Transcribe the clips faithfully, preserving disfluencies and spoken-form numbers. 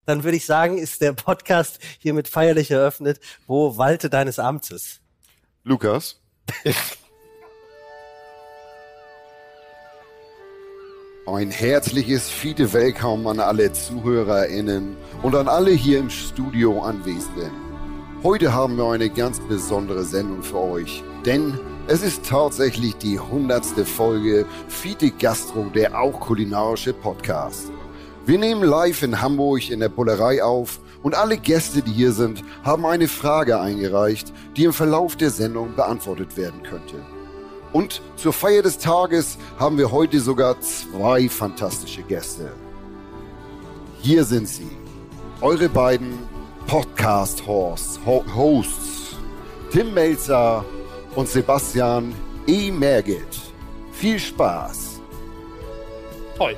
dann würde ich sagen, ist der Podcast hiermit feierlich eröffnet. Wo walte deines Amtes? Lukas. Ein herzliches Fiete Willkommen an alle ZuhörerInnen und an alle hier im Studio Anwesenden. Heute haben wir eine ganz besondere Sendung für euch, denn es ist tatsächlich die hundertste Folge Fiete Gastro, der auch kulinarische Podcast. Wir nehmen live in Hamburg in der Bullerei auf und alle Gäste, die hier sind, haben eine Frage eingereicht, die im Verlauf der Sendung beantwortet werden könnte. Und zur Feier des Tages haben wir heute sogar zwei fantastische Gäste. Hier sind sie, eure beiden Podcast-Hosts, Hosts, Tim Melzer und Sebastian E. Merget. Viel Spaß. Toll.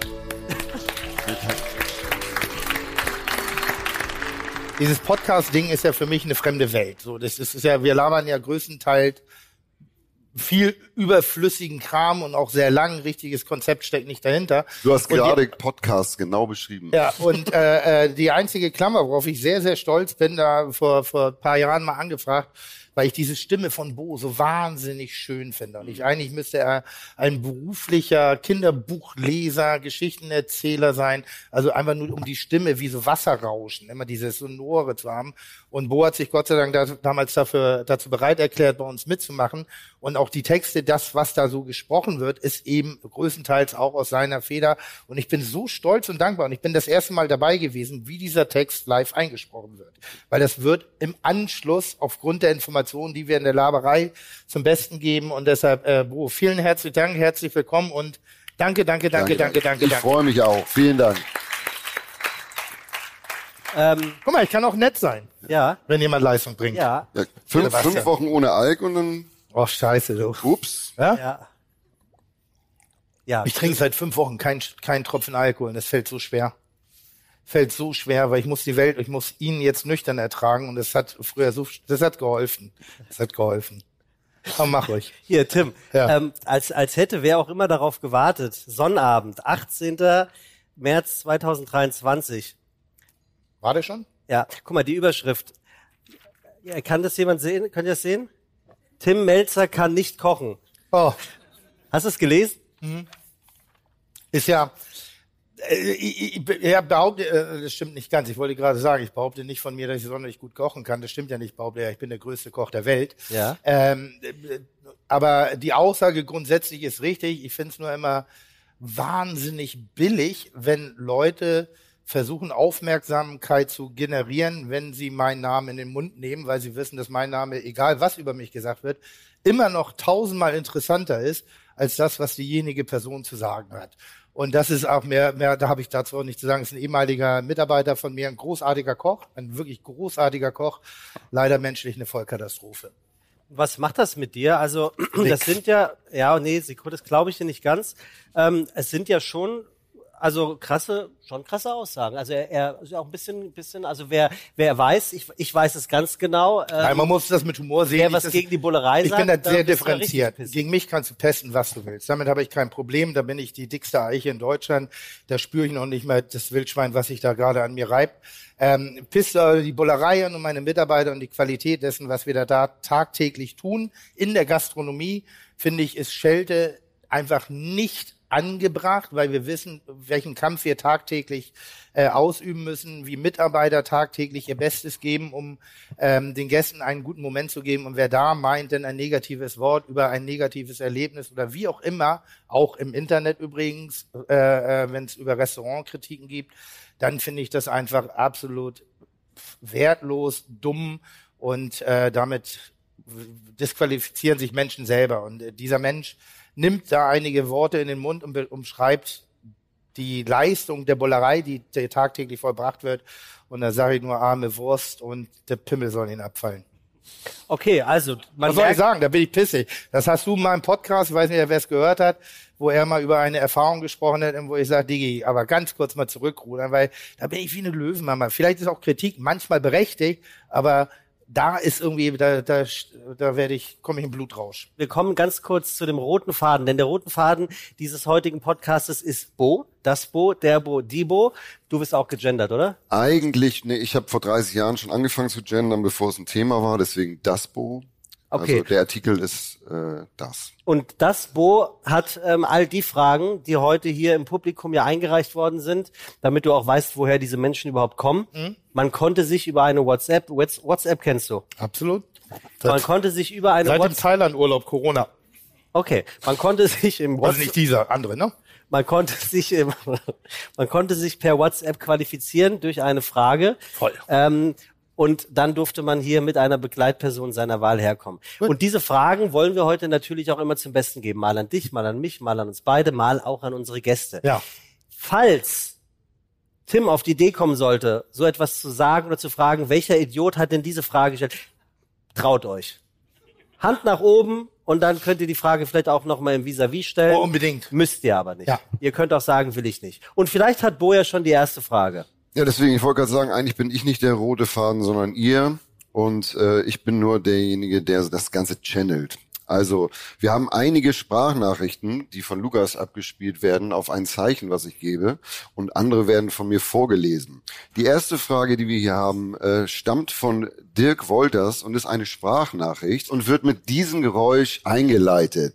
Dieses Podcast-Ding ist ja für mich eine fremde Welt. So, das ist, ist ja, wir labern ja größtenteils viel überflüssigen Kram und auch sehr lang. Richtiges Konzept steckt nicht dahinter. Du hast und gerade die, Podcast genau beschrieben. Ja, und äh, die einzige Klammer, worauf ich sehr, sehr stolz bin, da vor, vor ein paar Jahren mal angefragt, weil ich diese Stimme von Bo so wahnsinnig schön finde. Und ich eigentlich müsste er ein beruflicher Kinderbuchleser, Geschichtenerzähler sein. Also einfach nur um die Stimme wie so Wasserrauschen, immer dieses Sonore zu haben. Und Bo hat sich Gott sei Dank da, damals dafür, dazu bereit erklärt, bei uns mitzumachen. Und auch die Texte, das, was da so gesprochen wird, ist eben größtenteils auch aus seiner Feder. Und ich bin so stolz und dankbar. Und ich bin das erste Mal dabei gewesen, wie dieser Text live eingesprochen wird. Weil das wird im Anschluss aufgrund der Informationen, die wir in der Laberei zum Besten geben. Und deshalb, äh, Bo, vielen herzlichen Dank, herzlich willkommen und danke, danke, danke, danke, danke, danke. Ich freue mich auch. Vielen Dank. Ähm, Guck mal, ich kann auch nett sein, ja. wenn jemand Leistung bringt. Ja. Ja, fünf, Sebastian. fünf Wochen ohne Alk und dann, Oh, scheiße, du. ups. Ja? Ja. Ja. Ich trinke seit fünf Wochen keinen kein Tropfen Alkohol und das fällt so schwer. Fällt so schwer, weil ich muss die Welt, ich muss ihn jetzt nüchtern ertragen und das hat früher so, das hat geholfen. Das hat geholfen. Komm, mach ruhig. Hier, Tim, Ja. ähm, als, als hätte wer auch immer darauf gewartet. Sonnabend, achtzehnten März zweitausenddreiundzwanzig. War der schon? Ja, guck mal, die Überschrift. Ja, kann das jemand sehen? Könnt ihr das sehen? Tim Melzer kann nicht kochen. Oh, Hast du es gelesen? ist ja, äh, ich, ich, ich behaupte, äh, das stimmt nicht ganz. Ich wollte gerade sagen, ich behaupte nicht von mir, dass ich sonderlich gut kochen kann. Das stimmt ja nicht. Ich behaupte ja, ich bin der größte Koch der Welt. Ja. Ähm, äh, aber die Aussage grundsätzlich ist richtig. Ich finde es nur immer wahnsinnig billig, wenn Leute versuchen, Aufmerksamkeit zu generieren, wenn sie meinen Namen in den Mund nehmen, weil sie wissen, dass mein Name, egal was über mich gesagt wird, immer noch tausendmal interessanter ist, als das, was diejenige Person zu sagen hat. Und das ist auch mehr, mehr da habe ich dazu auch nicht zu sagen, ist ein ehemaliger Mitarbeiter von mir, ein großartiger Koch, ein wirklich großartiger Koch, leider menschlich eine Vollkatastrophe. Was macht das mit dir? Also, das sind ja, ja, nee, Sekunde, das glaube ich dir nicht ganz. Ähm, es sind ja schon, also krasse, schon krasse Aussagen. Also er, er ist ja auch ein bisschen, bisschen, also wer, wer weiß, ich, ich weiß es ganz genau. Ähm, Nein, man muss das mit Humor sehen. wer Ich was das, gegen die Bullerei Ich sagt, bin da dann sehr bist du ja differenziert. richtig pissig. Gegen mich kannst du testen, was du willst. Damit habe ich kein Problem. Da bin ich die dickste Eiche in Deutschland. Da spüre ich noch nicht mal das Wildschwein, was sich da gerade an mir reibt. Ähm, pisst also die Bullerei an und meine Mitarbeiter und die Qualität dessen, was wir da, da tagtäglich tun in der Gastronomie, finde ich, ist Schelte einfach nicht angebracht, weil wir wissen, welchen Kampf wir tagtäglich äh, ausüben müssen, wie Mitarbeiter tagtäglich ihr Bestes geben, um ähm, den Gästen einen guten Moment zu geben. Und wer da meint, denn ein negatives Wort über ein negatives Erlebnis oder wie auch immer, auch im Internet übrigens, äh, äh, wenn es über Restaurantkritiken gibt, dann finde ich das einfach absolut wertlos, dumm und äh, damit disqualifizieren sich Menschen selber. Und äh, dieser Mensch nimmt da einige Worte in den Mund und umschreibt die Leistung der Bullerei, die, die tagtäglich vollbracht wird. Und da sage ich nur arme Wurst und der Pimmel soll ihn abfallen. Okay, also man Was soll ich merkt, sagen? Da bin ich pissig. Das hast du in meinem Podcast, ich weiß nicht, wer es gehört hat, wo er mal über eine Erfahrung gesprochen hat und wo ich sage, Digi, aber ganz kurz mal zurückrudern, weil da bin ich wie eine Löwenmama. Vielleicht ist auch Kritik manchmal berechtigt, aber da ist irgendwie, da, da, da werde ich, komme ich in Blutrausch. Wir kommen ganz kurz zu dem roten Faden, denn der roten Faden dieses heutigen Podcastes ist Bo, das Bo, der Bo, die Bo. Du bist auch gegendert, oder? Eigentlich, nee, ich habe vor dreißig Jahren schon angefangen zu gendern, bevor es ein Thema war, deswegen das Bo. Okay. Also der Artikel ist äh, das. Und das Bo hat ähm, all die Fragen, die heute hier im Publikum ja eingereicht worden sind, damit du auch weißt, woher diese Menschen überhaupt kommen. Mhm. Man konnte sich über eine WhatsApp, WhatsApp kennst du? Absolut. Man das konnte sich über eine WhatsApp. Seit dem Thailand-Urlaub Corona. Okay, man konnte sich im WhatsApp. Also nicht dieser, andere, ne? Man konnte sich im, man konnte sich per WhatsApp qualifizieren durch eine Frage. Voll. Ähm, Und dann durfte man hier mit einer Begleitperson seiner Wahl herkommen. Gut. Und diese Fragen wollen wir heute natürlich auch immer zum Besten geben. Mal an dich, mal an mich, mal an uns beide, mal auch an unsere Gäste. Ja. Falls Tim auf die Idee kommen sollte, so etwas zu sagen oder zu fragen, welcher Idiot hat denn diese Frage gestellt? Traut euch. Hand nach oben und dann könnt ihr die Frage vielleicht auch noch mal im Vis-à-vis stellen. Oh, unbedingt. Müsst ihr aber nicht. Ja. Ihr könnt auch sagen, will ich nicht. Und vielleicht hat Bo ja schon die erste Frage. Ja, deswegen, ich wollte gerade sagen, eigentlich bin ich nicht der rote Faden, sondern ihr. Und äh, ich bin nur derjenige, der das Ganze channelt. Also, wir haben einige Sprachnachrichten, die von Lukas abgespielt werden, auf ein Zeichen, was ich gebe. Und andere werden von mir vorgelesen. Die erste Frage, die wir hier haben, äh, stammt von Dirk Wolters und ist eine Sprachnachricht und wird mit diesem Geräusch eingeleitet.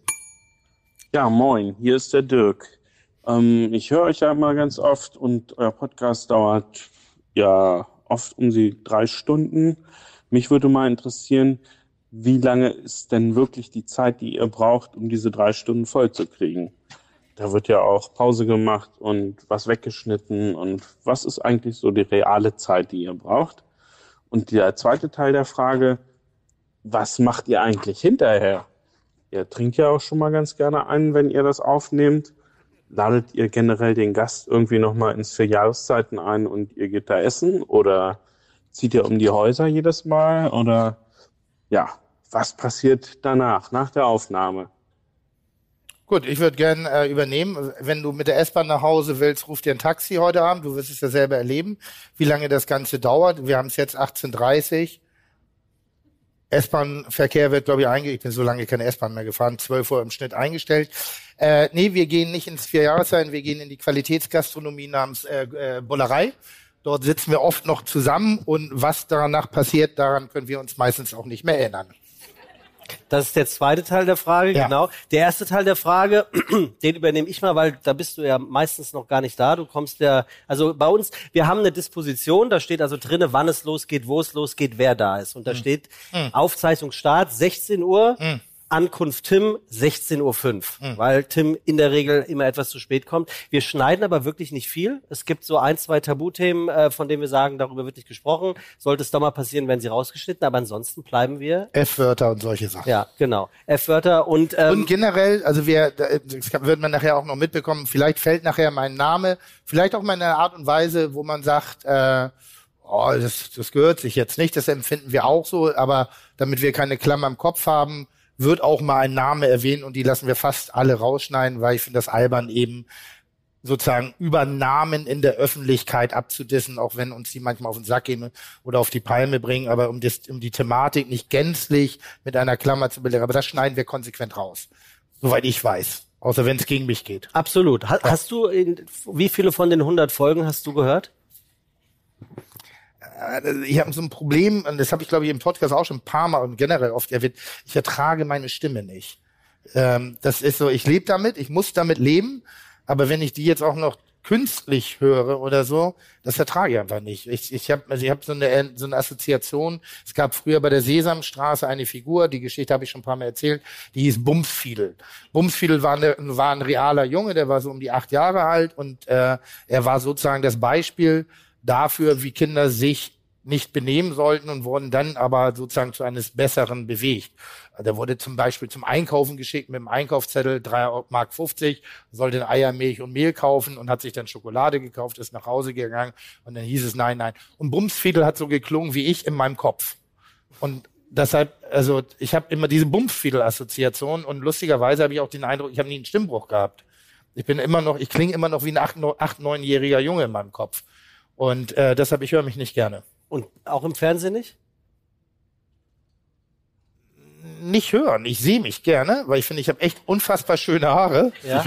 Ja, moin, hier ist der Dirk. Ähm, ich höre euch ja immer ganz oft und euer Podcast dauert ja oft um die drei Stunden. Mich würde mal interessieren, wie lange ist denn wirklich die Zeit, die ihr braucht, um diese drei Stunden voll zu kriegen? Da wird ja auch Pause gemacht und was weggeschnitten. Und was ist eigentlich so die reale Zeit, die ihr braucht? Und der zweite Teil der Frage, was macht ihr eigentlich hinterher? Ihr trinkt ja auch schon mal ganz gerne ein, wenn ihr das aufnehmt. Ladet ihr generell den Gast irgendwie nochmal ins vier Jahreszeiten ein und ihr geht da essen? Oder zieht ihr um die Häuser jedes Mal? Oder ja, was passiert danach, nach der Aufnahme? Gut, ich würde gern äh, übernehmen. Wenn du mit der S-Bahn nach Hause willst, ruf dir ein Taxi heute Abend. Du wirst es ja selber erleben, wie lange das Ganze dauert. Wir haben es jetzt achtzehn Uhr dreißig. S-Bahn-Verkehr wird, glaube ich, eingestellt. Ich bin so lange keine S-Bahn mehr gefahren. zwölf Uhr im Schnitt eingestellt. Äh, nee, wir gehen nicht ins Vierjahreszeiten. Wir gehen in die Qualitätsgastronomie namens äh, äh, Bullerei. Dort sitzen wir oft noch zusammen. Und was danach passiert, daran können wir uns meistens auch nicht mehr erinnern. Das ist der zweite Teil der Frage, ja. Genau. Der erste Teil der Frage, den übernehme ich mal, weil da bist du ja meistens noch gar nicht da. Du kommst ja, also bei uns, wir haben eine Disposition, da steht also drinne, wann es losgeht, wo es losgeht, wer da ist. Und da hm. steht hm. Aufzeichnungsstart sechzehn Uhr, hm. Ankunft Tim sechzehn Uhr fünf, hm. weil Tim in der Regel immer etwas zu spät kommt. Wir schneiden aber wirklich nicht viel. Es gibt so ein, zwei Tabuthemen, äh, von denen wir sagen, darüber wird nicht gesprochen. Sollte es doch mal passieren, werden sie rausgeschnitten, aber ansonsten bleiben wir... F-Wörter und solche Sachen. Ja, genau. F-Wörter und... Ähm, und generell, also wir, das wird man nachher auch noch mitbekommen, vielleicht fällt nachher mein Name, vielleicht auch mal in einer Art und Weise, wo man sagt, äh, oh, das, das gehört sich jetzt nicht, das empfinden wir auch so, aber damit wir keine Klammer im Kopf haben, wird auch mal ein Name erwähnt und die lassen wir fast alle rausschneiden, weil ich finde das albern, eben sozusagen über Namen in der Öffentlichkeit abzudissen, auch wenn uns die manchmal auf den Sack gehen oder auf die Palme bringen, aber um, das, um die Thematik nicht gänzlich mit einer Klammer zu belegen. Aber das schneiden wir konsequent raus, soweit ich weiß, außer wenn es gegen mich geht. Absolut. Ha- hast du, in, wie viele von den hundert Folgen hast du gehört? Ich habe so ein Problem, und das habe ich, glaube ich, im Podcast auch schon ein paar Mal und generell oft erwähnt, ich ertrage meine Stimme nicht. Ähm, das ist so, ich lebe damit, ich muss damit leben, aber wenn ich die jetzt auch noch künstlich höre oder so, das ertrage ich einfach nicht. Ich, ich habe also ich hab so eine so eine Assoziation, es gab früher bei der Sesamstraße eine Figur, die Geschichte habe ich schon ein paar Mal erzählt, die hieß Bumsfiedel. Bumsfiedel war, eine, war ein realer Junge, der war so um die acht Jahre alt und äh, er war sozusagen das Beispiel dafür, wie Kinder sich nicht benehmen sollten und wurden dann aber sozusagen zu eines Besseren bewegt. Der wurde zum Beispiel zum Einkaufen geschickt mit dem Einkaufszettel, drei Mark fünfzig, sollte Eier, Milch und Mehl kaufen und hat sich dann Schokolade gekauft, ist nach Hause gegangen und dann hieß es nein, nein. Und Bumsfiedel hat so geklungen wie ich in meinem Kopf. Und deshalb, also ich habe immer diese Bumsfiedel-Assoziation und lustigerweise habe ich auch den Eindruck, ich habe nie einen Stimmbruch gehabt. Ich bin immer noch, ich klinge immer noch wie ein acht-, acht-, neunjähriger Junge in meinem Kopf. Und äh, deshalb, ich höre mich nicht gerne. Und auch im Fernsehen nicht? nicht hören. Ich sehe mich gerne, weil ich finde, ich habe echt unfassbar schöne Haare. Ja.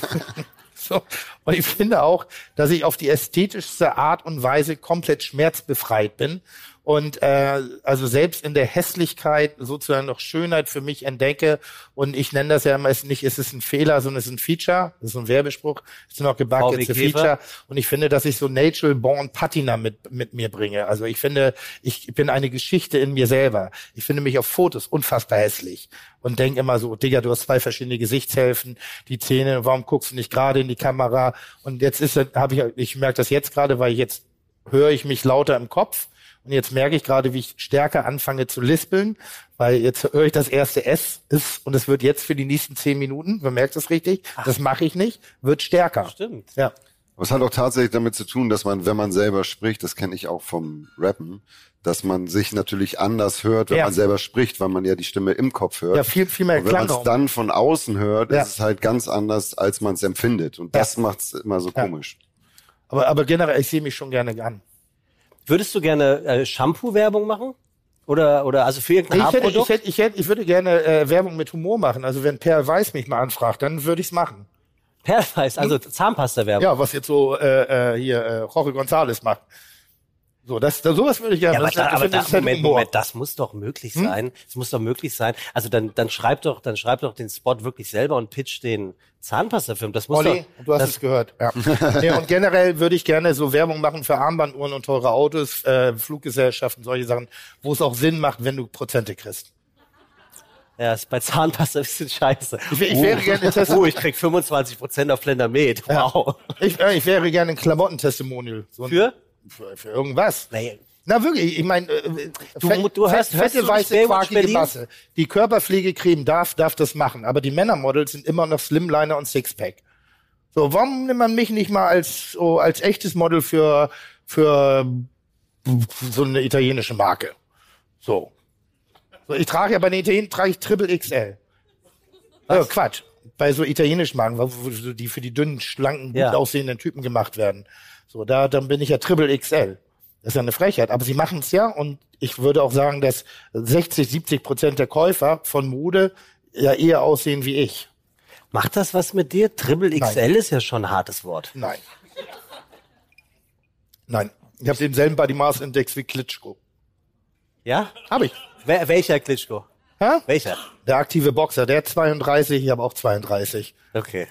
So. Und ich finde auch, dass ich auf die ästhetischste Art und Weise komplett schmerzbefreit bin. Und äh, also selbst in der Hässlichkeit sozusagen noch Schönheit für mich entdecke. Und ich nenne das ja immer, es nicht, es ist ein Fehler, sondern es ist ein Feature. Das ist ein Werbespruch. Es ist noch gebackt, jetzt ein Feature. Und ich finde, dass ich so natural born Patina mit mit mir bringe. Also ich finde, ich bin eine Geschichte in mir selber. Ich finde mich auf Fotos unfassbar hässlich. Und denke immer so, Digga, du hast zwei verschiedene Gesichtshälften, die Zähne, warum guckst du nicht gerade in die Kamera? Und jetzt ist habe ich, ich merke das jetzt gerade, weil jetzt höre ich mich lauter im Kopf. Und jetzt merke ich gerade, wie ich stärker anfange zu lispeln, weil jetzt höre ich das erste S ist und es wird jetzt für die nächsten zehn Minuten, man merkt das richtig, Ach. das mache ich nicht, wird stärker. Stimmt. Ja. Aber es hat auch tatsächlich damit zu tun, dass man, wenn man selber spricht, das kenne ich auch vom Rappen, dass man sich natürlich anders hört, wenn ja. man selber spricht, weil man ja die Stimme im Kopf hört. Ja, viel, viel mehr und wenn man es dann von außen hört, ja. ist es halt ganz anders, als man es empfindet. Und das ja. macht es immer so ja. komisch. Aber, aber generell, ich sehe mich schon gerne an. Würdest du gerne äh, Shampoo-Werbung machen? Oder, oder also für irgendein ich hätte, Haarprodukt? ich, hätte, ich, hätte, ich würde gerne äh, Werbung mit Humor machen. Also wenn Per Weiß mich mal anfragt, dann würde ich's machen. Per Weiß, also Zahnpasta-Werbung. Ja, was jetzt so äh, hier äh, Jorge González macht. So, das, das sowas würde ich gerne. Ja, aber das, da, das, aber das da, Moment, Moment, das muss doch möglich hm? sein. Das muss doch möglich sein. Also dann, dann schreib doch, dann schreib doch den Spot wirklich selber und pitch den Zahnpasta-Film. Das muss Olli, doch. Du hast das, es gehört. Ja. Nee, und generell würde ich gerne so Werbung machen für Armbanduhren und teure Autos, äh, Fluggesellschaften, solche Sachen, wo es auch Sinn macht, wenn du Prozente kriegst. Ja, ist bei Zahnpasta ein bisschen scheiße. Ich, ich wäre oh. gerne ein Oh, ich krieg fünfundzwanzig Prozent auf Lendermed. Wow. Ja. Ich, ich wäre gerne ein Klamottentestimonial. So ein, für? für? Für irgendwas. Nee. Na wirklich, ich meine, äh, du, fett, du hörst, fette, hörst weiße, quarkige Masse. Die Körperpflegecreme darf, darf das machen, aber die Männermodels sind immer noch Slimliner und Sixpack. So, warum nimmt man mich nicht mal als so als echtes Model für für so eine italienische Marke? So. So, ich trage ja bei den Italienern trage ich Triple X L. Oh, Quatsch. Bei so italienischen Marken, wo die für die dünnen, schlanken, gut ja. aussehenden Typen gemacht werden. So, da dann bin ich ja Triple X L. Das ist ja eine Frechheit. Aber sie machen es ja und ich würde auch sagen, dass sechzig, siebzig Prozent der Käufer von Mode ja eher aussehen wie ich. Macht das was mit dir? Triple X L Nein. Ist ja schon ein hartes Wort. Nein. Nein. Ich habe denselben Body Mass Index wie Klitschko. Ja? Habe ich. Wer, welcher Klitschko? Hä? Welcher? Der aktive Boxer, der hat zweiunddreißig, ich habe auch zweiunddreißig. Okay.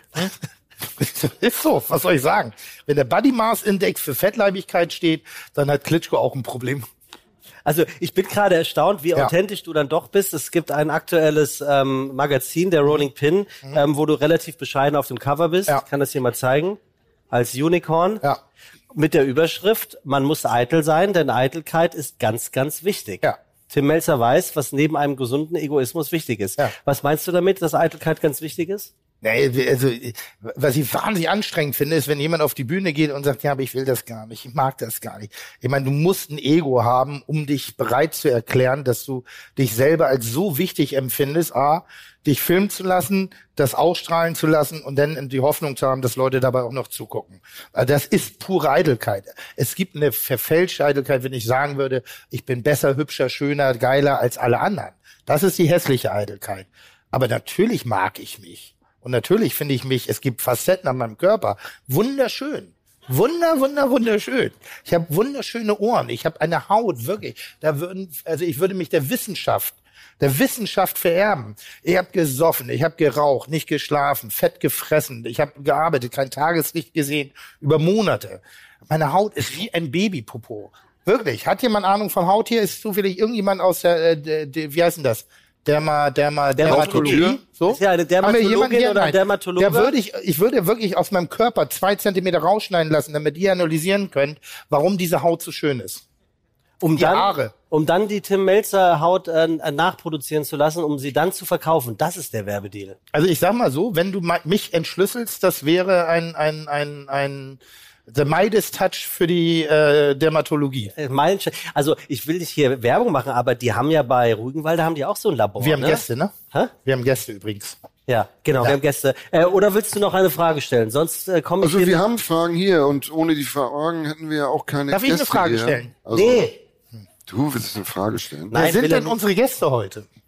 Ist so, was soll ich sagen? Wenn der Body Mass Index für Fettleibigkeit steht, dann hat Klitschko auch ein Problem. Also ich bin gerade erstaunt, wie ja. authentisch du dann doch bist. Es gibt ein aktuelles ähm, Magazin, der Rolling Pin, mhm. ähm, wo du relativ bescheiden auf dem Cover bist. Ja. Ich kann das hier mal zeigen. Als Unicorn. Ja. Mit der Überschrift, man muss eitel sein, denn Eitelkeit ist ganz, ganz wichtig. Ja. Tim Melzer weiß, was neben einem gesunden Egoismus wichtig ist. Ja. Was meinst du damit, dass Eitelkeit ganz wichtig ist? Nee, also, was ich wahnsinnig anstrengend finde, ist, wenn jemand auf die Bühne geht und sagt, ja, aber ich will das gar nicht, ich mag das gar nicht. Ich meine, du musst ein Ego haben, um dich bereit zu erklären, dass du dich selber als so wichtig empfindest, a, dich filmen zu lassen, das ausstrahlen zu lassen und dann die Hoffnung zu haben, dass Leute dabei auch noch zugucken. Also das ist pure Eitelkeit. Es gibt eine verfälschte Eitelkeit, wenn ich sagen würde, ich bin besser, hübscher, schöner, geiler als alle anderen. Das ist die hässliche Eitelkeit. Aber natürlich mag ich mich. Und natürlich finde ich mich, es gibt Facetten an meinem Körper, wunderschön. Wunder, wunder, wunderschön. Ich habe wunderschöne Ohren. Ich habe eine Haut, wirklich. Da würden, also ich würde mich der Wissenschaft, der Wissenschaft vererben. Ich habe gesoffen, ich habe geraucht, nicht geschlafen, fett gefressen. Ich habe gearbeitet, kein Tageslicht gesehen, über Monate. Meine Haut ist wie ein Babypopo. Wirklich. Hat jemand Ahnung von Haut hier? Ist zufällig irgendjemand aus der, äh, der, der wie heißt denn das? Derma, Derma, Dermatologie. So? Ist ja eine Dermatologin hier, oder ein Dermatologe? Der würde ich, ich würde wirklich aus meinem Körper zwei Zentimeter rausschneiden lassen, damit ihr analysieren könnt, warum diese Haut so schön ist. Um die dann, Haare. Um dann die Tim Melzer Haut äh, nachproduzieren zu lassen, um sie dann zu verkaufen. Das ist der Werbedeal. Also ich sag mal so, wenn du mich entschlüsselst, das wäre ein, ein, ein, ein, The Midas Touch für die äh, Dermatologie. Also ich will nicht hier Werbung machen, aber die haben ja bei Rügenwalde haben die auch so ein Labor. Wir haben ne? Gäste, ne? Hä? Wir haben Gäste übrigens. Ja, genau, ja. Wir haben Gäste. Äh, oder willst du noch eine Frage stellen? Sonst äh, komme ich Also hier wir haben Fragen hier und ohne die Fragen hätten wir ja auch keine Darf Gäste. Darf ich eine Frage hier. stellen? Also, nee. Du willst eine Frage stellen? Wer Nein, sind denn unsere Gäste heute?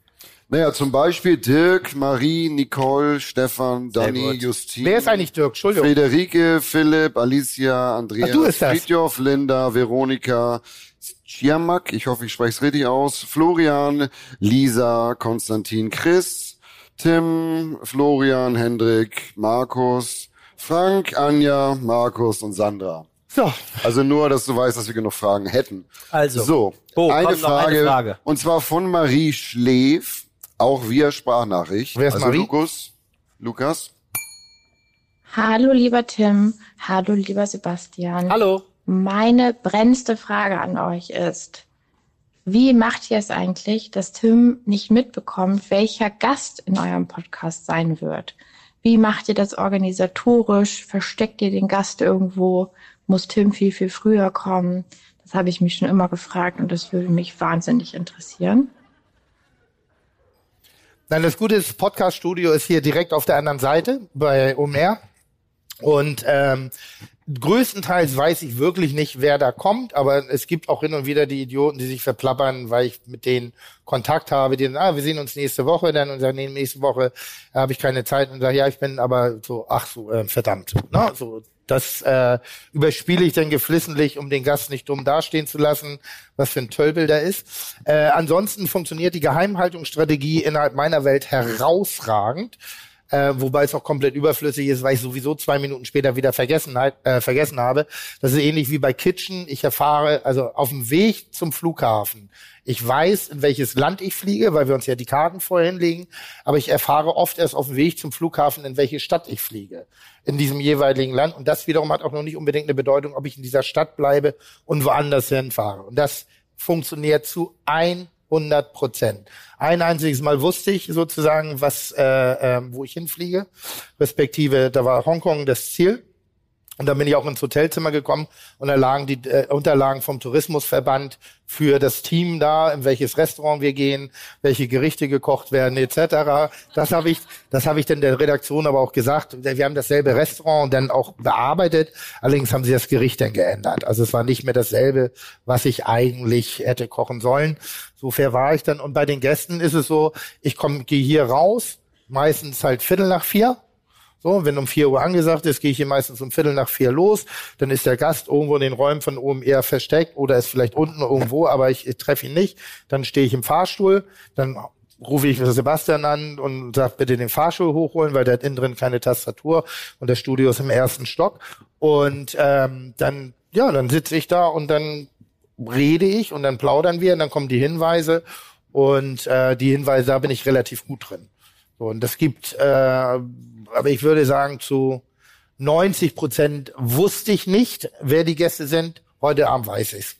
Naja, zum Beispiel Dirk, Marie, Nicole, Stefan, Dani, Justine. Wer ist eigentlich Dirk? Entschuldigung. Friederike, Philipp, Alicia, Andreas, Ach, du bist das. Fridtjof, Linda, Veronika, Ciamak, ich hoffe, ich spreche es richtig aus, Florian, Lisa, Konstantin, Chris, Tim, Florian, Hendrik, Markus, Frank, Anja, Markus und Sandra. So. Also nur, dass du weißt, dass wir genug Fragen hätten. Also, so, Bo, eine, kommt noch Frage, eine Frage. Und zwar von Marie Schleef, auch via Sprachnachricht. Wer ist also Marie? Lukas, Lukas. Hallo lieber Tim, hallo lieber Sebastian. Hallo. Meine brennendste Frage an euch ist, wie macht ihr es eigentlich, dass Tim nicht mitbekommt, welcher Gast in eurem Podcast sein wird? Wie macht ihr das organisatorisch? Versteckt ihr den Gast irgendwo? Muss Tim viel, viel früher kommen? Das habe ich mich schon immer gefragt und das würde mich wahnsinnig interessieren. Nein, das Gute ist, das Podcast-Studio ist hier direkt auf der anderen Seite bei Omer. Und ähm, größtenteils weiß ich wirklich nicht, wer da kommt, aber es gibt auch hin und wieder die Idioten, die sich verplappern, weil ich mit denen Kontakt habe, die dann, ah, wir sehen uns nächste Woche, dann und sagen, nee, nächste Woche habe ich keine Zeit und sage, ja, ich bin aber so, ach so, äh, verdammt. Ne? So, das äh, überspiele ich dann geflissentlich, um den Gast nicht dumm dastehen zu lassen, was für ein Tölpel da ist. Äh, ansonsten funktioniert die Geheimhaltungsstrategie innerhalb meiner Welt herausragend. Äh, wobei es auch komplett überflüssig ist, weil ich sowieso zwei Minuten später wieder vergessen, äh, vergessen habe. Das ist ähnlich wie bei Kitchen. Ich erfahre, also auf dem Weg zum Flughafen, ich weiß, in welches Land ich fliege, weil wir uns ja die Karten vorher hinlegen, aber ich erfahre oft erst auf dem Weg zum Flughafen, in welche Stadt ich fliege, in diesem jeweiligen Land. Und das wiederum hat auch noch nicht unbedingt eine Bedeutung, ob ich in dieser Stadt bleibe und woanders hinfahre. Und das funktioniert zu hundert Prozent. Ein einziges Mal wusste ich sozusagen, was, äh, äh, wo ich hinfliege, respektive, da war Hongkong das Ziel. Und dann bin ich auch ins Hotelzimmer gekommen und da lagen die äh, Unterlagen vom Tourismusverband für das Team da, in welches Restaurant wir gehen, welche Gerichte gekocht werden et cetera. Das habe ich, das habe ich dann der Redaktion aber auch gesagt. Wir haben dasselbe Restaurant dann auch bearbeitet. Allerdings haben sie das Gericht dann geändert. Also es war nicht mehr dasselbe, was ich eigentlich hätte kochen sollen. So fair war ich dann. Und bei den Gästen ist es so, ich komme, gehe hier raus, meistens halt Viertel nach vier. So, wenn um vier Uhr angesagt ist, gehe ich hier meistens um Viertel nach vier los. Dann ist der Gast irgendwo in den Räumen von oben eher versteckt oder ist vielleicht unten irgendwo, aber ich, ich treffe ihn nicht. Dann stehe ich im Fahrstuhl, dann rufe ich Sebastian an und sage, bitte den Fahrstuhl hochholen, weil der hat innen drin keine Tastatur und das Studio ist im ersten Stock. Und ähm, dann, ja, dann sitze ich da und dann rede ich und dann plaudern wir und dann kommen die Hinweise und äh, die Hinweise, da bin ich relativ gut drin. So, und das gibt, äh, aber ich würde sagen, zu neunzig Prozent wusste ich nicht, wer die Gäste sind. Heute Abend weiß ich's.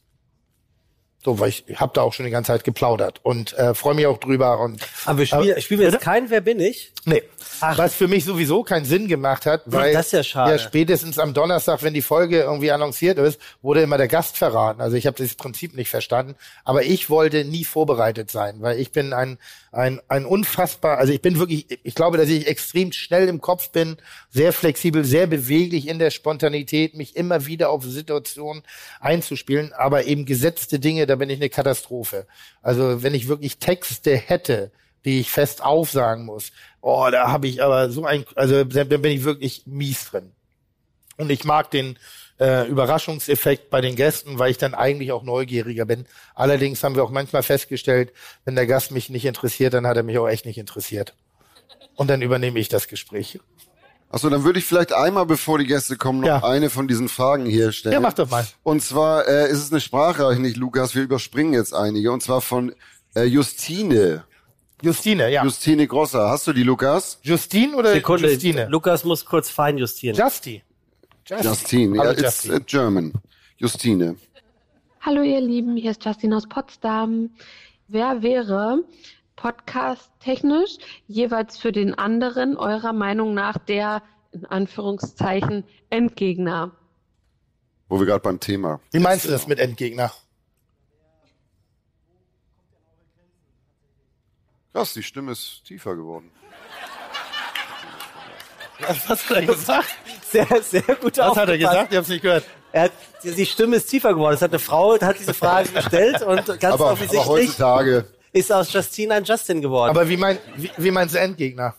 So, weil ich, ich habe da auch schon die ganze Zeit geplaudert und äh, freue mich auch drüber. Und Aber wir spielen, spielen wir jetzt kein Wer bin ich? Nee. Ach. Was für mich sowieso keinen Sinn gemacht hat, weil das ist ja schade. Ja, spätestens am Donnerstag, wenn die Folge irgendwie annonciert ist, wurde immer der Gast verraten. Also ich habe das Prinzip nicht verstanden, aber ich wollte nie vorbereitet sein, weil ich bin ein ein ein unfassbar, also ich bin wirklich, ich glaube, dass ich extrem schnell im Kopf bin, sehr flexibel, sehr beweglich in der Spontanität, mich immer wieder auf Situationen einzuspielen, aber eben gesetzte Dinge, da bin ich eine Katastrophe. Also wenn ich wirklich Texte hätte, die ich fest aufsagen muss, oh, da habe ich aber so ein, also da bin ich wirklich mies drin. Und ich mag den äh, Überraschungseffekt bei den Gästen, weil ich dann eigentlich auch neugieriger bin. Allerdings haben wir auch manchmal festgestellt, wenn der Gast mich nicht interessiert, dann hat er mich auch echt nicht interessiert. Und dann übernehme ich das Gespräch. Achso, dann würde ich vielleicht einmal, bevor die Gäste kommen, noch Ja. eine von diesen Fragen hier stellen. Ja, mach doch mal. Und zwar äh, ist es eine Sprachnachricht, Lukas, wir überspringen jetzt einige. Und zwar von äh, Justine. Justine, ja. Justine Grosser. Hast du die, Lukas? Justine oder Sekunde, Justine? Lukas muss kurz feinjustieren. Justi. Justi. Justine. Ja, Hallo, it's Justi. uh, German. Justine. Hallo ihr Lieben, hier ist Justine aus Potsdam. Wer wäre podcast-technisch jeweils für den anderen eurer Meinung nach der, in Anführungszeichen, Endgegner? Wo wir gerade beim Thema. Wie meinst du das mit Endgegner? Krass, die Stimme ist tiefer geworden. Was hast du denn gesagt? Sehr, sehr gut Was hat er aufgepasst. gesagt? Ich hab's nicht gehört. Er hat, die Stimme ist tiefer geworden. Es hat eine Frau, hat diese Frage gestellt und ganz Aber, offensichtlich. aber heutzutage, ist aus Justine ein Justin geworden. Aber wie, mein, wie, wie meinst du Endgegner?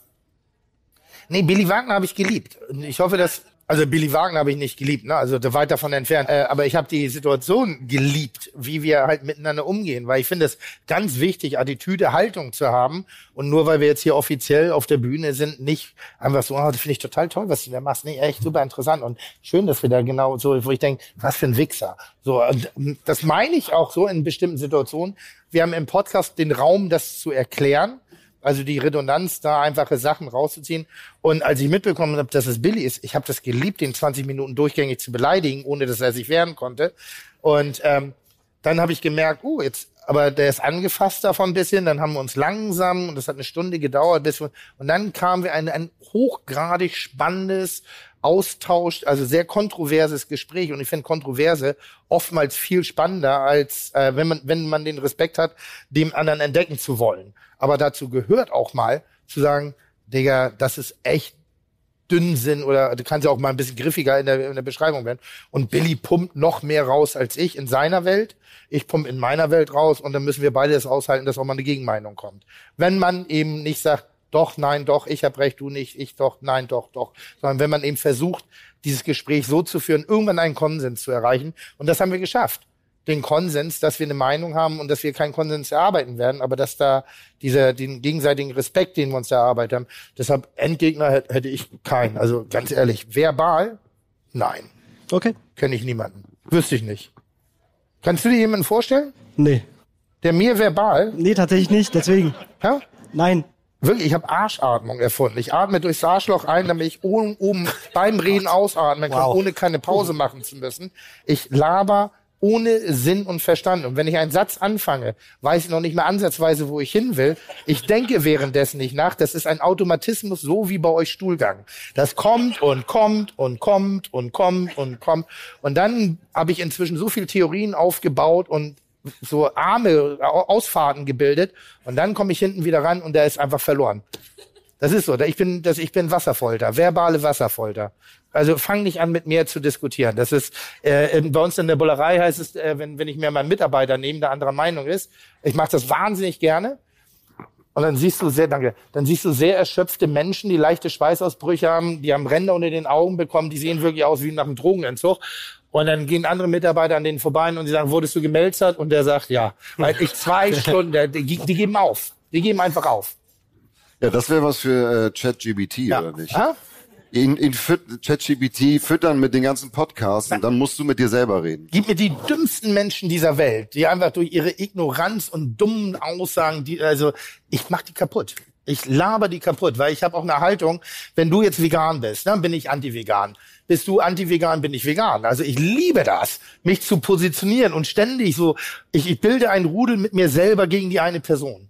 Nee, Billy Wagner habe ich geliebt. Ich hoffe, dass... Also Billy Wagner habe ich nicht geliebt, ne? Also weit davon entfernt. Äh, aber ich habe die Situation geliebt, wie wir halt miteinander umgehen. Weil ich finde es ganz wichtig, Attitüde, Haltung zu haben. Und nur weil wir jetzt hier offiziell auf der Bühne sind, nicht einfach so, oh, das finde ich total toll, was du da machst. Nee, echt super interessant. Und schön, dass wir da genau so, wo ich denke, was für ein Wichser. So, und das meine ich auch so in bestimmten Situationen. Wir haben im Podcast den Raum, das zu erklären. Also die Redundanz, da einfache Sachen rauszuziehen. Und als ich mitbekommen habe, dass es Billy ist, ich habe das geliebt, den zwanzig Minuten durchgängig zu beleidigen, ohne dass er sich wehren konnte. Und ähm, dann habe ich gemerkt, oh, jetzt, aber der ist angefasst davon ein bisschen. Dann haben wir uns langsam, und das hat eine Stunde gedauert, bis wir, und dann kamen wir ein, ein hochgradig spannendes Austausch, also sehr kontroverses Gespräch. Und ich finde Kontroverse oftmals viel spannender, als äh, wenn man wenn man den Respekt hat, dem anderen entdecken zu wollen. Aber dazu gehört auch mal zu sagen, Digga, das ist echt Dünnsinn, oder du kannst ja auch mal ein bisschen griffiger in der, in der Beschreibung werden. Und Billy pumpt noch mehr raus als ich in seiner Welt. Ich pump in meiner Welt raus, und dann müssen wir beide das aushalten, dass auch mal eine Gegenmeinung kommt. Wenn man eben nicht sagt, doch, nein, doch, ich habe recht, du nicht, ich doch, nein, doch, doch. Sondern wenn man eben versucht, dieses Gespräch so zu führen, irgendwann einen Konsens zu erreichen. Und das haben wir geschafft. Den Konsens, dass wir eine Meinung haben und dass wir keinen Konsens erarbeiten werden, aber dass da dieser, den gegenseitigen Respekt, den wir uns erarbeitet haben, deshalb Endgegner hätte ich keinen. Also ganz ehrlich, verbal? Nein. Okay. Kenne ich niemanden. Wüsste ich nicht. Kannst du dir jemanden vorstellen? Nee. Der mir verbal? Nee, tatsächlich nicht, deswegen. Ja? Nein. Wirklich, ich habe Arschatmung erfunden. Ich atme durchs Arschloch ein, damit ich oben, oben beim Reden ausatmen kann, Wow. ohne keine Pause machen zu müssen. Ich laber ohne Sinn und Verstand. Und wenn ich einen Satz anfange, weiß ich noch nicht mehr ansatzweise, wo ich hin will. Ich denke währenddessen nicht nach. Das ist ein Automatismus, so wie bei euch Stuhlgang. Das kommt und kommt und kommt und kommt und kommt. Und dann habe ich inzwischen so viel Theorien aufgebaut und so arme Ausfahrten gebildet. Und dann komme ich hinten wieder ran und der ist einfach verloren. Das ist so. Ich bin, das, ich bin Wasserfolter, verbale Wasserfolter. Also fang nicht an, mit mir zu diskutieren. Das ist äh, bei uns in der Bullerei heißt es, äh, wenn wenn ich mir meinen Mitarbeiter nehme, der anderer Meinung ist, ich mache das wahnsinnig gerne. Und dann siehst du sehr, danke, dann siehst du sehr erschöpfte Menschen, die leichte Schweißausbrüche haben, die haben Ränder unter den Augen bekommen, die sehen wirklich aus wie nach einem Drogenentzug. Und dann gehen andere Mitarbeiter an denen vorbei und sie sagen, wurdest du gemeldet? Und der sagt, ja. Weil ich zwei Stunden, die, die geben auf. Die geben einfach auf. Ja, das wäre was für äh, ChatGPT, Ja. oder nicht? Ha? In, in füt- ChatGPT füttern mit den ganzen Podcasts und dann musst du mit dir selber reden. Gib mir die dümmsten Menschen dieser Welt, die einfach durch ihre Ignoranz und dummen Aussagen, die, also ich mach die kaputt. Ich laber die kaputt, weil ich habe auch eine Haltung, wenn du jetzt vegan bist, dann bin ich anti-vegan. Bist du anti-vegan, bin ich vegan. Also ich liebe das, mich zu positionieren und ständig so, ich, ich bilde ein Rudel mit mir selber gegen die eine Person.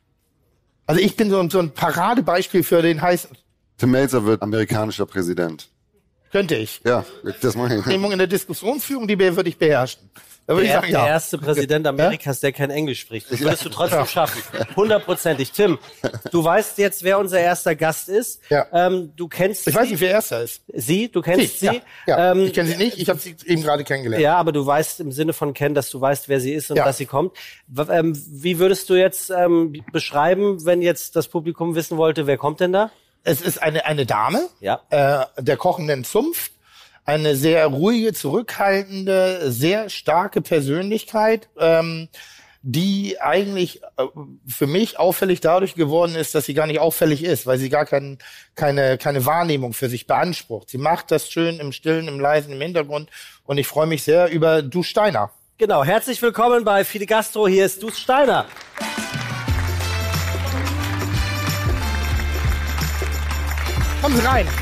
Also ich bin so, so ein Paradebeispiel für den heißen, Tim Melzer wird amerikanischer Präsident. könnte ich. Ja, das mache ich. Wahrnehmung in der Diskussionsführung, die würde ich beherrschen. Da würde ich Der, sagen, der ja. erste Präsident Amerikas, der kein Englisch spricht. Das würdest du trotzdem schaffen. Hundertprozentig. Tim, du weißt jetzt, wer unser erster Gast ist. Ja. Ähm, du kennst Ich sie. weiß nicht, wer erster ist. Sie, du kennst sie. Ja, ja. Ähm, ich kenne sie nicht, ich habe sie eben gerade kennengelernt. Ja, aber du weißt im Sinne von kennen, dass du weißt, wer sie ist und Ja. dass sie kommt. W ähm, wie würdest du jetzt ähm, beschreiben, wenn jetzt das Publikum wissen wollte, wer kommt denn da? Es ist eine, eine Dame, Ja. äh, der kochenden Zunft, eine sehr ruhige, zurückhaltende, sehr starke Persönlichkeit, ähm, die eigentlich äh, für mich auffällig dadurch geworden ist, dass sie gar nicht auffällig ist, weil sie gar kein, keine, keine Wahrnehmung für sich beansprucht. Sie macht das schön im Stillen, im Leisen, im Hintergrund und ich freue mich sehr über Du Steiner. Genau, herzlich willkommen bei Fide Gastro. Hier ist Dus Steiner. Kommen Sie rein.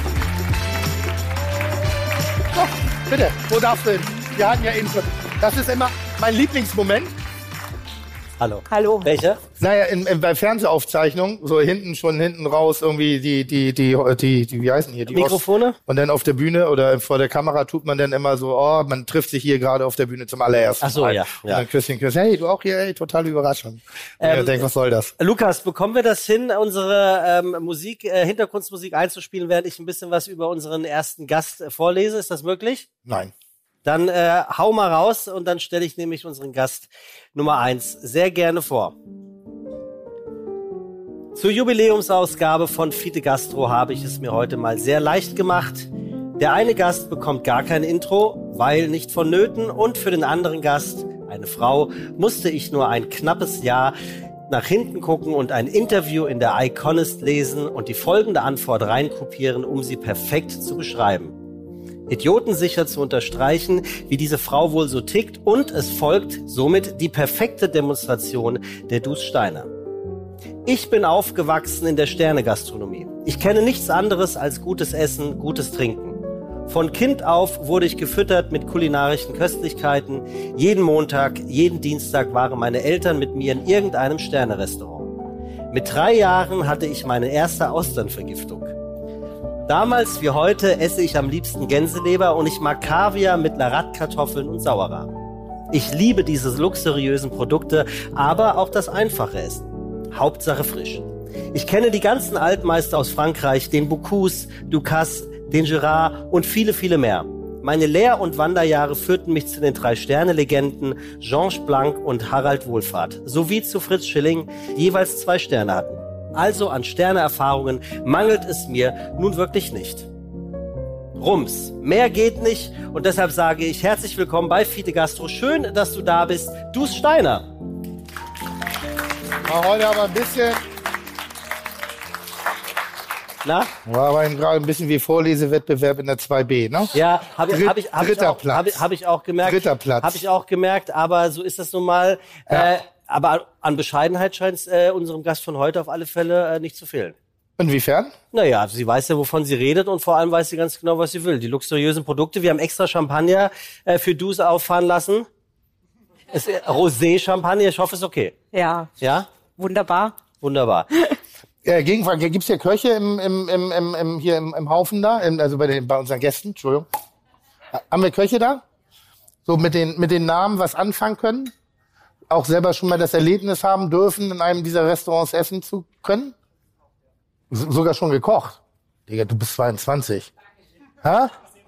Doch, bitte, wo darfst du hin? Wir hatten ja eben schon. Das ist immer mein Lieblingsmoment. Hallo. Hallo. Welcher? Naja, in, in, bei Fernsehaufzeichnungen, so hinten, schon hinten raus irgendwie die, die, die, die, die wie heißen hier? Die Mikrofone? Host. Und dann auf der Bühne oder vor der Kamera tut man dann immer so, oh, man trifft sich hier gerade auf der Bühne zum allerersten Ach so, Mal. ja, Und ja. dann Küsschen, Küsschen, hey, du auch hier, hey, totale Überraschung. Und Ähm, ich denk, was soll das? Lukas, bekommen wir das hin, unsere ähm, Musik, äh, Hintergrundmusik einzuspielen, während ich ein bisschen was über unseren ersten Gast äh, vorlese? Ist das möglich? Nein. Dann äh, hau mal raus und dann stelle ich nämlich unseren Gast Nummer eins sehr gerne vor. Zur Jubiläumsausgabe von Fide Gastro habe ich es mir heute mal sehr leicht gemacht. Der eine Gast bekommt gar kein Intro, weil nicht vonnöten, und für den anderen Gast, eine Frau, musste ich nur ein knappes Jahr nach hinten gucken und ein Interview in der Iconist lesen und die folgende Antwort reinkopieren, um sie perfekt zu beschreiben. Idiotensicher zu unterstreichen, wie diese Frau wohl so tickt, und es folgt somit die perfekte Demonstration der Dus Steiner. Ich bin aufgewachsen in der Sternegastronomie. Ich kenne nichts anderes als gutes Essen, gutes Trinken. Von Kind auf wurde ich gefüttert mit kulinarischen Köstlichkeiten. Jeden Montag, jeden Dienstag waren meine Eltern mit mir in irgendeinem Sternerestaurant. Mit drei Jahren hatte ich meine erste Austernvergiftung. Damals wie heute esse ich am liebsten Gänseleber und ich mag Kaviar mit Laratkartoffeln und Sauerrahm. Ich liebe diese luxuriösen Produkte, aber auch das einfache Essen. Hauptsache frisch. Ich kenne die ganzen Altmeister aus Frankreich, den Bocuse, Ducasse, den Girard und viele, viele mehr. Meine Lehr- und Wanderjahre führten mich zu den Drei-Sterne-Legenden Georges Blanc und Harald Wohlfahrt, sowie zu Fritz Schilling, die jeweils zwei Sterne hatten. Also an Sterneerfahrungen mangelt es mir nun wirklich nicht. Rums, mehr geht nicht, und deshalb sage ich herzlich willkommen bei Fide Gastro. Schön, dass du da bist, Dus Steiner. War heute aber ein bisschen... Na? War aber gerade ein bisschen wie Vorlesewettbewerb in der zwei B, ne? Ja, habe ich, Dritt, hab ich, hab dritter ich, auch, Platz. hab ich, hab ich auch gemerkt. Dritter Platz. Habe ich auch gemerkt, aber so ist das nun mal. Ja. Äh, aber an Bescheidenheit scheint es äh, unserem Gast von heute auf alle Fälle äh, nicht zu fehlen. Inwiefern? Naja, sie weiß ja, wovon sie redet, und vor allem weiß sie ganz genau, was sie will. Die luxuriösen Produkte. Wir haben extra Champagner äh, für Dus auffahren lassen. Es, äh, Rosé-Champagner, ich hoffe, es ist okay. Ja. Ja? Wunderbar. Wunderbar. Äh, Gegenfrage, gibt's hier Köche im, im, im, im, im, hier im, im Haufen da? Im, also bei, den, bei unseren Gästen, Entschuldigung. Haben wir Köche da? So mit den, mit den Namen was anfangen können? Auch selber schon mal das Erlebnis haben dürfen, in einem dieser Restaurants essen zu können? S- sogar schon gekocht. Digga, du bist zweiundzwanzig. Ha?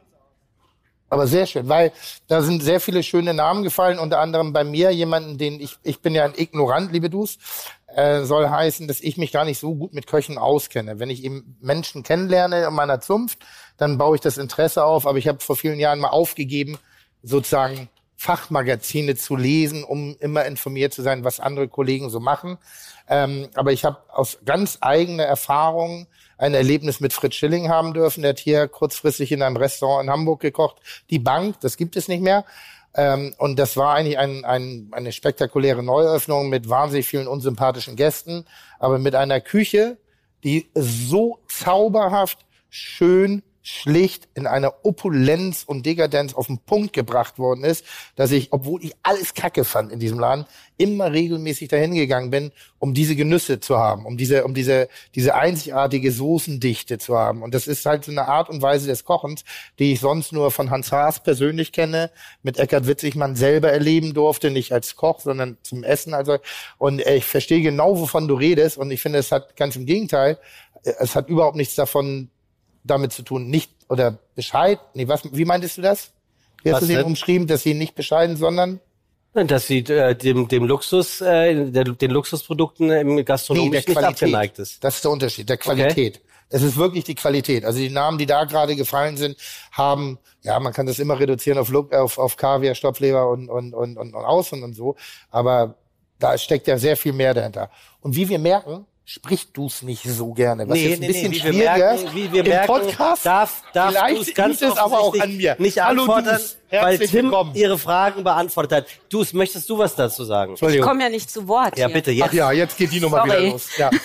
Aber sehr schön, weil da sind sehr viele schöne Namen gefallen, unter anderem bei mir jemanden, den ich, ich bin ja ein Ignorant, liebe Dus, äh, soll heißen, dass ich mich gar nicht so gut mit Köchen auskenne. Wenn ich eben Menschen kennenlerne in meiner Zunft, dann baue ich das Interesse auf, aber ich habe vor vielen Jahren mal aufgegeben, sozusagen Fachmagazine zu lesen, um immer informiert zu sein, was andere Kollegen so machen. Ähm, aber ich habe aus ganz eigener Erfahrung ein Erlebnis mit Fritz Schilling haben dürfen. Der hat hier kurzfristig in einem Restaurant in Hamburg gekocht. Die Bank, das gibt es nicht mehr. Ähm, und das war eigentlich ein, ein, eine spektakuläre Neueröffnung mit wahnsinnig vielen unsympathischen Gästen, aber mit einer Küche, die so zauberhaft, schön, schlicht in einer Opulenz und Dekadenz auf den Punkt gebracht worden ist, dass ich, obwohl ich alles Kacke fand in diesem Laden, immer regelmäßig dahin gegangen bin, um diese Genüsse zu haben, um diese, um diese, diese einzigartige Soßendichte zu haben. Und das ist halt so eine Art und Weise des Kochens, die ich sonst nur von Hans Haas persönlich kenne, mit Eckhard Witzigmann selber erleben durfte, nicht als Koch, sondern zum Essen. Also, und ich verstehe genau, wovon du redest. Und ich finde, es hat ganz im Gegenteil, es hat überhaupt nichts davon, damit zu tun, nicht, oder bescheid, nee, was, wie meintest du das? Wie hast Was du den denn? umschrieben, dass sie nicht bescheiden, sondern? Dass sie äh, dem, dem Luxus, äh, der, den Luxusprodukten im Gastronomisch nicht abgeneigt ist. Das ist der Unterschied, der Qualität. Es ist wirklich die Qualität. Also die Namen, die da gerade gefallen sind, haben, ja, man kann das immer reduzieren auf, Look, auf, auf Kaviar, Stopfleber und, und, und, und, und Außen und so. Aber da steckt ja sehr viel mehr dahinter. Und wie wir merken, sprichst du es nicht so gerne. Was Nee, jetzt ein nee, bisschen nee, wie wir schwieriger merken- wie wir im merken, Podcast. darf- darf Vielleicht du's ganz liegt es aber auch an offensichtlich mir. nicht Hallo, antworten, Dus. weil Herzlich Tim willkommen. ihre Fragen beantwortet hat. Dus, möchtest du was dazu sagen? Ich Entschuldigung. komme ja nicht zu Wort. Ja, hier. bitte, jetzt. Ach ja, jetzt geht die Nummer Sorry. wieder los. Ja.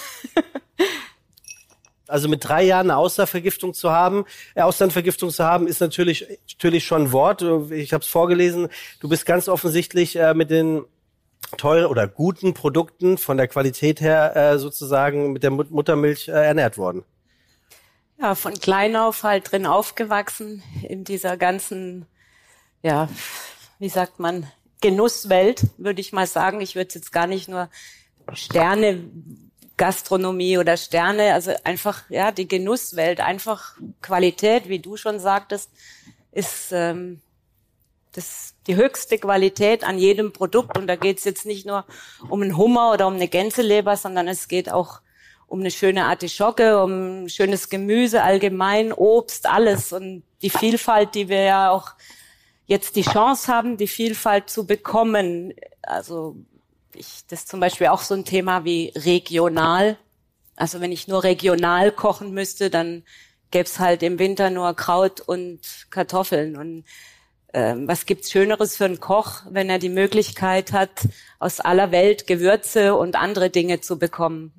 Also mit drei Jahren eine Austernvergiftung zu haben, äh, Austernvergiftung zu haben, ist natürlich natürlich schon ein Wort. Ich habe es vorgelesen. Du bist ganz offensichtlich äh, mit den teuren oder guten Produkten von der Qualität her äh, sozusagen mit der Mut- Muttermilch äh, ernährt worden. Ja, von klein auf halt drin aufgewachsen in dieser ganzen, ja, wie sagt man, Genusswelt, würde ich mal sagen. Ich würde es jetzt gar nicht nur Sterne Gastronomie oder Sterne, also einfach, ja, die Genusswelt, einfach Qualität, wie du schon sagtest, ist ähm, das die höchste Qualität an jedem Produkt. Und da geht es jetzt nicht nur um einen Hummer oder um eine Gänseleber, sondern es geht auch um eine schöne Artischocke, um schönes Gemüse, allgemein Obst, alles und die Vielfalt, die wir ja auch jetzt die Chance haben, die Vielfalt zu bekommen. Also ich, das ist zum Beispiel auch so ein Thema wie regional. Also wenn ich nur regional kochen müsste, dann gäbe es halt im Winter nur Kraut und Kartoffeln. Und ähm, was gibt's Schöneres für einen Koch, wenn er die Möglichkeit hat, aus aller Welt Gewürze und andere Dinge zu bekommen?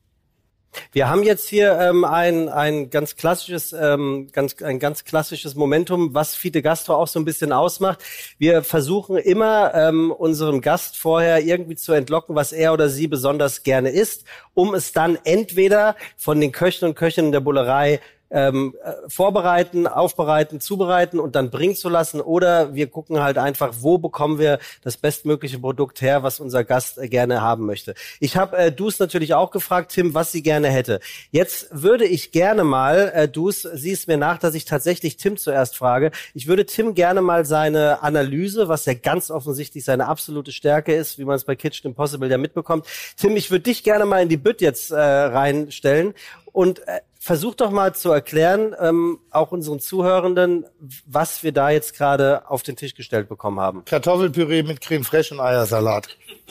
Wir haben jetzt hier ähm, ein ein ganz klassisches ähm, ganz ein ganz klassisches Momentum, was Fide Gastro auch so ein bisschen ausmacht. Wir versuchen immer ähm, unserem Gast vorher irgendwie zu entlocken, was er oder sie besonders gerne isst, um es dann entweder von den Köchen und Köchinnen der Bullerei ähm, äh, vorbereiten, aufbereiten, zubereiten und dann bringen zu lassen, oder wir gucken halt einfach, wo bekommen wir das bestmögliche Produkt her, was unser Gast äh, gerne haben möchte. Ich habe äh, Dus natürlich auch gefragt, Tim, was sie gerne hätte. Jetzt würde ich gerne mal, äh, Dus, siehst mir nach, dass ich tatsächlich Tim zuerst frage, ich würde Tim gerne mal seine Analyse, was ja ganz offensichtlich seine absolute Stärke ist, wie man es bei Kitchen Impossible ja mitbekommt. Tim, ich würde dich gerne mal in die Bütt jetzt äh, reinstellen und äh, versuch doch mal zu erklären, ähm, auch unseren Zuhörenden, was wir da jetzt gerade auf den Tisch gestellt bekommen haben. Kartoffelpüree mit Creme fraiche und Eiersalat.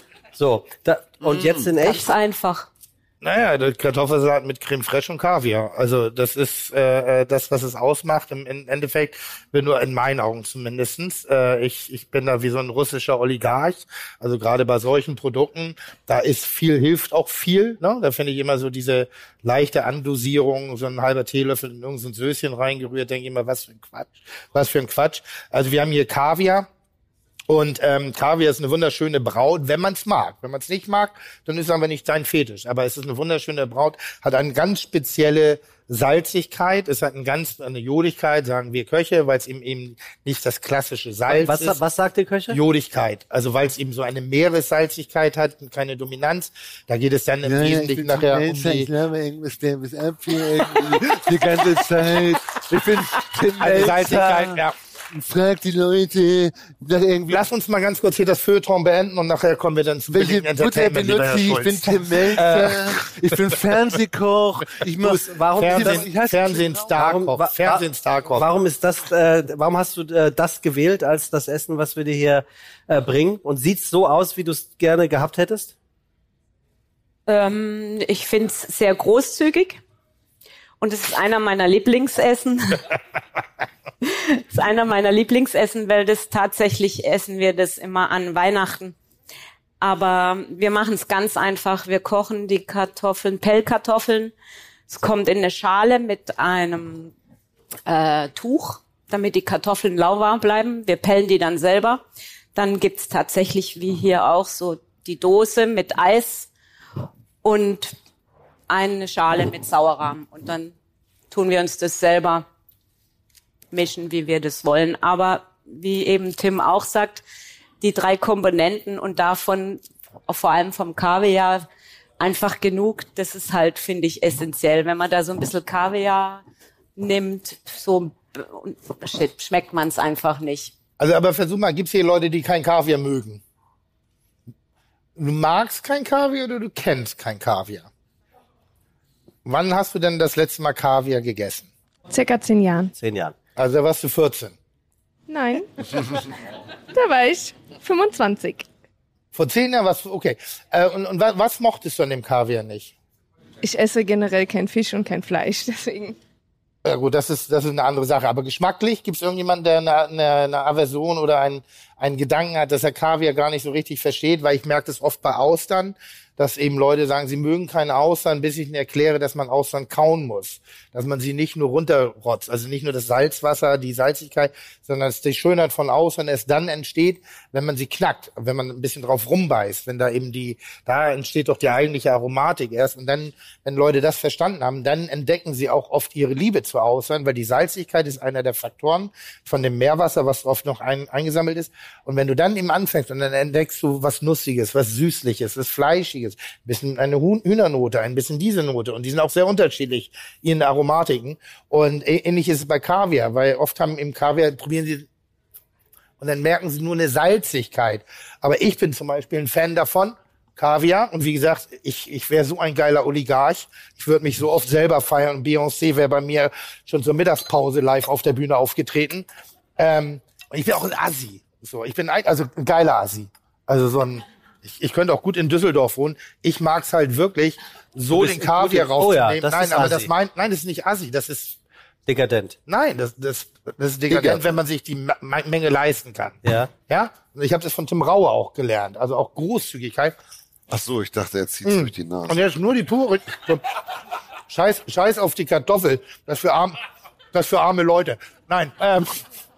So, da, und mm, jetzt in echt? Ganz einfach. Naja, der Kartoffelsalat mit Creme fraiche und Kaviar. Also das ist äh, das, was es ausmacht. Im, im Endeffekt, bin nur in meinen Augen zumindestens. Äh, ich, ich bin da wie so ein russischer Oligarch. Also gerade bei solchen Produkten, da ist viel, hilft auch viel. Ne? Da finde ich immer so diese leichte Andosierung, so ein halber Teelöffel in irgendein Söschen reingerührt, denke ich immer, was für ein Quatsch. Was für ein Quatsch. Also wir haben hier Kaviar. Und ähm, Kaviar ist eine wunderschöne Braut, wenn man es mag. Wenn man es nicht mag, dann ist es aber nicht sein Fetisch. Aber es ist eine wunderschöne Braut, hat eine ganz spezielle Salzigkeit, es hat eine ganz eine Jodigkeit, sagen wir Köche, weil es eben eben nicht das klassische Salz was, ist. Was sagt die Köche? Jodigkeit, also weil es eben so eine Meeressalzigkeit hat und keine Dominanz. Da geht es dann im ja, Wesentlichen ja, nachher um die... Ich glaube, irgendwas derbe ab hier irgendwie die ganze Zeit. Ich bin eine Salzigkeit, ja. Frag die Leute, nach irgendwie. Lass uns mal ganz kurz hier das Feuilleton beenden und nachher kommen wir dann zum Welche Butter benutze ich? Ich bin Tim Melzer, ich bin Fernsehkoch, ich muss, warum Fernsehen, das, Fernsehen Starkoch, wa, Fernsehen Starkoch. Warum ist das, äh, warum hast du äh, das gewählt als das Essen, was wir dir hier äh, bringen? Und sieht's so aus, wie du es gerne gehabt hättest? Ähm, ich find's sehr großzügig. Und es ist einer meiner Lieblingsessen. Das ist einer meiner Lieblingsessen, weil das tatsächlich essen wir das immer an Weihnachten. Aber wir machen es ganz einfach. Wir kochen die Kartoffeln, Pellkartoffeln. Es kommt in eine Schale mit einem äh, Tuch, damit die Kartoffeln lauwarm bleiben. Wir pellen die dann selber. Dann gibt's tatsächlich, wie hier auch, so die Dose mit Eis und eine Schale mit Sauerrahm. Und dann tun wir uns das selber mischen, wie wir das wollen. Aber wie eben Tim auch sagt, die drei Komponenten und davon, vor allem vom Kaviar, einfach genug. Das ist halt, finde ich, essentiell. Wenn man da so ein bisschen Kaviar nimmt, so shit, schmeckt man es einfach nicht. Also aber versuch mal, gibt's hier Leute, die kein Kaviar mögen? Du magst kein Kaviar oder du kennst kein Kaviar? Wann hast du denn das letzte Mal Kaviar gegessen? Circa zehn Jahren. Zehn Jahren. Also da warst du vierzehn? Nein. Da war ich fünfundzwanzig. Vor zehn Jahren warst du, okay. Äh, und und was, was mochtest du an dem Kaviar nicht? Ich esse generell kein Fisch und kein Fleisch, deswegen. Ja gut, das ist das ist eine andere Sache. Aber geschmacklich, gibt es irgendjemanden, der eine, eine, eine Aversion oder einen, einen Gedanken hat, dass er Kaviar gar nicht so richtig versteht? Weil ich merke das oft bei Austern, dass eben Leute sagen, sie mögen keine Austern, bis ich ihnen erkläre, dass man Austern kauen muss. Dass man sie nicht nur runterrotzt, also nicht nur das Salzwasser, die Salzigkeit, sondern dass die Schönheit von Austern erst dann entsteht, wenn man sie knackt, wenn man ein bisschen drauf rumbeißt, wenn da eben die, da entsteht doch die eigentliche Aromatik erst. Und dann, wenn Leute das verstanden haben, dann entdecken sie auch oft ihre Liebe zu Austern, weil die Salzigkeit ist einer der Faktoren von dem Meerwasser, was oft noch ein, eingesammelt ist. Und wenn du dann eben anfängst und dann entdeckst du was Nussiges, was Süßliches, was Fleischiges, ein bisschen eine Hühnernote, ein bisschen diese Note. Und die sind auch sehr unterschiedlich, ihren Aromatiken. Und ähnlich ist es bei Kaviar, weil oft haben im Kaviar, probieren sie, und dann merken sie nur eine Salzigkeit. Aber ich bin zum Beispiel ein Fan davon, Kaviar. Und wie gesagt, ich, ich wäre so ein geiler Oligarch. Ich würde mich so oft selber feiern. Und Beyoncé wäre bei mir schon zur Mittagspause live auf der Bühne aufgetreten. Ähm, und ich bin auch ein Assi. So, ich bin ein, also ein geiler Assi. Also so ein, ich, ich könnte auch gut in Düsseldorf wohnen. Ich mag's halt wirklich, so den Kaviar rauszunehmen. Oh ja, das nein, ist aber Assi. das meint, nein, das ist nicht Assi. Das ist dekadent. Nein, das, das, das ist dekadent, Dekadent. wenn man sich die Ma- Menge leisten kann. Ja. Ja? Und ich habe das von Tim Raue auch gelernt. Also auch Großzügigkeit. Ach so, ich dachte, er zieht durch die Nase. Und jetzt nur die pure. So, Scheiß, Scheiß auf die Kartoffel. Das für arm, das für arme Leute. Nein. Ähm,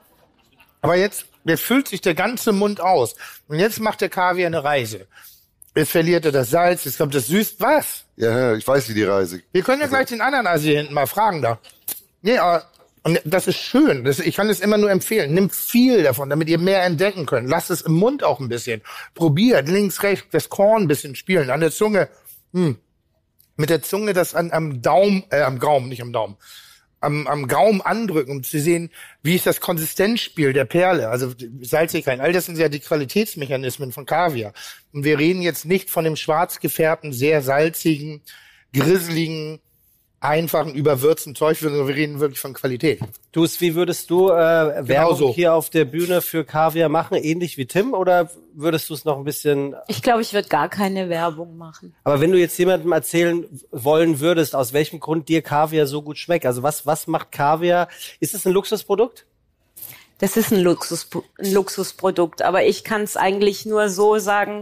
aber jetzt, jetzt füllt sich der ganze Mund aus. Und jetzt macht der Kaviar eine Reise. Jetzt verliert er das Salz, jetzt kommt das Süß. Was? Ja, ja, ich weiß, wie die Reise. Wir können ja gleich den anderen Asi hinten mal fragen da. Nee, aber und das ist schön. Das, ich kann es immer nur empfehlen. Nimmt viel davon, damit ihr mehr entdecken könnt. Lasst es im Mund auch ein bisschen. Probiert links, rechts, das Korn ein bisschen spielen. An der Zunge. Hm. Mit der Zunge das an, am Daumen, äh, am Gaumen, nicht am Daumen. Am, am Gaumen andrücken, um zu sehen, wie ist das Konsistenzspiel der Perle, also Salzigkeit. All das sind ja die Qualitätsmechanismen von Kaviar. Und wir reden jetzt nicht von dem schwarz gefärbten, sehr salzigen, grisseligen, einfachen, überwürzten Zeug, sondern wir reden wirklich von Qualität. Du, wie würdest du äh, Werbung so. hier auf der Bühne für Kaviar machen? Ähnlich wie Tim? Oder würdest du es noch ein bisschen... Ich glaube, ich würde gar keine Werbung machen. Aber wenn du jetzt jemandem erzählen wollen würdest, aus welchem Grund dir Kaviar so gut schmeckt, also was, was macht Kaviar? Ist es ein Luxusprodukt? Das ist ein, Luxus, ein Luxusprodukt, aber ich kann es eigentlich nur so sagen,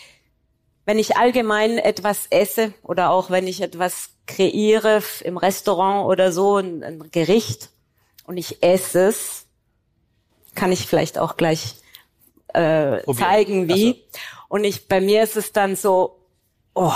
wenn ich allgemein etwas esse oder auch wenn ich etwas kreiere im Restaurant oder so, ein, ein Gericht, und ich esse es, kann ich vielleicht auch gleich äh, zeigen, wie. So. Und ich, bei mir ist es dann so, oh.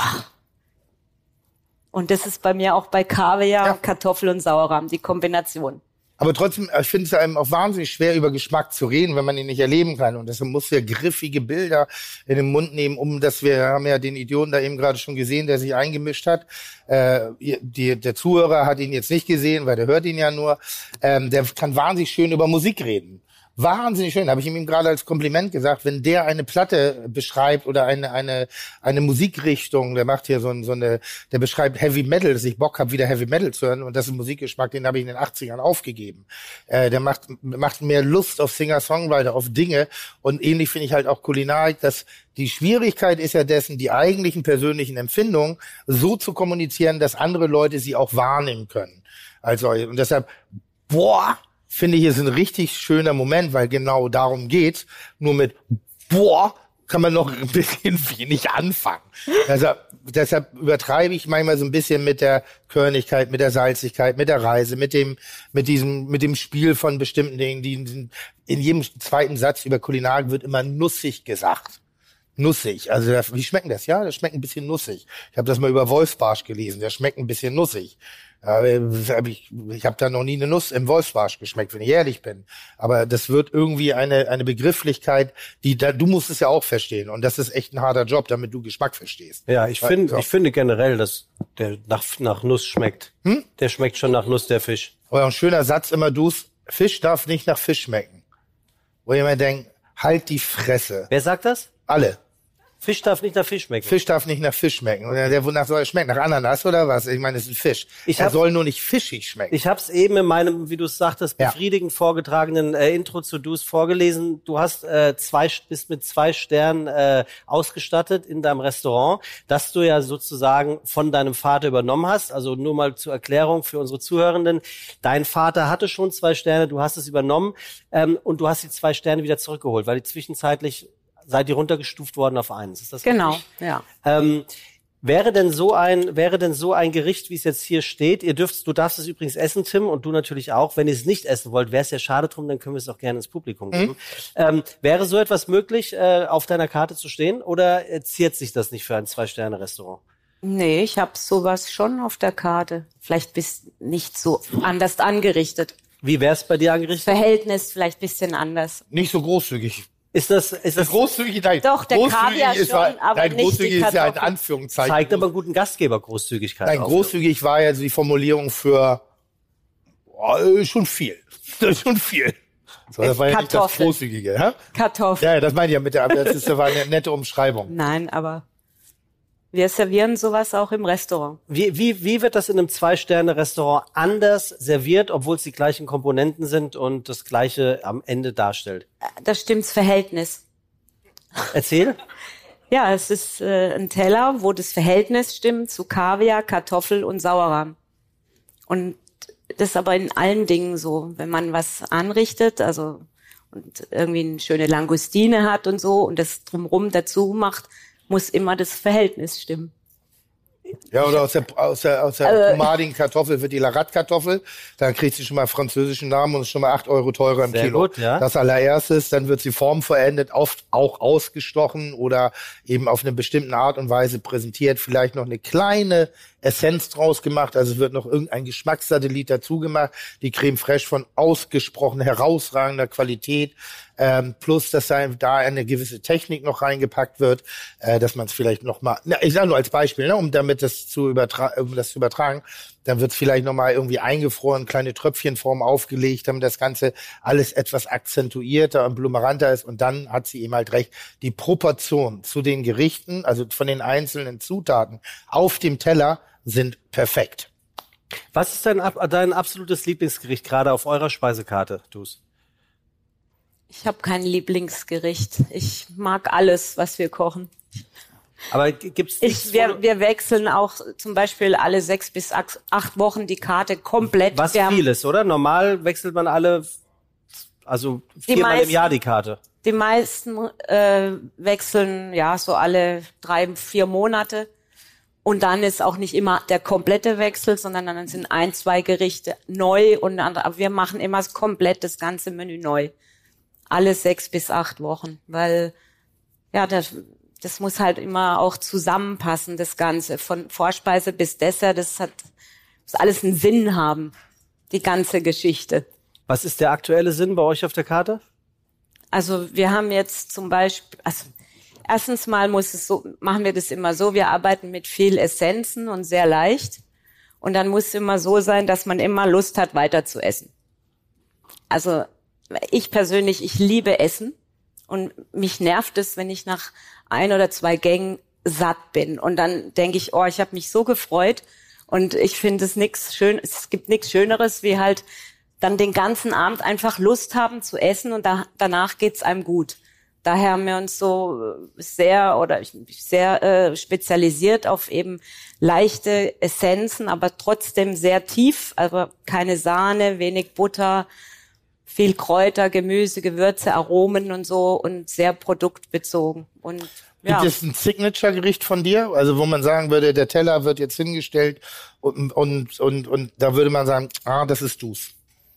Und das ist bei mir auch bei Kaviar, ja. Kartoffel und Sauerrahm, die Kombination. Aber trotzdem, ich finde es einem auch wahnsinnig schwer, über Geschmack zu reden, wenn man ihn nicht erleben kann. Und deshalb muss wir griffige Bilder in den Mund nehmen, um dass wir haben ja den Idioten da eben gerade schon gesehen, der sich eingemischt hat. Äh, die, der Zuhörer hat ihn jetzt nicht gesehen, weil der hört ihn ja nur. Ähm, der kann wahnsinnig schön über Musik reden. Wahnsinnig schön, habe ich ihm gerade als Kompliment gesagt, wenn der eine Platte beschreibt oder eine eine eine Musikrichtung, der macht hier so, ein, so eine, der beschreibt Heavy Metal, dass ich Bock habe, wieder Heavy Metal zu hören, und das ist ein Musikgeschmack, den habe ich in den achtzigern aufgegeben. Äh, der macht macht mehr Lust auf Singer-Songwriter, auf Dinge, und ähnlich finde ich halt auch Kulinarik, dass die Schwierigkeit ist ja dessen, die eigentlichen persönlichen Empfindungen so zu kommunizieren, dass andere Leute sie auch wahrnehmen können. Also, und deshalb, boah, finde ich, ist ein richtig schöner Moment, weil genau darum geht's. Nur mit boah kann man noch ein bisschen wenig anfangen. Also, deshalb übertreibe ich manchmal so ein bisschen mit der Körnigkeit, mit der Salzigkeit, mit der Reise, mit dem, mit diesem, mit dem Spiel von bestimmten Dingen. Die in jedem zweiten Satz über Kulinarik wird immer nussig gesagt. Nussig. Also, wie schmeckt das? Ja, das schmeckt ein bisschen nussig. Ich habe das mal über Wolfsbarsch gelesen. Der schmeckt ein bisschen nussig. Ich, ich habe da noch nie eine Nuss im Wolfsbarsch geschmeckt, wenn ich ehrlich bin. Aber das wird irgendwie eine eine Begrifflichkeit, die da, du musst es ja auch verstehen. Und das ist echt ein harter Job, damit du Geschmack verstehst. Ja, ich finde, ja. ich finde generell, dass der nach, nach Nuss schmeckt. Hm? Der schmeckt schon nach Nuss, der Fisch. Oder ein schöner Satz immer, du, Fisch darf nicht nach Fisch schmecken. Wo jemand denkt, halt die Fresse. Wer sagt das? Alle. Fisch darf nicht nach Fisch schmecken. Fisch darf nicht nach Fisch schmecken. Oder der, wonach soll er schmecken? Nach Ananas oder was? Ich meine, es ist ein Fisch. Ich er hab, soll nur nicht fischig schmecken. Ich habe es eben in meinem, wie du es sagtest, Ja. befriedigend vorgetragenen äh, Intro zu Dus vorgelesen. Du hast äh, zwei, bist mit zwei Sternen äh, ausgestattet in deinem Restaurant, das du ja sozusagen von deinem Vater übernommen hast. Also nur mal zur Erklärung für unsere Zuhörenden. Dein Vater hatte schon zwei Sterne, du hast es übernommen ähm, und du hast die zwei Sterne wieder zurückgeholt, weil die zwischenzeitlich seid ihr runtergestuft worden auf eins. Ist das Genau, richtig? ja. Ähm, wäre denn so ein, wäre denn so ein Gericht, wie es jetzt hier steht? Ihr dürft, du darfst es übrigens essen, Tim, und du natürlich auch. Wenn ihr es nicht essen wollt, wäre es ja schade drum, dann können wir es auch gerne ins Publikum geben. Mhm. Ähm, wäre so etwas möglich, äh, auf deiner Karte zu stehen, oder äh, ziert sich das nicht für ein Zwei-Sterne-Restaurant? Nee, ich habe sowas schon auf der Karte. Vielleicht bist nicht so anders angerichtet. Wie wär's bei dir angerichtet? Verhältnis vielleicht bisschen anders. Nicht so großzügig. Ist das, ist das großzügig? Nein, Doch, der großzügig Kaviar ist, schon, aber nein, nicht großzügig die ist ja ein Kartoffel. Anführungszeichen. Zeigt aber einen guten Gastgeber Großzügigkeit. Nein, auf. großzügig war ja die Formulierung für oh, schon viel. Das ist schon viel. So, das war ja nicht das Kartoffeln. Großzügige. Hä? Kartoffeln. Ja, ja, das meine ich ja mit der, das ist, das war eine nette Umschreibung. Nein, aber Wir servieren sowas auch im Restaurant. Wie, wie, wie wird das in einem Zwei-Sterne-Restaurant anders serviert, obwohl es die gleichen Komponenten sind und das Gleiche am Ende darstellt? Das stimmt's Verhältnis. Erzähl. Ja, es ist äh, ein Teller, wo das Verhältnis stimmt zu Kaviar, Kartoffel und Sauerrahm. Und das ist aber in allen Dingen so, wenn man was anrichtet, also und irgendwie eine schöne Langustine hat und so und das drumherum dazu macht, muss immer das Verhältnis stimmen. Ja, oder aus der, aus der, aus der also, pomadigen Kartoffel wird die Larat-Kartoffel. Dann kriegt sie schon mal französischen Namen und ist schon mal acht Euro teurer im Sehr Kilo. Gut, ja. Das allererstes, dann wird sie formverändert, oft auch ausgestochen oder eben auf eine bestimmte Art und Weise präsentiert. Vielleicht noch eine kleine Essenz draus gemacht, also es wird noch irgendein Geschmackssatellit dazu gemacht. Die Creme Fraiche von ausgesprochen herausragender Qualität. Ähm, plus, dass da, da eine gewisse Technik noch reingepackt wird, äh, dass man es vielleicht noch mal, na, ich sage nur als Beispiel, ne, um damit das zu übertragen, um das zu übertragen, dann wird es vielleicht noch mal irgendwie eingefroren, kleine Tröpfchenform aufgelegt, damit das Ganze alles etwas akzentuierter und blumeranter ist. Und dann hat sie eben halt recht, die Proportion zu den Gerichten, also von den einzelnen Zutaten auf dem Teller, sind perfekt. Was ist dein, dein absolutes Lieblingsgericht gerade auf eurer Speisekarte, Dus? Ich habe kein Lieblingsgericht. Ich mag alles, was wir kochen. Aber gibt's ich, wir, wir wechseln auch zum Beispiel alle sechs bis acht Wochen die Karte komplett. Was wir vieles, oder? Normal wechselt man alle, also viermal meisten, im Jahr die Karte. Die meisten äh, wechseln ja so alle drei, vier Monate. Und dann ist auch nicht immer der komplette Wechsel, sondern dann sind ein, zwei Gerichte neu und andere. Aber wir machen immer komplett das ganze Menü neu. Alle sechs bis acht Wochen, weil ja, das, das muss halt immer auch zusammenpassen, das Ganze. Von Vorspeise bis Dessert, das hat muss alles einen Sinn haben, die ganze Geschichte. Was ist der aktuelle Sinn bei euch auf der Karte? Also wir haben jetzt zum Beispiel, also erstens mal muss es so, machen wir das immer so, wir arbeiten mit viel Essenzen und sehr leicht. Und dann muss es immer so sein, dass man immer Lust hat, weiter zu essen. Also ich persönlich, ich liebe Essen und mich nervt es, wenn ich nach ein oder zwei Gängen satt bin. Und dann denke ich, oh, ich habe mich so gefreut und ich finde es nichts schön, es gibt nichts Schöneres, wie halt dann den ganzen Abend einfach Lust haben zu essen und da, danach geht's einem gut. Daher haben wir uns so sehr oder sehr äh, spezialisiert auf eben leichte Essenzen, aber trotzdem sehr tief, aber keine Sahne, wenig Butter, viel Kräuter, Gemüse, Gewürze, Aromen und so und sehr produktbezogen. Und ja. Gibt es ein Signature-Gericht von dir? Also wo man sagen würde, der Teller wird jetzt hingestellt und und und, und da würde man sagen, ah, das ist du's.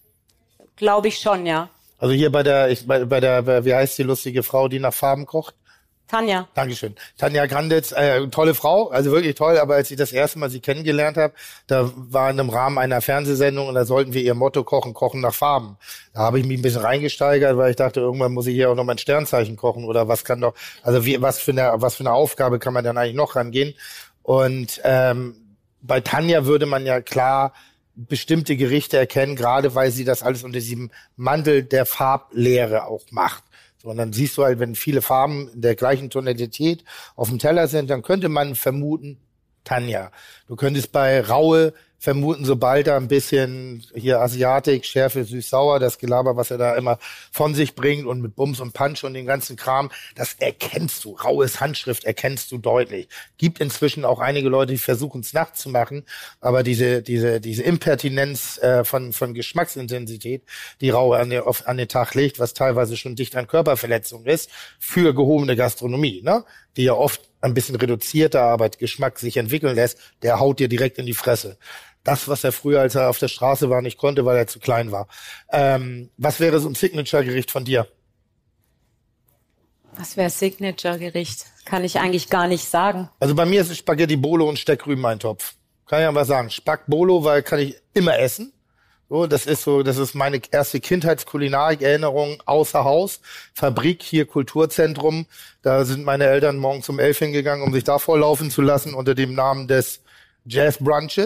Glaube ich schon, ja. Also hier bei der, ich, bei, bei der, bei, wie heißt die lustige Frau, die nach Farben kocht? Tanja. Dankeschön. Tanja Granditz, äh, tolle Frau, also wirklich toll, aber als ich das erste Mal sie kennengelernt habe, da war in einem Rahmen einer Fernsehsendung und da sollten wir ihr Motto kochen, kochen nach Farben. Da habe ich mich ein bisschen reingesteigert, weil ich dachte, irgendwann muss ich hier auch noch mal ein Sternzeichen kochen oder was kann doch, also wie, was für eine, was für eine Aufgabe kann man dann eigentlich noch rangehen? Und ähm, bei Tanja würde man ja klar bestimmte Gerichte erkennen, gerade weil sie das alles unter diesem Mantel der Farblehre auch macht. So, und dann siehst du halt, wenn viele Farben in der gleichen Tonalität auf dem Teller sind, dann könnte man vermuten, Tanja. Du könntest bei Raue vermuten, sobald er ein bisschen hier Asiatik, Schärfe, süß-sauer, das Gelaber, was er da immer von sich bringt und mit Bums und Punch und den ganzen Kram, das erkennst du. Raues Handschrift erkennst du deutlich. Gibt inzwischen auch einige Leute, die versuchen es nachzumachen, aber diese diese diese Impertinenz äh, von von Geschmacksintensität, die Raue an, der, auf, an den Tag legt, was teilweise schon dicht an Körperverletzung ist, für gehobene Gastronomie, ne? Die ja oft ein bisschen reduzierter, aber Geschmack sich entwickeln lässt, der haut dir direkt in die Fresse. Das, was er früher, als er auf der Straße war, nicht konnte, weil er zu klein war. Ähm, was wäre so ein Signature-Gericht von dir? Was wäre Signature-Gericht? Kann ich eigentlich gar nicht sagen. Also bei mir ist es Spaghetti Bolo und Steckrübeneintopf. Kann ich aber sagen. Spack Bolo, weil kann ich immer essen. So, das ist so, das ist meine erste Kindheitskulinarik-Erinnerung außer Haus. Fabrik, hier Kulturzentrum. Da sind meine Eltern morgens um elf hingegangen, um sich da vorlaufen zu lassen unter dem Namen des Jazz Brunches.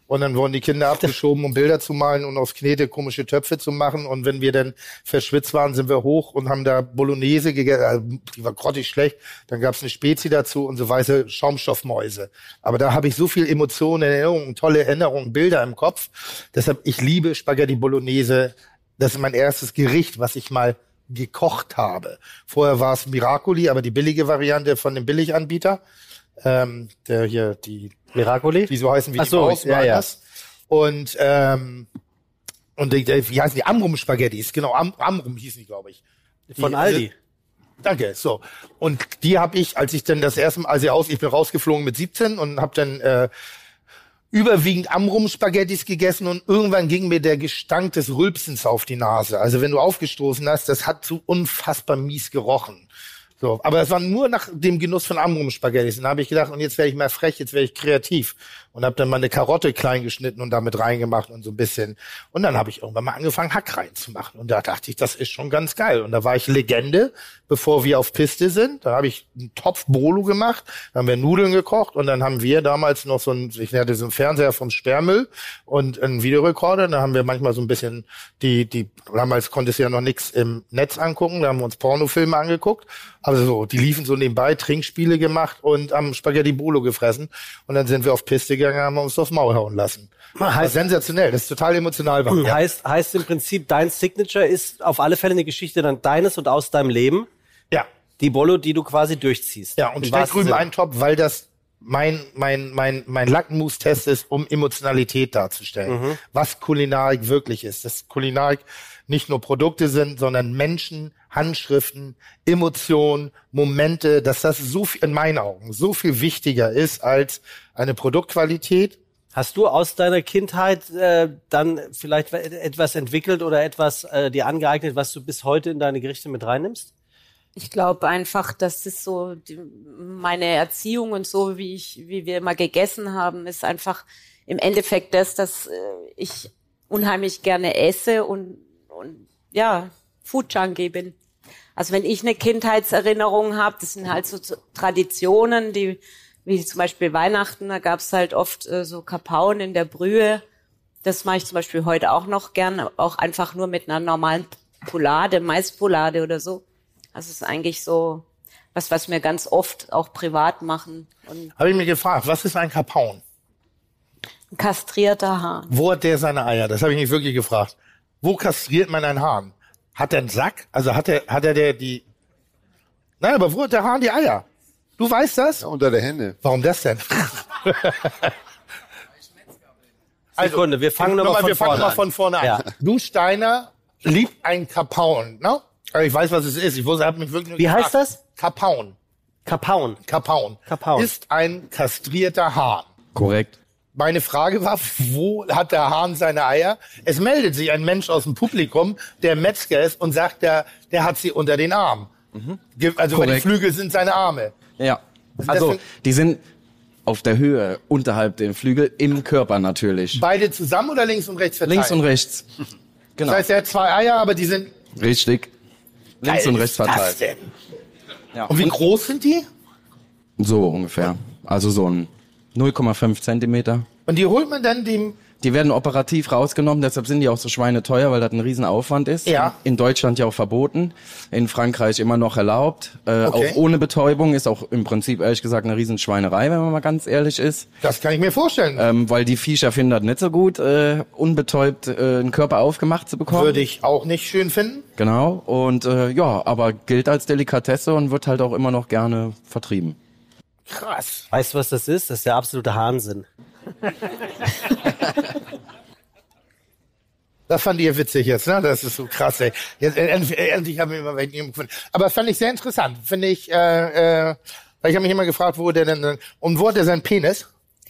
Und dann wurden die Kinder abgeschoben, um Bilder zu malen und aus Knete komische Töpfe zu machen. Und wenn wir dann verschwitzt waren, sind wir hoch und haben da Bolognese gegessen. Also, die war grottig schlecht. Dann gab's eine Spezi dazu und so weiße Schaumstoffmäuse. Aber da habe ich so viel Emotionen, Erinnerungen, tolle Erinnerungen, Bilder im Kopf. Deshalb, ich liebe Spaghetti Bolognese. Das ist mein erstes Gericht, was ich mal gekocht habe. Vorher war es Miracoli, aber die billige Variante von dem Billiganbieter. Ähm, der hier, die Miracoli? Die so heißen wie Ach die so, Maus, ja, ja. Und, ähm, und die, die, wie heißen die? Amrum-Spaghettis. Genau, Am, Amrum hießen die, glaube ich. Die, Von Aldi. Danke, so. Und die habe ich, als ich dann das erste Mal, als ich aus, ich bin rausgeflogen mit siebzehn und habe dann äh, überwiegend Amrum-Spaghettis gegessen und irgendwann ging mir der Gestank des Rülpsens auf die Nase. Also wenn du aufgestoßen hast, das hat so unfassbar mies gerochen. So, aber es war nur nach dem Genuss von Amrum-Spaghettis. Und da habe ich gedacht, und jetzt werde ich mal frech, jetzt werde ich kreativ. Und habe dann mal eine Karotte klein geschnitten und damit reingemacht und so ein bisschen. Und dann habe ich irgendwann mal angefangen, Hack reinzumachen. Und da dachte ich, das ist schon ganz geil. Und da war ich Legende, bevor wir auf Piste sind. Da habe ich einen Topf Bolo gemacht, da haben wir Nudeln gekocht und dann haben wir damals noch so ein, ich hatte so einen Fernseher vom Sperrmüll und einen Videorekorder. Da haben wir manchmal so ein bisschen die, die, damals konntest du ja noch nichts im Netz angucken, da haben wir uns Pornofilme angeguckt. Also so, die liefen so nebenbei, Trinkspiele gemacht und am Spaghetti Bolo gefressen. Und dann sind wir auf Piste gegangen, haben wir uns aufs Maul hauen lassen. Heißt, sensationell, das ist total emotional. War, ja. Heißt, heißt im Prinzip, dein Signature ist auf alle Fälle eine Geschichte dann deines und aus deinem Leben. Ja. Die Bolo, die du quasi durchziehst. Ja, und steht drüben ein Top, weil das mein, mein, mein, mein Lackmustest ist, um Emotionalität darzustellen. Mhm. Was Kulinarik wirklich ist. Dass Kulinarik nicht nur Produkte sind, sondern Menschen, Handschriften, Emotionen, Momente, dass das so viel, in meinen Augen, so viel wichtiger ist als eine Produktqualität. Hast du aus deiner Kindheit äh, dann vielleicht etwas entwickelt oder etwas äh, dir angeeignet, was du bis heute in deine Gerichte mit reinnimmst? Ich glaube einfach, dass es so die, meine Erziehung und so, wie ich, wie wir immer gegessen haben, ist einfach im Endeffekt das, dass äh, ich unheimlich gerne esse und und ja, Food Junkie bin. Also wenn ich eine Kindheitserinnerung habe, das sind halt so Traditionen, die wie zum Beispiel Weihnachten, da gab's halt oft äh, so Kapauen in der Brühe. Das mache ich zum Beispiel heute auch noch gern, auch einfach nur mit einer normalen Poulade, Maispolade oder so. Also es ist eigentlich so was, was wir ganz oft auch privat machen. Habe ich mir gefragt, was ist ein Kapaun? Ein kastrierter Hahn. Wo hat der seine Eier? Das habe ich mich wirklich gefragt. Wo kastriert man einen Hahn? Hat er einen Sack? Also hat er, hat er der die... Nein, aber wo hat der Hahn die Eier? Du weißt das? Ja, unter der Hände. Warum das denn? Also, Sekunde, wir fangen nochmal von, wir fangen vorne mal an. von vorne an. Ja. Du, Steiner, liebt ein Kapaun, ne? Also ich weiß, was es ist. Ich wusste, habe mich wirklich Wie gefragt. heißt das? Kapaun. Kapaun. Kapaun. Kapaun. Ist ein kastrierter Hahn. Korrekt. Meine Frage war, wo hat der Hahn seine Eier? Es meldet sich ein Mensch aus dem Publikum, der Metzger ist und sagt, der, der hat sie unter den Armen. Mhm. Also weil die Flügel sind seine Arme. Ja, also die sind auf der Höhe unterhalb den Flügel im Körper natürlich. Beide zusammen oder links und rechts verteilt? Links und rechts. Genau. Das heißt, er hat zwei Eier, aber die sind... Richtig. Links Geil und rechts ist das verteilt. denn? Ja. Und wie groß sind die? So ungefähr. Also so ein null Komma fünf Zentimeter. Und die holt man dann dem... Die werden operativ rausgenommen, deshalb sind die auch so schweineteuer, weil das ein Riesenaufwand ist. Ja. In Deutschland ja auch verboten, in Frankreich immer noch erlaubt. Äh, Okay. Auch ohne Betäubung ist auch im Prinzip ehrlich gesagt eine Riesenschweinerei, wenn man mal ganz ehrlich ist. Das kann ich mir vorstellen. Ähm, weil die Viecher finden das nicht so gut, äh, unbetäubt äh, einen Körper aufgemacht zu bekommen. Würde ich auch nicht schön finden. Genau, und äh, ja, aber gilt als Delikatesse und wird halt auch immer noch gerne vertrieben. Krass. Weißt du, was das ist? Das ist der absolute Wahnsinn. Das fand ihr witzig jetzt, ne? Das ist so krass, ey. Jetzt, endlich, endlich haben wir mal jemanden gefunden. Aber fand ich sehr interessant. Finde ich, äh, äh, weil ich habe mich immer gefragt, wo der denn, und wo hat er seinen Penis?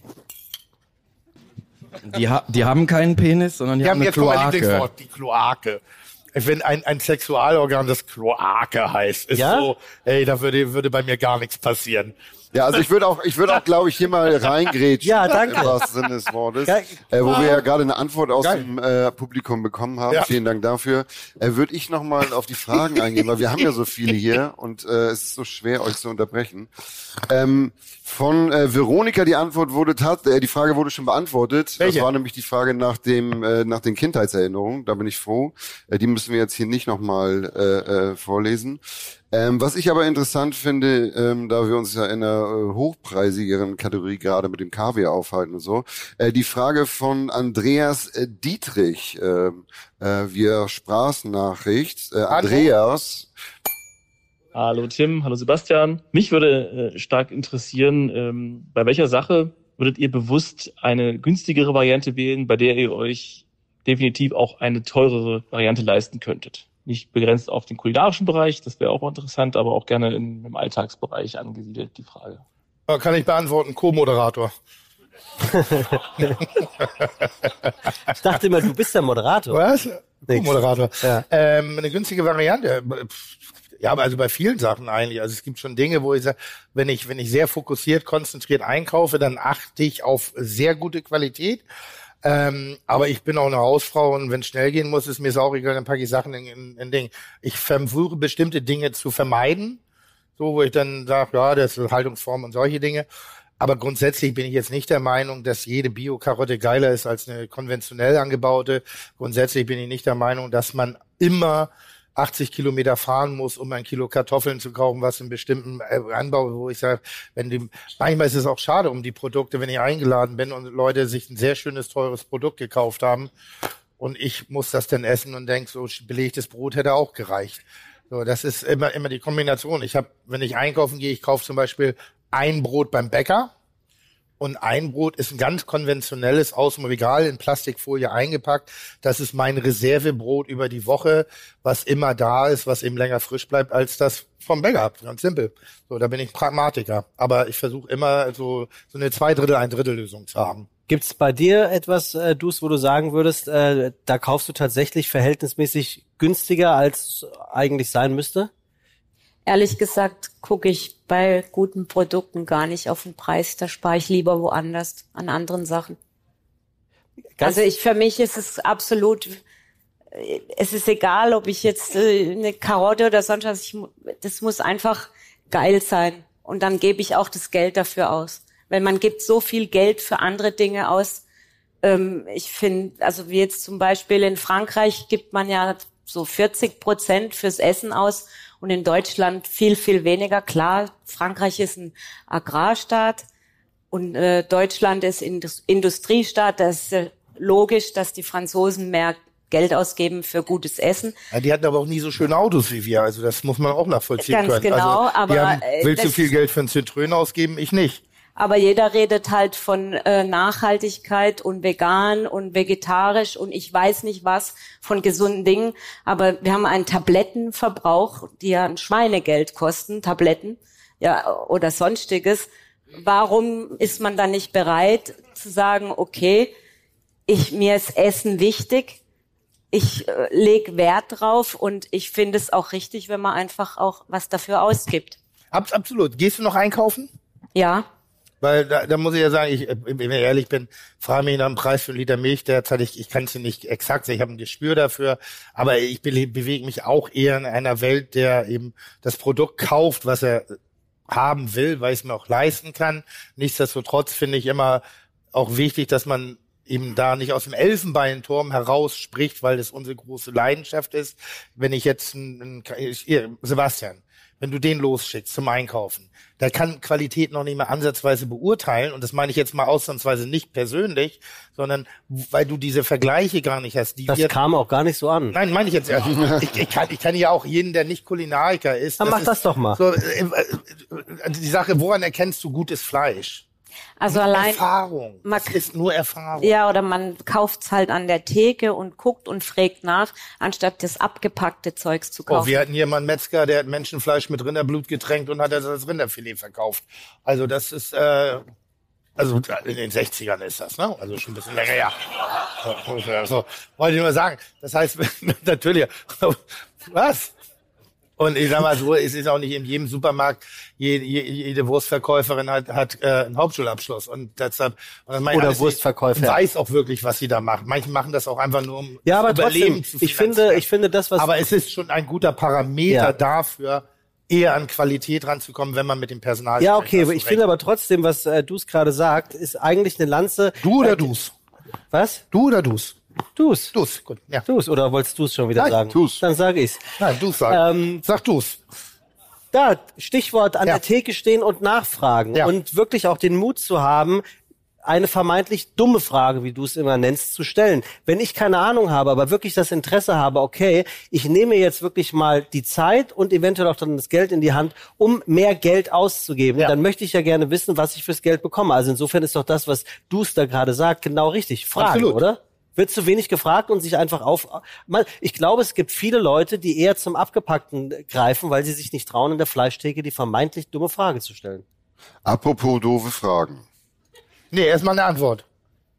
Die, ha die haben keinen Penis, sondern die, Die haben eine jetzt noch mein Kloake. Lieblingswort, die Kloake. Wenn ein, ein Sexualorgan das Kloake heißt, ist Ja? so, ey, da würde, würde bei mir gar nichts passieren. Ja, also ich würde auch, ich würde auch, glaube ich, hier mal reingrätschen. Ja, danke. Im wahrsten Sinne des Wortes. Äh, wo wir ja gerade eine Antwort aus Geil. dem äh, Publikum bekommen haben. Ja. Vielen Dank dafür. Äh, würde ich nochmal auf die Fragen eingehen, weil wir haben ja so viele hier und äh, es ist so schwer, euch zu unterbrechen. Ähm, von äh, Veronika, die Antwort wurde tat, äh, die Frage wurde schon beantwortet. Welche? Das war nämlich die Frage nach dem, äh, nach den Kindheitserinnerungen. Da bin ich froh. Äh, die müssen wir jetzt hier nicht nochmal äh, äh, vorlesen. Ähm, was ich aber interessant finde, ähm, da wir uns ja in einer äh, hochpreisigeren Kategorie gerade mit dem Kaviar aufhalten und so, äh, die Frage von Andreas äh, Dietrich äh, äh, via Sprachnachricht. Äh, Andreas. Hallo Tim, hallo Sebastian. Mich würde äh, stark interessieren, ähm, bei welcher Sache würdet ihr bewusst eine günstigere Variante wählen, bei der ihr euch definitiv auch eine teurere Variante leisten könntet? Nicht begrenzt auf den kulinarischen Bereich, das wäre auch interessant, aber auch gerne in, im Alltagsbereich angesiedelt, die Frage. Kann ich beantworten, Co-Moderator. Ich dachte immer, du bist der Moderator. Was? Co-Moderator. Ja. Ähm, eine günstige Variante. Ja, aber also bei vielen Sachen eigentlich. Also es gibt schon Dinge, wo ich sage, wenn ich, wenn ich sehr fokussiert, konzentriert einkaufe, dann achte ich auf sehr gute Qualität. Ähm, aber ich bin auch eine Hausfrau und wenn es schnell gehen muss, ist mir es auch egal, dann packe ich Sachen in, in, in Ding. Ich versuche bestimmte Dinge zu vermeiden, so wo ich dann sage, ja, das ist Haltungsform und solche Dinge. Aber grundsätzlich bin ich jetzt nicht der Meinung, dass jede Bio-Karotte geiler ist als eine konventionell angebaute. Grundsätzlich bin ich nicht der Meinung, dass man immer achtzig Kilometer fahren muss, um ein Kilo Kartoffeln zu kaufen, was in bestimmten Anbau, wo ich sage, wenn die, manchmal ist es auch schade um die Produkte, wenn ich eingeladen bin und Leute sich ein sehr schönes, teures Produkt gekauft haben und ich muss das dann essen und denke, so belegtes Brot hätte auch gereicht. So, das ist immer, immer die Kombination. Ich habe, wenn ich einkaufen gehe, ich kaufe zum Beispiel ein Brot beim Bäcker. Und ein Brot ist ein ganz konventionelles aus dem Regal in Plastikfolie eingepackt. Das ist mein Reservebrot über die Woche, was immer da ist, was eben länger frisch bleibt als das vom Bäcker. Ganz simpel. So, da bin ich Pragmatiker. Aber ich versuche immer so so eine Zwei-Drittel-, Ein-Drittel-Lösung zu haben. Gibt's bei dir etwas, äh, Dus, wo du sagen würdest, äh, da kaufst du tatsächlich verhältnismäßig günstiger, als eigentlich sein müsste? Ehrlich gesagt gucke ich bei guten Produkten gar nicht auf den Preis. Da spare ich lieber woanders an anderen Sachen. Ganz also ich für mich ist es absolut, es ist egal, ob ich jetzt äh, eine Karotte oder sonst was, ich, das muss einfach geil sein. Und dann gebe ich auch das Geld dafür aus. Weil man gibt so viel Geld für andere Dinge aus. Ähm, ich finde, also wie jetzt zum Beispiel in Frankreich gibt man ja so vierzig Prozent fürs Essen aus. Und in Deutschland viel, viel weniger. Klar, Frankreich ist ein Agrarstaat und äh, Deutschland ist Indust- Industriestaat. Das ist äh, logisch, dass die Franzosen mehr Geld ausgeben für gutes Essen. Ja, die hatten aber auch nie so schöne Autos wie wir. Also das muss man auch nachvollziehen Ganz können. genau, also, aber die haben, willst äh, du viel Geld für einen Citroën ausgeben? Ich nicht. Aber jeder redet halt von äh, Nachhaltigkeit und vegan und vegetarisch und ich weiß nicht was von gesunden Dingen. Aber wir haben einen Tablettenverbrauch, die ja ein Schweinegeld kosten, Tabletten, ja, oder sonstiges. Warum ist man dann nicht bereit zu sagen, okay, ich, mir ist Essen wichtig, ich äh, lege Wert drauf und ich finde es auch richtig, wenn man einfach auch was dafür ausgibt. Abs- absolut. Gehst du noch einkaufen? Ja. Weil da, da muss ich ja sagen, ich, wenn ich ehrlich bin, frage mich nach dem Preis für einen Liter Milch derzeit, ich, ich kann es nicht exakt sagen, ich habe ein Gespür dafür, aber ich be- bewege mich auch eher in einer Welt, der eben das Produkt kauft, was er haben will, weil ich es mir auch leisten kann. Nichtsdestotrotz finde ich immer auch wichtig, dass man eben da nicht aus dem Elfenbeinturm heraus spricht, weil das unsere große Leidenschaft ist. Wenn ich jetzt ein, ein Sebastian, wenn du den losschickst zum Einkaufen, der kann Qualität noch nicht mehr ansatzweise beurteilen und das meine ich jetzt mal ausnahmsweise nicht persönlich, sondern weil du diese Vergleiche gar nicht hast. Die das wir, kam auch gar nicht so an. Nein, meine ich jetzt. ich, ich, kann, ich kann ja auch jeden, der nicht Kulinariker ist. Dann das mach ist das doch mal. So, äh, die Sache, woran erkennst du gutes Fleisch? Also allein Erfahrung. Man, das ist nur Erfahrung. Ja, oder man kauft's halt an der Theke und guckt und fragt nach, anstatt das abgepackte Zeugs zu kaufen. Oh, wir hatten hier mal einen Metzger, der hat Menschenfleisch mit Rinderblut getränkt und hat das als Rinderfilet verkauft. Also das ist, äh, also in den sechzigern ist das, ne? Also schon ein bisschen länger, ja. So, wollte ich nur sagen. Das heißt, natürlich, was? Und ich sag mal so, es ist auch nicht in jedem Supermarkt, jede, jede Wurstverkäuferin hat, hat äh, einen Hauptschulabschluss. Und deshalb, und mein, Oder also Wurstverkäufer. weiß auch wirklich, was sie da macht. Manche machen das auch einfach nur, um ja, aber Überleben trotzdem, zu ich finde, ich finde das, was... Aber es ist schon ein guter Parameter ja. dafür, eher an Qualität ranzukommen, wenn man mit dem Personal Ja, spricht. okay, aber ich finde aber trotzdem, was äh, du es gerade sagt, ist eigentlich eine Lanze... Du oder du's? Was? Du oder du's? Du's. Du's, gut. Ja. Du's, oder wolltest du's schon wieder Nein, sagen? du's. Dann sage ich's. Nein, du's sagen. Ähm, Sag du's. Da, Stichwort an Ja. der Theke stehen und nachfragen. Ja. Und wirklich auch den Mut zu haben, eine vermeintlich dumme Frage, wie du es immer nennst, zu stellen. Wenn ich keine Ahnung habe, aber wirklich das Interesse habe, okay, ich nehme jetzt wirklich mal die Zeit und eventuell auch dann das Geld in die Hand, um mehr Geld auszugeben, Ja. dann möchte ich ja gerne wissen, was ich fürs Geld bekomme. Also insofern ist doch das, was du es da gerade sagst, genau richtig. Fragen, Absolut. oder? Wird zu wenig gefragt und sich einfach auf... Ich glaube, es gibt viele Leute, die eher zum Abgepackten greifen, weil sie sich nicht trauen, in der Fleischtheke die vermeintlich dumme Frage zu stellen. Apropos doofe Fragen. Nee, erstmal eine Antwort.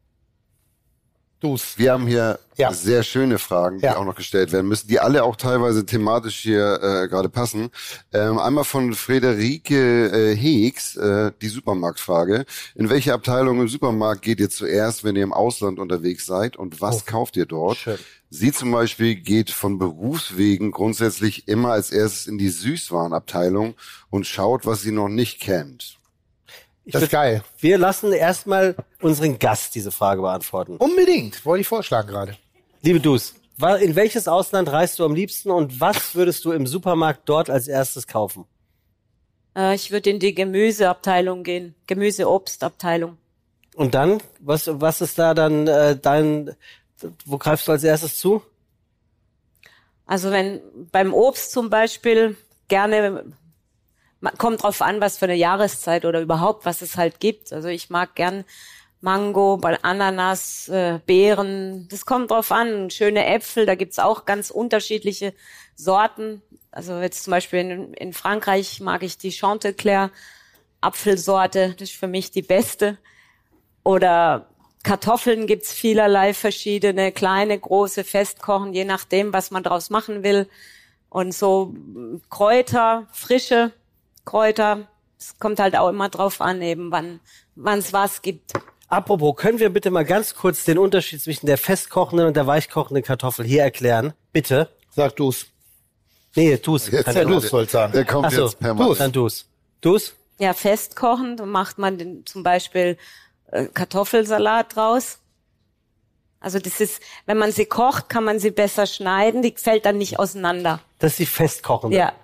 Du's. Wir haben hier Ja. sehr schöne Fragen, die Ja. auch noch gestellt werden müssen, die alle auch teilweise thematisch hier äh, gerade passen. Ähm, einmal von Friederike äh, Heeks, äh, die Supermarktfrage. In welche Abteilung im Supermarkt geht ihr zuerst, wenn ihr im Ausland unterwegs seid, und was Oh. kauft ihr dort? Schön. Sie zum Beispiel geht von Berufswegen grundsätzlich immer als erstes in die Süßwarenabteilung und schaut, was sie noch nicht kennt. Ich Das ist würd- geil. Wir lassen erstmal unseren Gast diese Frage beantworten. Unbedingt. Wollte ich vorschlagen gerade. Liebe Dus, wa- in welches Ausland reist du am liebsten und was würdest du im Supermarkt dort als erstes kaufen? Äh, ich würde in die Gemüseabteilung gehen, Gemüse-Obstabteilung. Und dann, was, was ist da dann äh, dein, wo greifst du als erstes zu? Also wenn beim Obst zum Beispiel gerne, ma- kommt drauf an, was für eine Jahreszeit oder überhaupt, was es halt gibt. Also ich mag gern Mango, Ananas, äh, Beeren. Das kommt drauf an. Schöne Äpfel, da gibt's auch ganz unterschiedliche Sorten. Also jetzt zum Beispiel in, in Frankreich mag ich die Chanticleer Apfelsorte. Das ist für mich die beste. Oder Kartoffeln gibt's vielerlei verschiedene, kleine, große, festkochen, je nachdem, was man draus machen will. Und so Kräuter, frische Kräuter, es kommt halt auch immer drauf an, eben wann es was gibt. Apropos, können wir bitte mal ganz kurz den Unterschied zwischen der festkochenden und der weichkochenden Kartoffel hier erklären? Bitte. Sag du's. Nee, du's. Jetzt- Ja, du's soll's sagen. Der kommt Ach so, jetzt per du's. Mann. Dann du's. Du's? Ja, festkochend macht man den, zum Beispiel äh, Kartoffelsalat draus. Also das ist, wenn man sie kocht, kann man sie besser schneiden, die fällt dann nicht auseinander. Das ist die festkochende. Ja.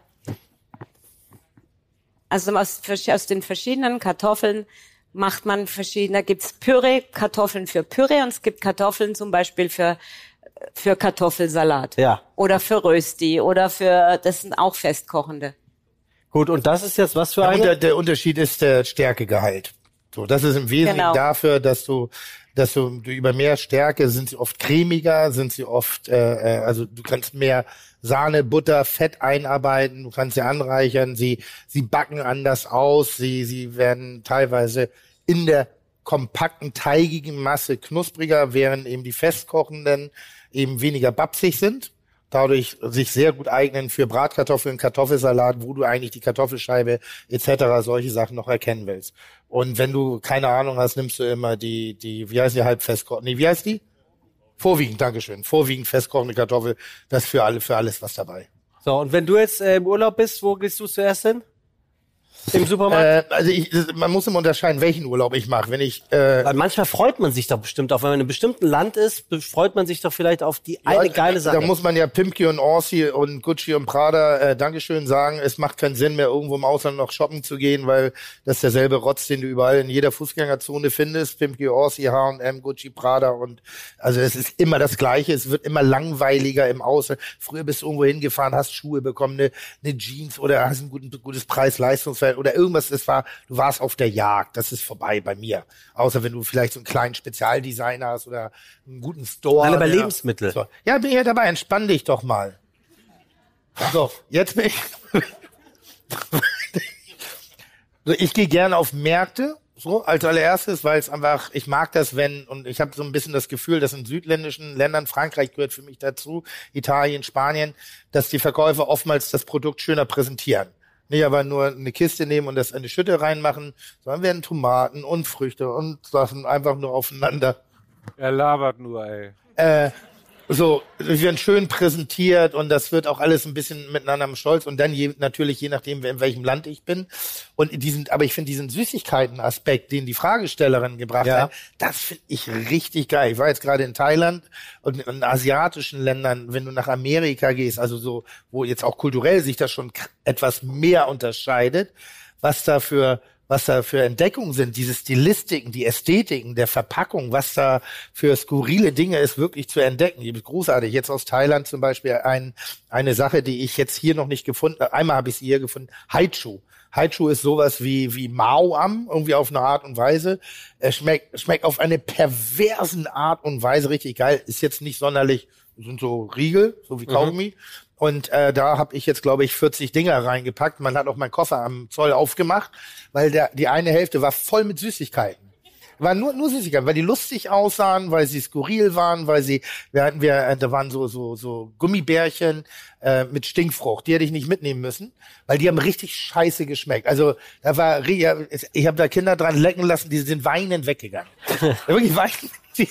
Also aus, aus den verschiedenen Kartoffeln macht man verschiedene, da gibt's Püree, Kartoffeln für Püree und es gibt Kartoffeln zum Beispiel für für Kartoffelsalat. Ja. Oder für Rösti oder für, das sind auch festkochende. Gut, und das ist jetzt was für Der, eine? Unter, der Unterschied ist der Stärkegehalt. So, das ist im Wesentlichen Genau. dafür, dass du, dass du, du über mehr Stärke sind sie oft cremiger, sind sie oft, äh, äh, also du kannst mehr Sahne, Butter, Fett einarbeiten, du kannst sie anreichern, sie, sie backen anders aus, sie, sie werden teilweise in der kompakten, teigigen Masse knuspriger, während eben die festkochenden eben weniger babsig sind. Dadurch sich sehr gut eignen für Bratkartoffeln, Kartoffelsalat, wo du eigentlich die Kartoffelscheibe et cetera solche Sachen noch erkennen willst. Und wenn du keine Ahnung hast, nimmst du immer die, die, wie heißt die, halb festkochende, nee, wie heißt die? Vorwiegend, Dankeschön. Vorwiegend festkochende Kartoffel, das ist für alle, für alles was dabei. So, und wenn du jetzt äh, im Urlaub bist, wo gehst du zuerst hin? Im Supermarkt? Äh, also ich, man muss immer unterscheiden, welchen Urlaub ich mache. Wenn ich äh, Weil manchmal freut man sich doch bestimmt auch, wenn man in einem bestimmten Land ist, freut man sich doch vielleicht auf die eine Ja, geile Sache. Da muss man ja Pimki und Orsi und Gucci und Prada äh, Dankeschön sagen. Es macht keinen Sinn mehr, irgendwo im Ausland noch shoppen zu gehen, weil das ist derselbe Rotz, den du überall in jeder Fußgängerzone findest. Pimki, Orsi, H und M, Gucci, Prada und also es ist immer das Gleiche. Es wird immer langweiliger im Ausland. Früher bist du irgendwo hingefahren, hast Schuhe bekommen, eine, eine Jeans oder hast ein gutes, gutes Preis-Leistungsfeld oder irgendwas. Es war, du warst auf der Jagd. Das ist vorbei bei mir. Außer wenn du vielleicht so einen kleinen Spezialdesigner hast oder einen guten Store. Alle bei der- Lebensmittel. So. Ja, bin ich ja dabei. Entspann dich doch mal. So, jetzt bin ich. So, ich gehe gerne auf Märkte. So, als allererstes, weil es einfach, ich mag das, wenn, und ich habe so ein bisschen das Gefühl, dass in südländischen Ländern, Frankreich gehört für mich dazu, Italien, Spanien, dass die Verkäufer oftmals das Produkt schöner präsentieren. Nicht aber nur eine Kiste nehmen und das in eine Schütte reinmachen, sondern werden Tomaten und Früchte und Sachen einfach nur aufeinander. Er labert nur, ey. Äh, so, die werden schön präsentiert und das wird auch alles ein bisschen miteinander im Stolz und dann je, natürlich je nachdem, in welchem Land ich bin. Und diesen, aber ich finde diesen Süßigkeiten-Aspekt, den die Fragestellerin gebracht ja. hat, das finde ich richtig geil. Ich war jetzt gerade in Thailand und in asiatischen Ländern, wenn du nach Amerika gehst, also so, wo jetzt auch kulturell sich das schon etwas mehr unterscheidet, was da für was da für Entdeckungen sind, diese Stilistiken, die Ästhetiken der Verpackung, was da für skurrile Dinge ist, wirklich zu entdecken. Großartig. Jetzt aus Thailand zum Beispiel ein, eine Sache, die ich jetzt hier noch nicht gefunden habe. Einmal habe ich sie hier gefunden. Haichu. Haichu ist sowas wie, wie Mao-Am, irgendwie auf eine Art und Weise. Es schmeckt, schmeckt auf eine perversen Art und Weise richtig geil. Ist jetzt nicht sonderlich, sind so Riegel, so wie Kaugummi. Mhm. Und äh, da habe ich jetzt, glaube ich, vierzig Dinger reingepackt. Man hat auch meinen Koffer am Zoll aufgemacht, weil der, die eine Hälfte war voll mit Süßigkeiten. War nur, nur Süßigkeiten, weil die lustig aussahen, weil sie skurril waren, weil sie, wir hatten, wir, da waren so, so, so Gummibärchen äh, mit Stinkfrucht. Die hätte ich nicht mitnehmen müssen, weil die haben richtig scheiße geschmeckt. Also da war, ich habe da Kinder dran lecken lassen, die sind weinend weggegangen. Wirklich weinend.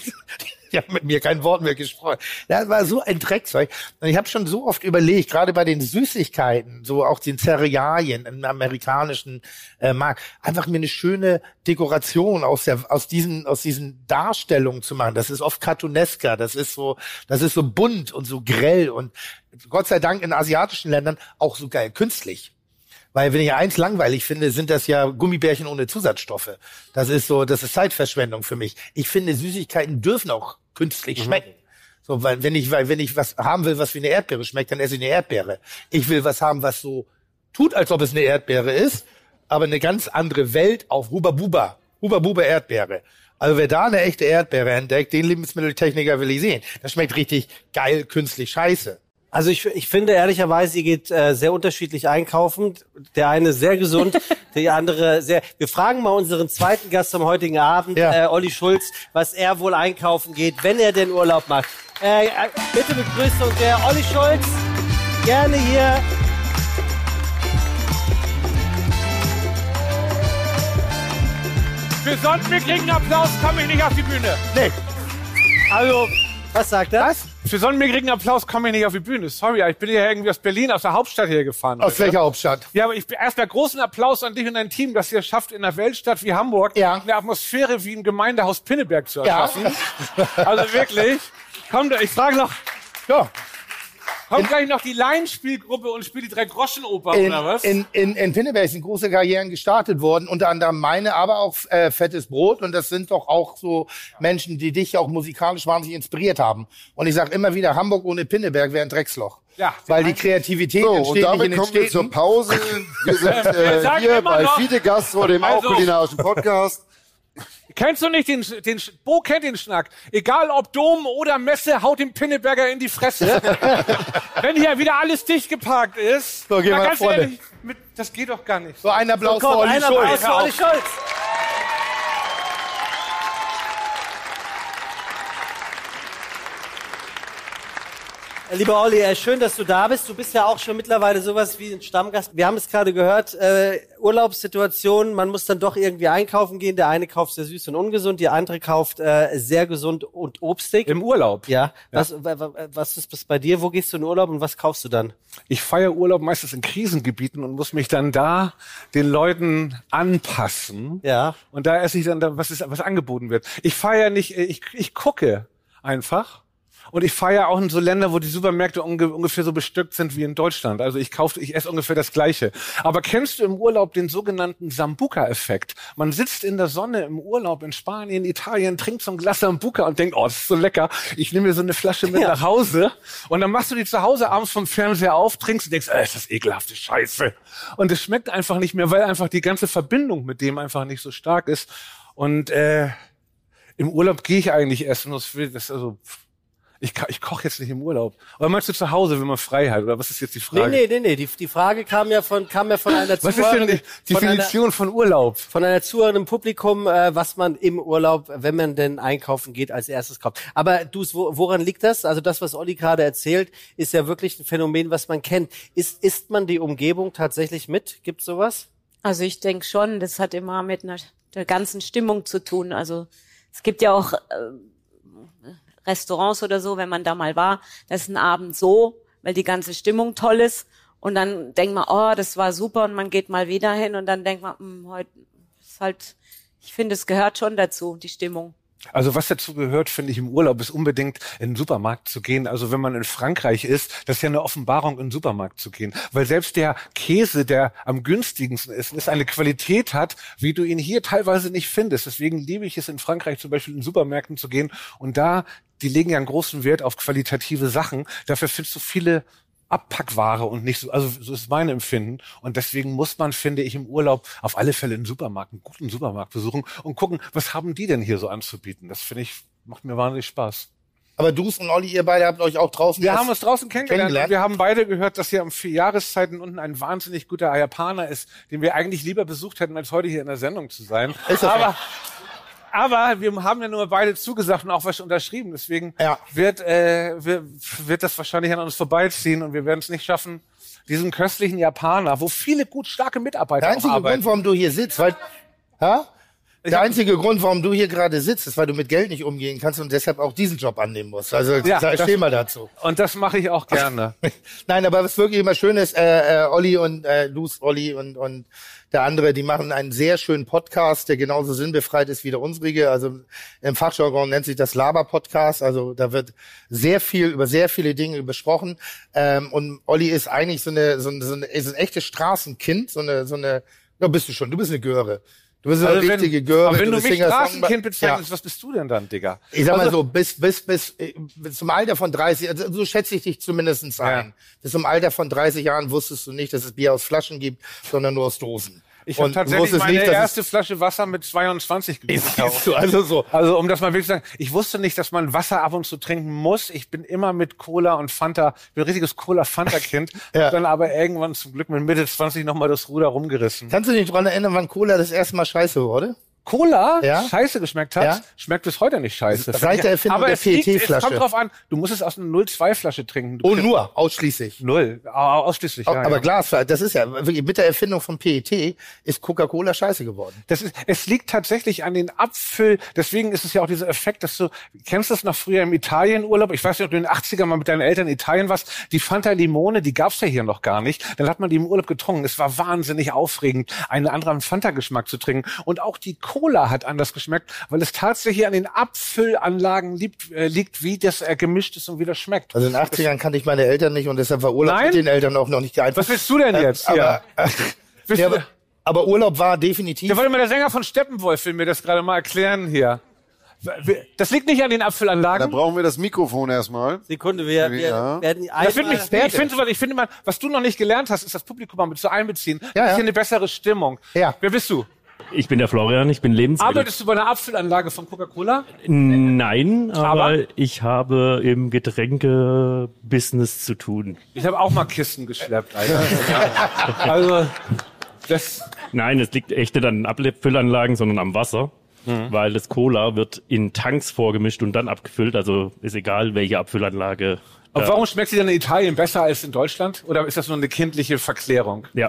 Die haben mit mir kein Wort mehr gesprochen. Das war so ein Dreckzeug. Und ich habe schon so oft überlegt, gerade bei den Süßigkeiten, so auch den Cerealien im amerikanischen äh, Markt, einfach mir eine schöne Dekoration aus der aus diesen aus diesen Darstellungen zu machen. Das ist oft cartoonesker, das ist so das ist so bunt und so grell und Gott sei Dank in asiatischen Ländern auch so geil künstlich. Weil wenn ich eins langweilig finde, sind das ja Gummibärchen ohne Zusatzstoffe. Das ist so, das ist Zeitverschwendung für mich. Ich finde, Süßigkeiten dürfen auch künstlich mhm. schmecken. So, weil wenn ich, weil wenn ich was haben will, was wie eine Erdbeere schmeckt, dann esse ich eine Erdbeere. Ich will was haben, was so tut, als ob es eine Erdbeere ist, aber eine ganz andere Welt auf Huba Buba. Huba Buba Erdbeere. Also wer da eine echte Erdbeere entdeckt, den Lebensmitteltechniker will ich sehen. Das schmeckt richtig geil, künstlich scheiße. Also ich, ich finde ehrlicherweise, ihr geht äh, sehr unterschiedlich einkaufen. Der eine sehr gesund, der andere sehr... Wir fragen mal unseren zweiten Gast am heutigen Abend, ja. äh, Olli Schulz, was er wohl einkaufen geht, wenn er den Urlaub macht. Äh, bitte Begrüßung der Olli Schulz. Gerne hier. Für sonst wir kriegen Applaus, komme ich nicht auf die Bühne. Nee. Also, was sagt er? Was? Für sonnenmickrigen Applaus komme ich nicht auf die Bühne. Sorry, ich bin hier irgendwie aus Berlin, aus der Hauptstadt hier gefahren. Aus welcher Hauptstadt? Ja, aber ich erstmal großen Applaus an dich und dein Team, dass ihr es schafft, in einer Weltstadt wie Hamburg ja. eine Atmosphäre wie im Gemeindehaus Pinneberg zu erschaffen. Ja. Also wirklich. Komm, ich frage noch. Ja. Kommt gleich noch die Laienspielgruppe und spielt die Drei-Groschen-Oper, oder was? In, in, in Pinneberg sind große Karrieren gestartet worden, unter anderem meine, aber auch äh, Fettes Brot. Und das sind doch auch so Menschen, die dich auch musikalisch wahnsinnig inspiriert haben. Und ich sage immer wieder, Hamburg ohne Pinneberg wäre ein Drecksloch. Ja, weil die Kreativität so, entsteht und damit nicht in den kommen Städten. wir zur Pause. Wir sind äh, wir hier bei Fide Gastro, dem also, auch kulinarischen Podcast. Kennst du nicht den, den, Bo kennt den Schnack. Egal ob Dom oder Messe, haut dem Pinneberger in die Fresse. Wenn hier wieder alles dicht geparkt ist. So, geh mal vorne. Mit, das geht doch gar nicht. So, ein Applaus so, komm, für Olli ein Applaus für Olli Schulz. Lieber Olli, äh, schön, dass du da bist. Du bist ja auch schon mittlerweile sowas wie ein Stammgast. Wir haben es gerade gehört, äh, Urlaubssituationen, man muss dann doch irgendwie einkaufen gehen. Der eine kauft sehr süß und ungesund, die andere kauft äh, sehr gesund und obstig. Im Urlaub? Ja. ja. Was, was ist das bei dir? Wo gehst du in Urlaub und was kaufst du dann? Ich feiere Urlaub meistens in Krisengebieten und muss mich dann da den Leuten anpassen. Ja. Und da esse ich dann, was ist, was angeboten wird. Ich feiere nicht, ich, ich gucke einfach. Und ich feiere auch in so Länder, wo die Supermärkte unge- ungefähr so bestückt sind wie in Deutschland. Also ich kaufe, ich esse ungefähr das Gleiche. Aber kennst du im Urlaub den sogenannten Sambuca-Effekt? Man sitzt in der Sonne im Urlaub in Spanien, Italien, trinkt so ein Glas Sambuca und denkt, oh, das ist so lecker. Ich nehme mir so eine Flasche mit ja. nach Hause. Und dann machst du die zu Hause abends vom Fernseher auf, trinkst und denkst, äh, ist das ekelhafte Scheiße. Und es schmeckt einfach nicht mehr, weil einfach die ganze Verbindung mit dem einfach nicht so stark ist. Und äh, im Urlaub gehe ich eigentlich essen. Das will, das also Ich, ich koche jetzt nicht im Urlaub. Oder meinst du zu Hause, wenn man frei hat? Oder was ist jetzt die Frage? Nee, nee, nee, nee. Die, die Frage kam ja von, kam ja von einer Was ist denn die Definition von, einer, von Urlaub? Von einer Zuhörerin im Publikum, äh, was man im Urlaub, wenn man denn einkaufen geht, als erstes kauft. Aber du, wo, woran liegt das? Also das, was Olli gerade erzählt, ist ja wirklich ein Phänomen, was man kennt. Ist, isst man die Umgebung tatsächlich mit? Gibt's sowas? Also ich denke schon, das hat immer mit einer der ganzen Stimmung zu tun. Also es gibt ja auch äh, Restaurants oder so, wenn man da mal war, das ist ein Abend so, weil die ganze Stimmung toll ist und dann denkt man, oh, das war super und man geht mal wieder hin und dann denkt man, mh, heute ist halt, ich finde, es gehört schon dazu, die Stimmung. Also was dazu gehört, finde ich, im Urlaub ist unbedingt in den Supermarkt zu gehen. Also wenn man in Frankreich ist, das ist ja eine Offenbarung, in den Supermarkt zu gehen. Weil selbst der Käse, der am günstigsten ist, ist eine Qualität hat, wie du ihn hier teilweise nicht findest. Deswegen liebe ich es in Frankreich zum Beispiel in Supermärkten zu gehen. Und da, die legen ja einen großen Wert auf qualitative Sachen. Dafür findest du viele Abpackware und nicht so, also so ist mein Empfinden. Und deswegen muss man, finde ich, im Urlaub auf alle Fälle einen Supermarkt, einen guten Supermarkt besuchen und gucken, was haben die denn hier so anzubieten. Das finde ich, macht mir wahnsinnig Spaß. Aber du und Olli, ihr beide habt euch auch draußen... Wir haben uns draußen kennengelernt, kennengelernt. Und wir haben beide gehört, dass hier um vier Jahreszeiten unten ein wahnsinnig guter Japaner ist, den wir eigentlich lieber besucht hätten, als heute hier in der Sendung zu sein. Ist das Aber... Aber wir haben ja nur beide zugesagt und auch was unterschrieben. Deswegen ja. wird, äh, wird, wird das wahrscheinlich an uns vorbeiziehen und wir werden es nicht schaffen, diesen köstlichen Japaner, wo viele gut starke Mitarbeiter Der einzige auch arbeiten. Grund, warum du hier sitzt, weil... Ha? Der einzige Grund, warum du hier gerade sitzt, ist, weil du mit Geld nicht umgehen kannst und deshalb auch diesen Job annehmen musst. Also ja, erzähl mal dazu. Und das mache ich auch gerne. Nein, aber was wirklich immer schön ist, äh, äh, Olli und äh, Luz, Olli und und der andere, die machen einen sehr schönen Podcast, der genauso sinnbefreit ist wie der unsrige. Also im Fachjargon nennt sich das Laber-Podcast. Also da wird sehr viel über sehr viele Dinge besprochen. Ähm, und Olli ist eigentlich so eine so eine, so eine ist ein echtes Straßenkind, so eine so eine. Ja, bist du schon. Du bist eine Göre. Du bist eine also richtige wenn, Göre. Aber wenn du, du mich Singer, Straßenkind bezeichnest, ja. was bist du denn dann, Digga? Ich sag mal also, so, bis, bis, bis, bis zum Alter von dreißig, also so schätze ich dich zumindest ein. Ja. Bis zum Alter von dreißig Jahren wusstest du nicht, dass es Bier aus Flaschen gibt, sondern nur aus Dosen. Ich habe tatsächlich meine nicht, erste Flasche Wasser mit zweiundzwanzig gekauft. Also so. Also um das mal wirklich zu sagen, ich wusste nicht, dass man Wasser ab und zu trinken muss. Ich bin immer mit Cola und Fanta, ich bin ein richtiges Cola-Fanta-Kind. ja. Dann aber irgendwann zum Glück mit Mitte zwanzig nochmal das Ruder rumgerissen. Kannst du dich daran erinnern, wann Cola das erste Mal scheiße wurde? Cola ja? scheiße geschmeckt hat, ja? schmeckt bis heute nicht scheiße. Seit der Erfindung aber der P E T-Flasche. Es kommt drauf an, du musst es aus einer null Komma zwei Flasche trinken. Du oh, nur, ausschließlich. Null, ausschließlich, ja. Aber ja. Glasflasche, das ist ja, wirklich, mit der Erfindung von P E T ist Coca-Cola scheiße geworden. Das ist, es liegt tatsächlich an den Abfüll, deswegen ist es ja auch dieser Effekt, dass du, kennst du das noch früher im Italienurlaub? Ich weiß nicht, ob du in den achtzigern mal mit deinen Eltern in Italien warst. Die Fanta Limone, die gab's ja hier noch gar nicht. Dann hat man die im Urlaub getrunken. Es war wahnsinnig aufregend, einen anderen Fanta-Geschmack zu trinken. Und auch die Cola hat anders geschmeckt, weil es tatsächlich an den Abfüllanlagen liegt, äh, liegt wie das äh, gemischt ist und wie das schmeckt. Also in den achtzigern kannte ich meine Eltern nicht und deshalb war Urlaub Nein? mit den Eltern auch noch nicht geeignet. Was willst du denn jetzt? Äh, ja. aber, äh, ja, aber, aber Urlaub war definitiv... Da wollte mir der Sänger von Steppenwolf, will mir das gerade mal erklären hier. Das liegt nicht an den Abfüllanlagen. Da brauchen wir das Mikrofon erstmal. Sekunde, wir, wir ja. werden das find ich, ich finde, ich finde mal, was du noch nicht gelernt hast, ist das Publikum mal mit so einbeziehen. Ja, das ist ja. hier eine bessere Stimmung. Ja. Wer bist du? Ich bin der Florian, ich bin Lebensmittel. Arbeitest du bei einer Abfüllanlage von Coca-Cola? Nein, aber, aber ich habe im Getränke-Business zu tun. Ich habe auch mal Kisten geschleppt, Alter. Also, das... Nein, es liegt echt nicht an den Abfüllanlagen, sondern am Wasser. Mhm. Weil das Cola wird in Tanks vorgemischt und dann abgefüllt. Also ist egal, welche Abfüllanlage. Aber warum schmeckt sie denn in Italien besser als in Deutschland? Oder ist das nur eine kindliche Verklärung? Ja.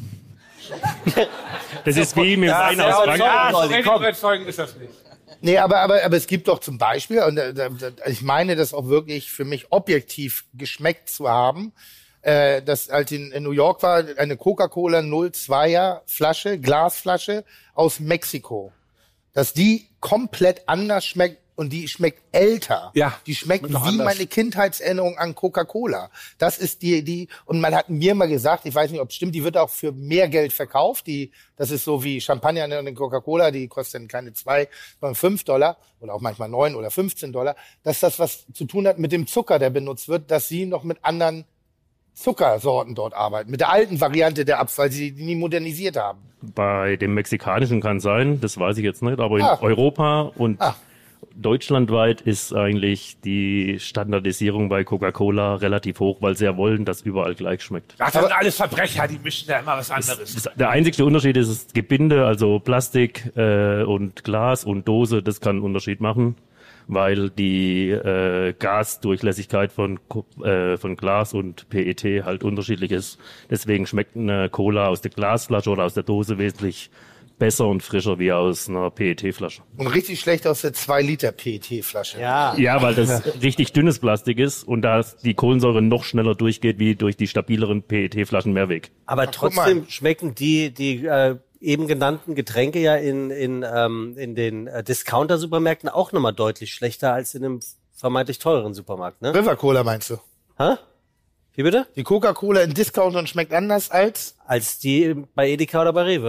Das ist wie mit ja, Wein aus Frankreich. Ja, überzeugend ist das nicht. Nee, aber, aber, aber es gibt doch zum Beispiel, und äh, ich meine das auch wirklich für mich objektiv geschmeckt zu haben, äh, dass als ich in New York war, eine Coca-Cola null Komma zweier Flasche, Glasflasche aus Mexiko. Dass die komplett anders schmeckt und die schmeckt älter. Ja. Die schmeckt wie anders. meine Kindheitserinnerung an Coca-Cola. Das ist die, die, und man hat mir mal gesagt, ich weiß nicht, ob es stimmt, die wird auch für mehr Geld verkauft. Die, das ist so wie Champagner und Coca-Cola, die kostet keine zwei, sondern fünf Dollar oder auch manchmal neun oder fünfzehn Dollar. Dass das was zu tun hat mit dem Zucker, der benutzt wird, dass sie noch mit anderen Zuckersorten dort arbeiten. Mit der alten Variante der Apfel, weil sie die nie modernisiert haben. Bei dem mexikanischen kann sein, das weiß ich jetzt nicht, aber in ah. Europa und ah. Deutschlandweit ist eigentlich die Standardisierung bei Coca-Cola relativ hoch, weil sie ja wollen, dass überall gleich schmeckt. Ach, das sind alles Verbrecher, die mischen da immer was anderes. Das, der einzige Unterschied ist das Gebinde, also Plastik äh, und Glas und Dose, das kann einen Unterschied machen, weil die äh, Gasdurchlässigkeit von äh, von Glas und P E T halt unterschiedlich ist. Deswegen schmeckt eine Cola aus der Glasflasche oder aus der Dose wesentlich besser und frischer wie aus einer P E T-Flasche. Und richtig schlecht aus der zwei Liter P E T-Flasche. Ja. Ja, weil das richtig dünnes Plastik ist und da die Kohlensäure noch schneller durchgeht wie durch die stabileren P E T-Flaschen Mehrweg. Aber Ach, trotzdem schmecken die die äh, eben genannten Getränke ja in in ähm, in den äh, Discounter-Supermärkten auch nochmal deutlich schlechter als in einem vermeintlich teureren Supermarkt, ne? River Cola meinst du? Hä? Wie bitte? Die Coca-Cola in Discountern schmeckt anders als? Als die bei Edeka oder bei Rewe.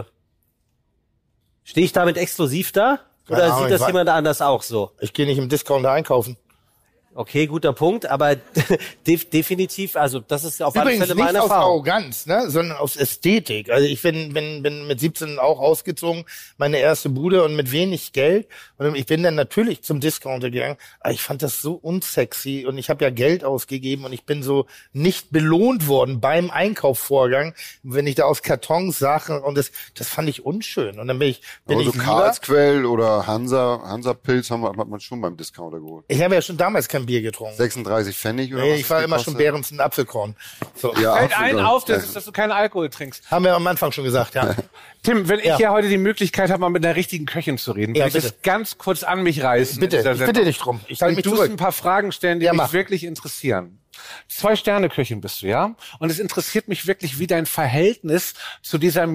Stehe ich damit exklusiv da? Oder Keine Ahnung, sieht das ich jemand anders auch so? Ich gehe nicht im Discounter einkaufen. Okay, guter Punkt, aber def- definitiv, also das ist auf alle Übrigens Fälle nicht meine aus Erfahrung. Arroganz, ne, sondern aus Ästhetik. Also ich bin, bin, bin mit siebzehn auch ausgezogen, meine erste Bude und mit wenig Geld. Und ich bin dann natürlich zum Discounter gegangen. Aber ich fand das so unsexy und ich habe ja Geld ausgegeben und ich bin so nicht belohnt worden beim Einkaufsvorgang, wenn ich da aus Kartons Sachen und das, das fand ich unschön. Und dann bin ich, bin Also ich lieber, Karlsquell oder Hansa, Hansa Pilz haben wir, hat man schon beim Discounter geholt. ich habe ja schon damals kein Bier getrunken. sechsunddreißig Pfennig oder Nee, was ich war das immer gekostet? schon Behrens und Apfelkorn. So. Ja, Fällt Apfel- allen auf, dass, äh, dass du keinen Alkohol trinkst. Haben wir am Anfang schon gesagt, ja. Tim, wenn ich Ja. ja heute die Möglichkeit habe, mal mit einer richtigen Köchin zu reden, Ja, will ich bitte. das ganz kurz an mich reißen. Bitte, in dieser ich bitte Sendung. dich drum. Ich Weil halte mich du zurück. ein paar Fragen stellen, die Ja, mich mach. wirklich interessieren. Zwei-Sterne-Köchin bist du, ja? Und es interessiert mich wirklich, wie dein Verhältnis zu dieser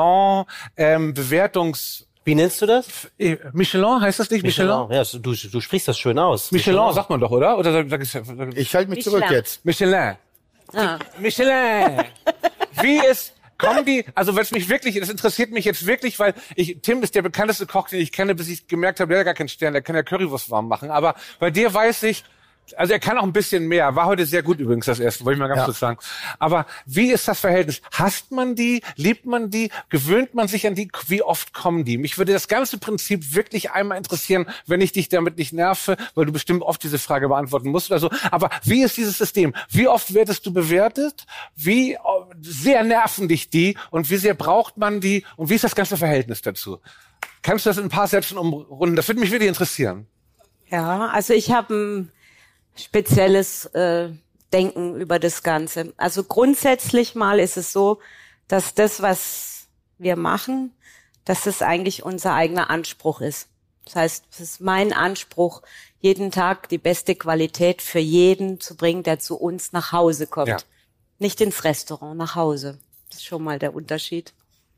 Michelin-Bewertungs- Wie nennst du das? äh, Michelin heißt das nicht? Michelin? Michelin. Ja, du, du sprichst das schön aus. Michelin, sagt man doch, oder? Oder sag, sag ich, sag ich, Ich halte mich Michelin. zurück jetzt. Michelin. Ah. Michelin. Wie ist, kommen die, also wenn es mich wirklich, das interessiert mich jetzt wirklich, weil ich, Tim ist der bekannteste Koch, den ich kenne, bis ich gemerkt habe, der hat gar keinen Stern, der kann ja Currywurst warm machen. Aber bei dir weiß ich, also er kann auch ein bisschen mehr. War heute sehr gut übrigens das Essen, wollte ich mal ganz Ja. kurz sagen. Aber wie ist das Verhältnis? Hasst man die? Liebt man die? Gewöhnt man sich an die? Wie oft kommen die? Mich würde das ganze Prinzip wirklich einmal interessieren, wenn ich dich damit nicht nerve, weil du bestimmt oft diese Frage beantworten musst oder so. Aber wie ist dieses System? Wie oft werdest du bewertet? Wie äh, sehr nerven dich die? Und wie sehr braucht man die? Und wie ist das ganze Verhältnis dazu? Kannst du das in ein paar Sätzen umrunden? Das würde mich wirklich interessieren. Ja, also ich habe ein spezielles äh, Denken über das Ganze. Also grundsätzlich mal ist es so, dass das, was wir machen, dass es eigentlich unser eigener Anspruch ist. Das heißt, es ist mein Anspruch, jeden Tag die beste Qualität für jeden zu bringen, der zu uns nach Hause kommt. Ja. Nicht ins Restaurant, nach Hause. Das ist schon mal der Unterschied.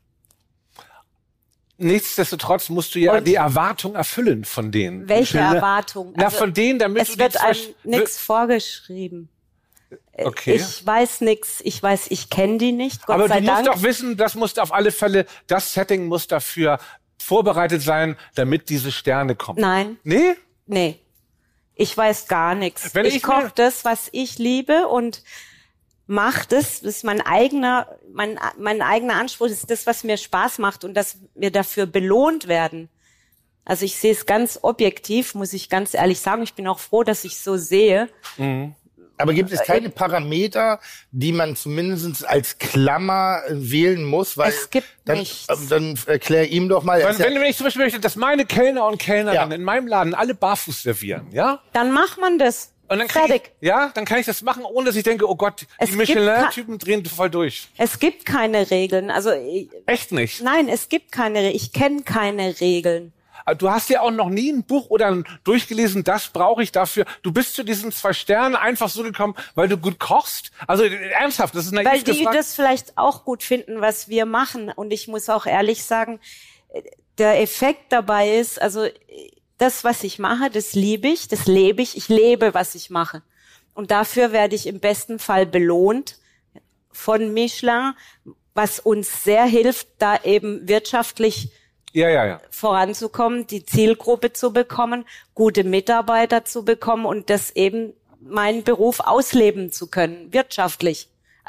Nichtsdestotrotz musst du ja Und die Erwartung erfüllen von denen. Welche Schilder- Erwartung? Na, Also, von denen, damit du Es die wird zwei- einem nichts vorgeschrieben. Äh, Okay. Ich weiß nix. Ich weiß, ich kenne die nicht. Gott Aber sei du Dank. musst doch wissen, das muss auf alle Fälle, das Setting muss dafür vorbereitet sein, damit diese Sterne kommen. Nein, Nee? nee. Ich weiß gar nichts. Wenn Ich, ich koche mir- das, was ich liebe und mache das. Das ist mein eigener, mein, mein eigener Anspruch. Das ist das, was mir Spaß macht und dass wir dafür belohnt werden. Also ich sehe es ganz objektiv, muss ich ganz ehrlich sagen. Ich bin auch froh, dass ich so sehe. Aber gibt es keine Parameter, die man zumindest als Klammer wählen muss? Weil Es gibt dann, nichts. ähm, Dann erklär ihm doch mal. er Wenn, ist ja- wenn ich zum Beispiel möchte, dass meine Kellner und Kellnerinnen Ja. in meinem Laden alle barfuß servieren, ja? Dann macht man das. Und dann kann Fertig. ich, ja, dann kann ich das machen, ohne dass ich denke, oh Gott, Es die gibt Michelin-Typen drehen voll durch. Es gibt keine Regeln. Also ich- Echt nicht. nein, es gibt keine Regeln. Ich kenne keine Regeln. Du hast ja auch noch nie ein Buch oder ein durchgelesen, das brauche ich dafür. Du bist zu diesen zwei Sternen einfach so gekommen, weil du gut kochst. Also äh, ernsthaft, das ist naiv Weil die gefragt. das vielleicht auch gut finden, was wir machen. Und ich muss auch ehrlich sagen, der Effekt dabei ist, also das, was ich mache, das liebe ich, das lebe ich. Ich lebe, was ich mache. Und dafür werde ich im besten Fall belohnt von Michelin, was uns sehr hilft, da eben wirtschaftlich Ja, ja, ja. voranzukommen, die Zielgruppe zu bekommen, gute Mitarbeiter zu bekommen und das eben meinen Beruf ausleben zu können, wirtschaftlich.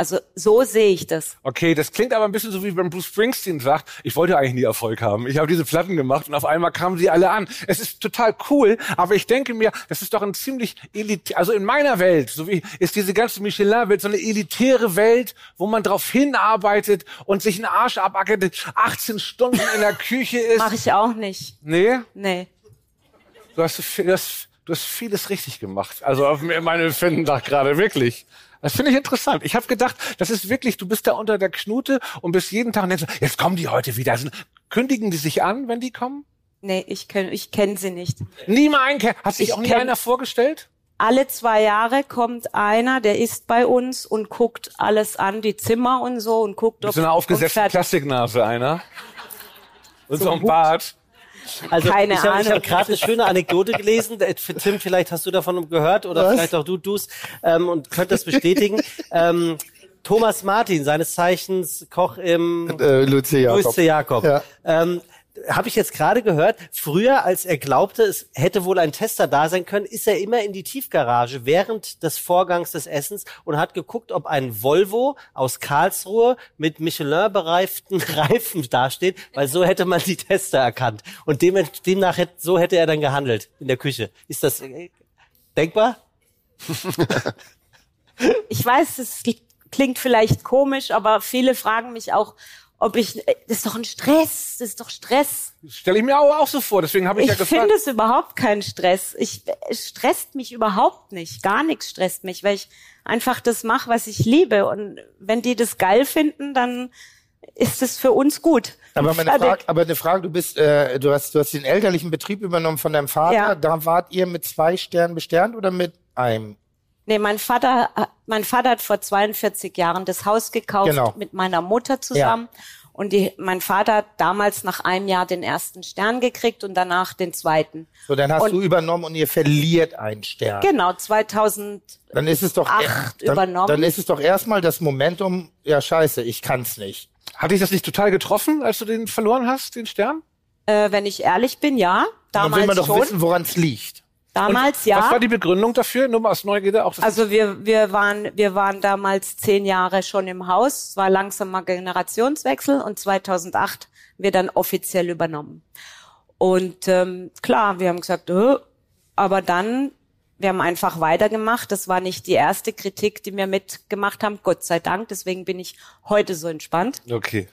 Also so sehe ich das. Okay, das klingt aber ein bisschen so, wie wenn Bruce Springsteen sagt, ich wollte eigentlich nie Erfolg haben. Ich habe diese Platten gemacht und auf einmal kamen sie alle an. Es ist total cool, aber ich denke mir, das ist doch ein ziemlich elitär, also in meiner Welt, so wie ist diese ganze Michelin-Welt so eine elitäre Welt, wo man drauf hinarbeitet und sich einen Arsch abackert, achtzehn Stunden in der Küche ist. Mach ich auch nicht. Nee? Nee. Du hast, du hast, du hast vieles richtig gemacht. Also auf meinem Empfinden nach gerade, wirklich. Das finde ich interessant. Ich habe gedacht, das ist wirklich, du bist da unter der Knute und bist jeden Tag und denkst, jetzt kommen die heute wieder. Also, kündigen die sich an, wenn die kommen? Nee, ich kenne ich kenn sie nicht. Nie mal einen kennen? Hat sich Ich auch nie kenn- einer vorgestellt? Alle zwei Jahre kommt einer, der ist bei uns und guckt alles an, die Zimmer und so und guckt, Mit ob so einer aufgesetzten ob fertig- Plastiknase einer. Und so, So ein ein Bart. Also Keine ich habe Ahnung. hab gerade eine schöne Anekdote gelesen. Äh, für Tim, vielleicht hast du davon gehört oder Was? vielleicht auch du du's ähm, und könnt das bestätigen. ähm, Thomas Martin, seines Zeichens Koch im Äh, Luzi Jakob. Luzi Jakob. Ja. Ähm, habe ich jetzt gerade gehört, früher, als er glaubte, es hätte wohl ein Tester da sein können, ist er immer in die Tiefgarage während des Vorgangs des Essens und hat geguckt, ob ein Volvo aus Karlsruhe mit Michelin-bereiften Reifen dasteht, weil so hätte man die Tester erkannt. Und dem, demnach hätte, so hätte er dann gehandelt in der Küche. Ist das äh, denkbar? Ich weiß, es klingt vielleicht komisch, aber viele fragen mich auch, ob ich, das ist doch ein Stress, das ist doch Stress. Stelle ich mir auch, auch so vor, deswegen habe ich, Ich ja gefragt. finde es überhaupt keinen Stress. Ich, es stresst mich überhaupt nicht. Gar nichts stresst mich, weil ich einfach das mache, was ich liebe. Und wenn die das geil finden, dann ist es für uns gut. Aber meine Fertig. Frage, aber eine Frage, du bist, äh, du hast, du hast den elterlichen Betrieb übernommen von deinem Vater. Ja. Da wart ihr mit zwei Sternen besternt oder mit einem? Nee, mein Vater, mein Vater hat vor zweiundvierzig Jahren das Haus gekauft Genau. mit meiner Mutter zusammen. Ja. Und die, mein Vater hat damals nach einem Jahr den ersten Stern gekriegt und danach den zweiten. So, dann hast und du übernommen und ihr verliert einen Stern. Genau, zweitausendacht Dann ist es doch, dann, übernommen. Dann ist es doch erstmal das Momentum, ja scheiße, ich kann's nicht. Hat dich das nicht total getroffen, als du den verloren hast, den Stern? Äh, wenn ich ehrlich bin, ja. Damals Dann will man doch schon. wissen, woran es liegt. Damals Und ja. Was war die Begründung dafür? Nur mal aus Neugierde auch. Das Also wir wir waren wir waren damals zehn Jahre schon im Haus. Es war langsamer Generationswechsel und zweitausendacht wir dann offiziell übernommen. Und ähm, klar, wir haben gesagt, äh, aber dann wir haben einfach weitergemacht. Das war nicht die erste Kritik, die wir mitgemacht haben. Gott sei Dank. Deswegen bin ich heute so entspannt. Okay.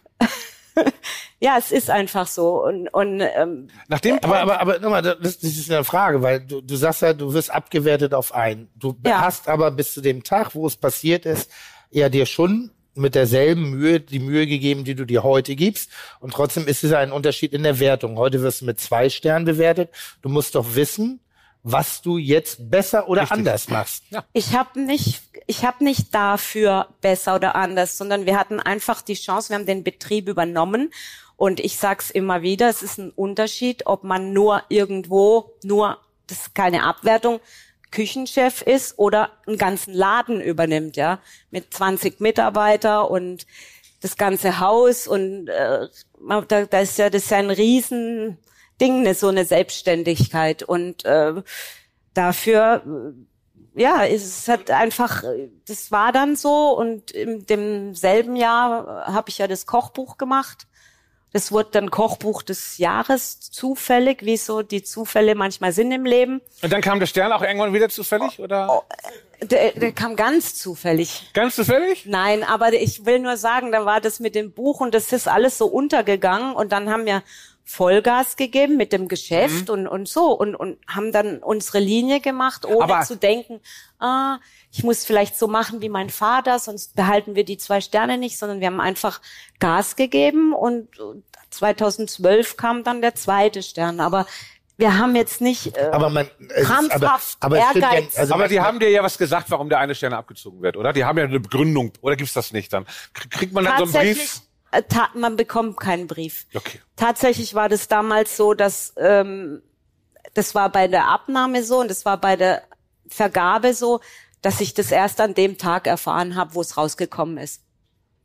Ja, es ist einfach so. Und, und ähm, Nachdem, aber aber aber nochmal, das, das ist eine Frage, weil du, du sagst ja, du wirst abgewertet auf einen. Du Ja. hast aber bis zu dem Tag, wo es passiert ist, ja dir schon mit derselben Mühe die Mühe gegeben, die du dir heute gibst. Und trotzdem ist es ein Unterschied in der Wertung. Heute wirst du mit zwei Sternen bewertet. Du musst doch wissen, was du jetzt besser oder Richtig. anders machst. Ja. Ich habe nicht, ich habe nicht dafür besser oder anders, sondern wir hatten einfach die Chance, wir haben den Betrieb übernommen und ich sag's immer wieder, es ist ein Unterschied, ob man nur irgendwo, nur, das ist keine Abwertung, Küchenchef ist oder einen ganzen Laden übernimmt, ja, mit zwanzig Mitarbeiter und das ganze Haus und äh, da, da ist ja das ist ja ein riesen Ding, ne, so eine Selbstständigkeit und äh, dafür, äh, ja, es hat einfach, das war dann so und in demselben Jahr habe ich ja das Kochbuch gemacht. Das wurde dann Kochbuch des Jahres zufällig, wie so die Zufälle manchmal sind im Leben. Und dann kam der Stern auch irgendwann wieder zufällig, oder? Der, der kam ganz zufällig. Ganz zufällig? Nein, aber ich will nur sagen, da war das mit dem Buch und das ist alles so untergegangen und dann haben wir Vollgas gegeben mit dem Geschäft mhm. und und so und und haben dann unsere Linie gemacht, ohne Aber zu denken, ah, ich muss vielleicht so machen wie mein Vater, sonst behalten wir die zwei Sterne nicht, sondern wir haben einfach Gas gegeben und zweitausendzwölf kam dann der zweite Stern, aber wir haben jetzt nicht äh, aber man, es ist, krampfhaft aber, aber, es stimmt ja, Ehrgeiz. also aber die man- haben dir ja was gesagt, warum der eine Stern abgezogen wird, oder? Die haben ja eine Begründung, oder gibt's das nicht dann? K- Kriegt man dann so einen Tatsächlich, Brief? äh, ta- man bekommt keinen Brief. Okay. Tatsächlich war das damals so, dass ähm, das war bei der Abnahme so und das war bei der Vergabe so, dass ich das erst an dem Tag erfahren habe, wo es rausgekommen ist.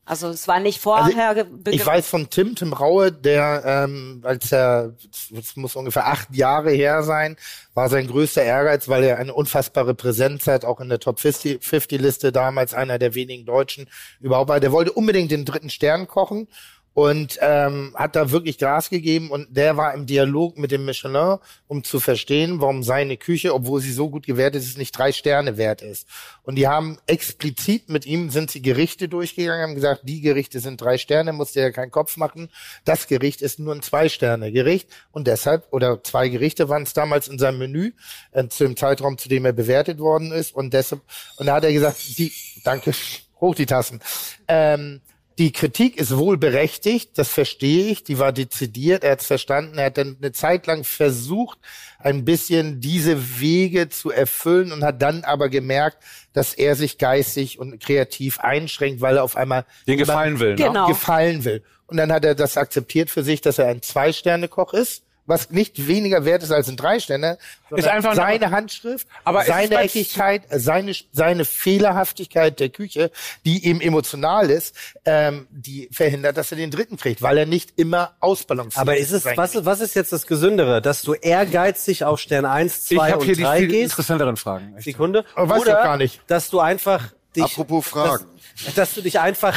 Also es war nicht vorher. Also ich, ich weiß von Tim, Tim Raue, der, ähm, als er, das muss ungefähr acht Jahre her sein, war sein größter Ehrgeiz, weil er eine unfassbare Präsenz hat, auch in der Top fünfzig-Liste damals einer der wenigen Deutschen überhaupt war. Der wollte unbedingt den dritten Stern kochen und ähm, hat da wirklich Gas gegeben und der war im Dialog mit dem Michelin, um zu verstehen, warum seine Küche, obwohl sie so gut gewertet ist, nicht drei Sterne wert ist. Und die haben explizit mit ihm, sind sie Gerichte durchgegangen, haben gesagt, die Gerichte sind drei Sterne, musst dir ja keinen Kopf machen. Das Gericht ist nur ein Zwei-Sterne-Gericht und deshalb, oder zwei Gerichte waren es damals in seinem Menü, äh, zu dem Zeitraum, zu dem er bewertet worden ist und deshalb, und da hat er gesagt, die, danke, hoch die Tassen, ähm, die Kritik ist wohl berechtigt, das verstehe ich, die war dezidiert, er hat es verstanden, er hat dann eine Zeit lang versucht, ein bisschen diese Wege zu erfüllen und hat dann aber gemerkt, dass er sich geistig und kreativ einschränkt, weil er auf einmal den gefallen will, ne? Genau. gefallen will. Und dann hat er das akzeptiert für sich, dass er ein Zwei-Sterne-Koch ist, was nicht weniger wert ist als ein Drei-Sterne, ist einfach seine Handschrift, aber seine Eckigkeit, seine seine Fehlerhaftigkeit der Küche, die eben emotional ist, ähm, die verhindert, dass er den dritten kriegt, weil er nicht immer ausbalanciert. Aber ist es, was, ist- was ist jetzt das Gesündere, dass du ehrgeizig auf Stern eins, Ich zwei habe hier und die drei viel gehst? interessanteren Fragen. Echt. Sekunde. Aber weiß ich Oder doch gar nicht. dass du einfach dich, Apropos Fragen. Dass, dass du dich einfach,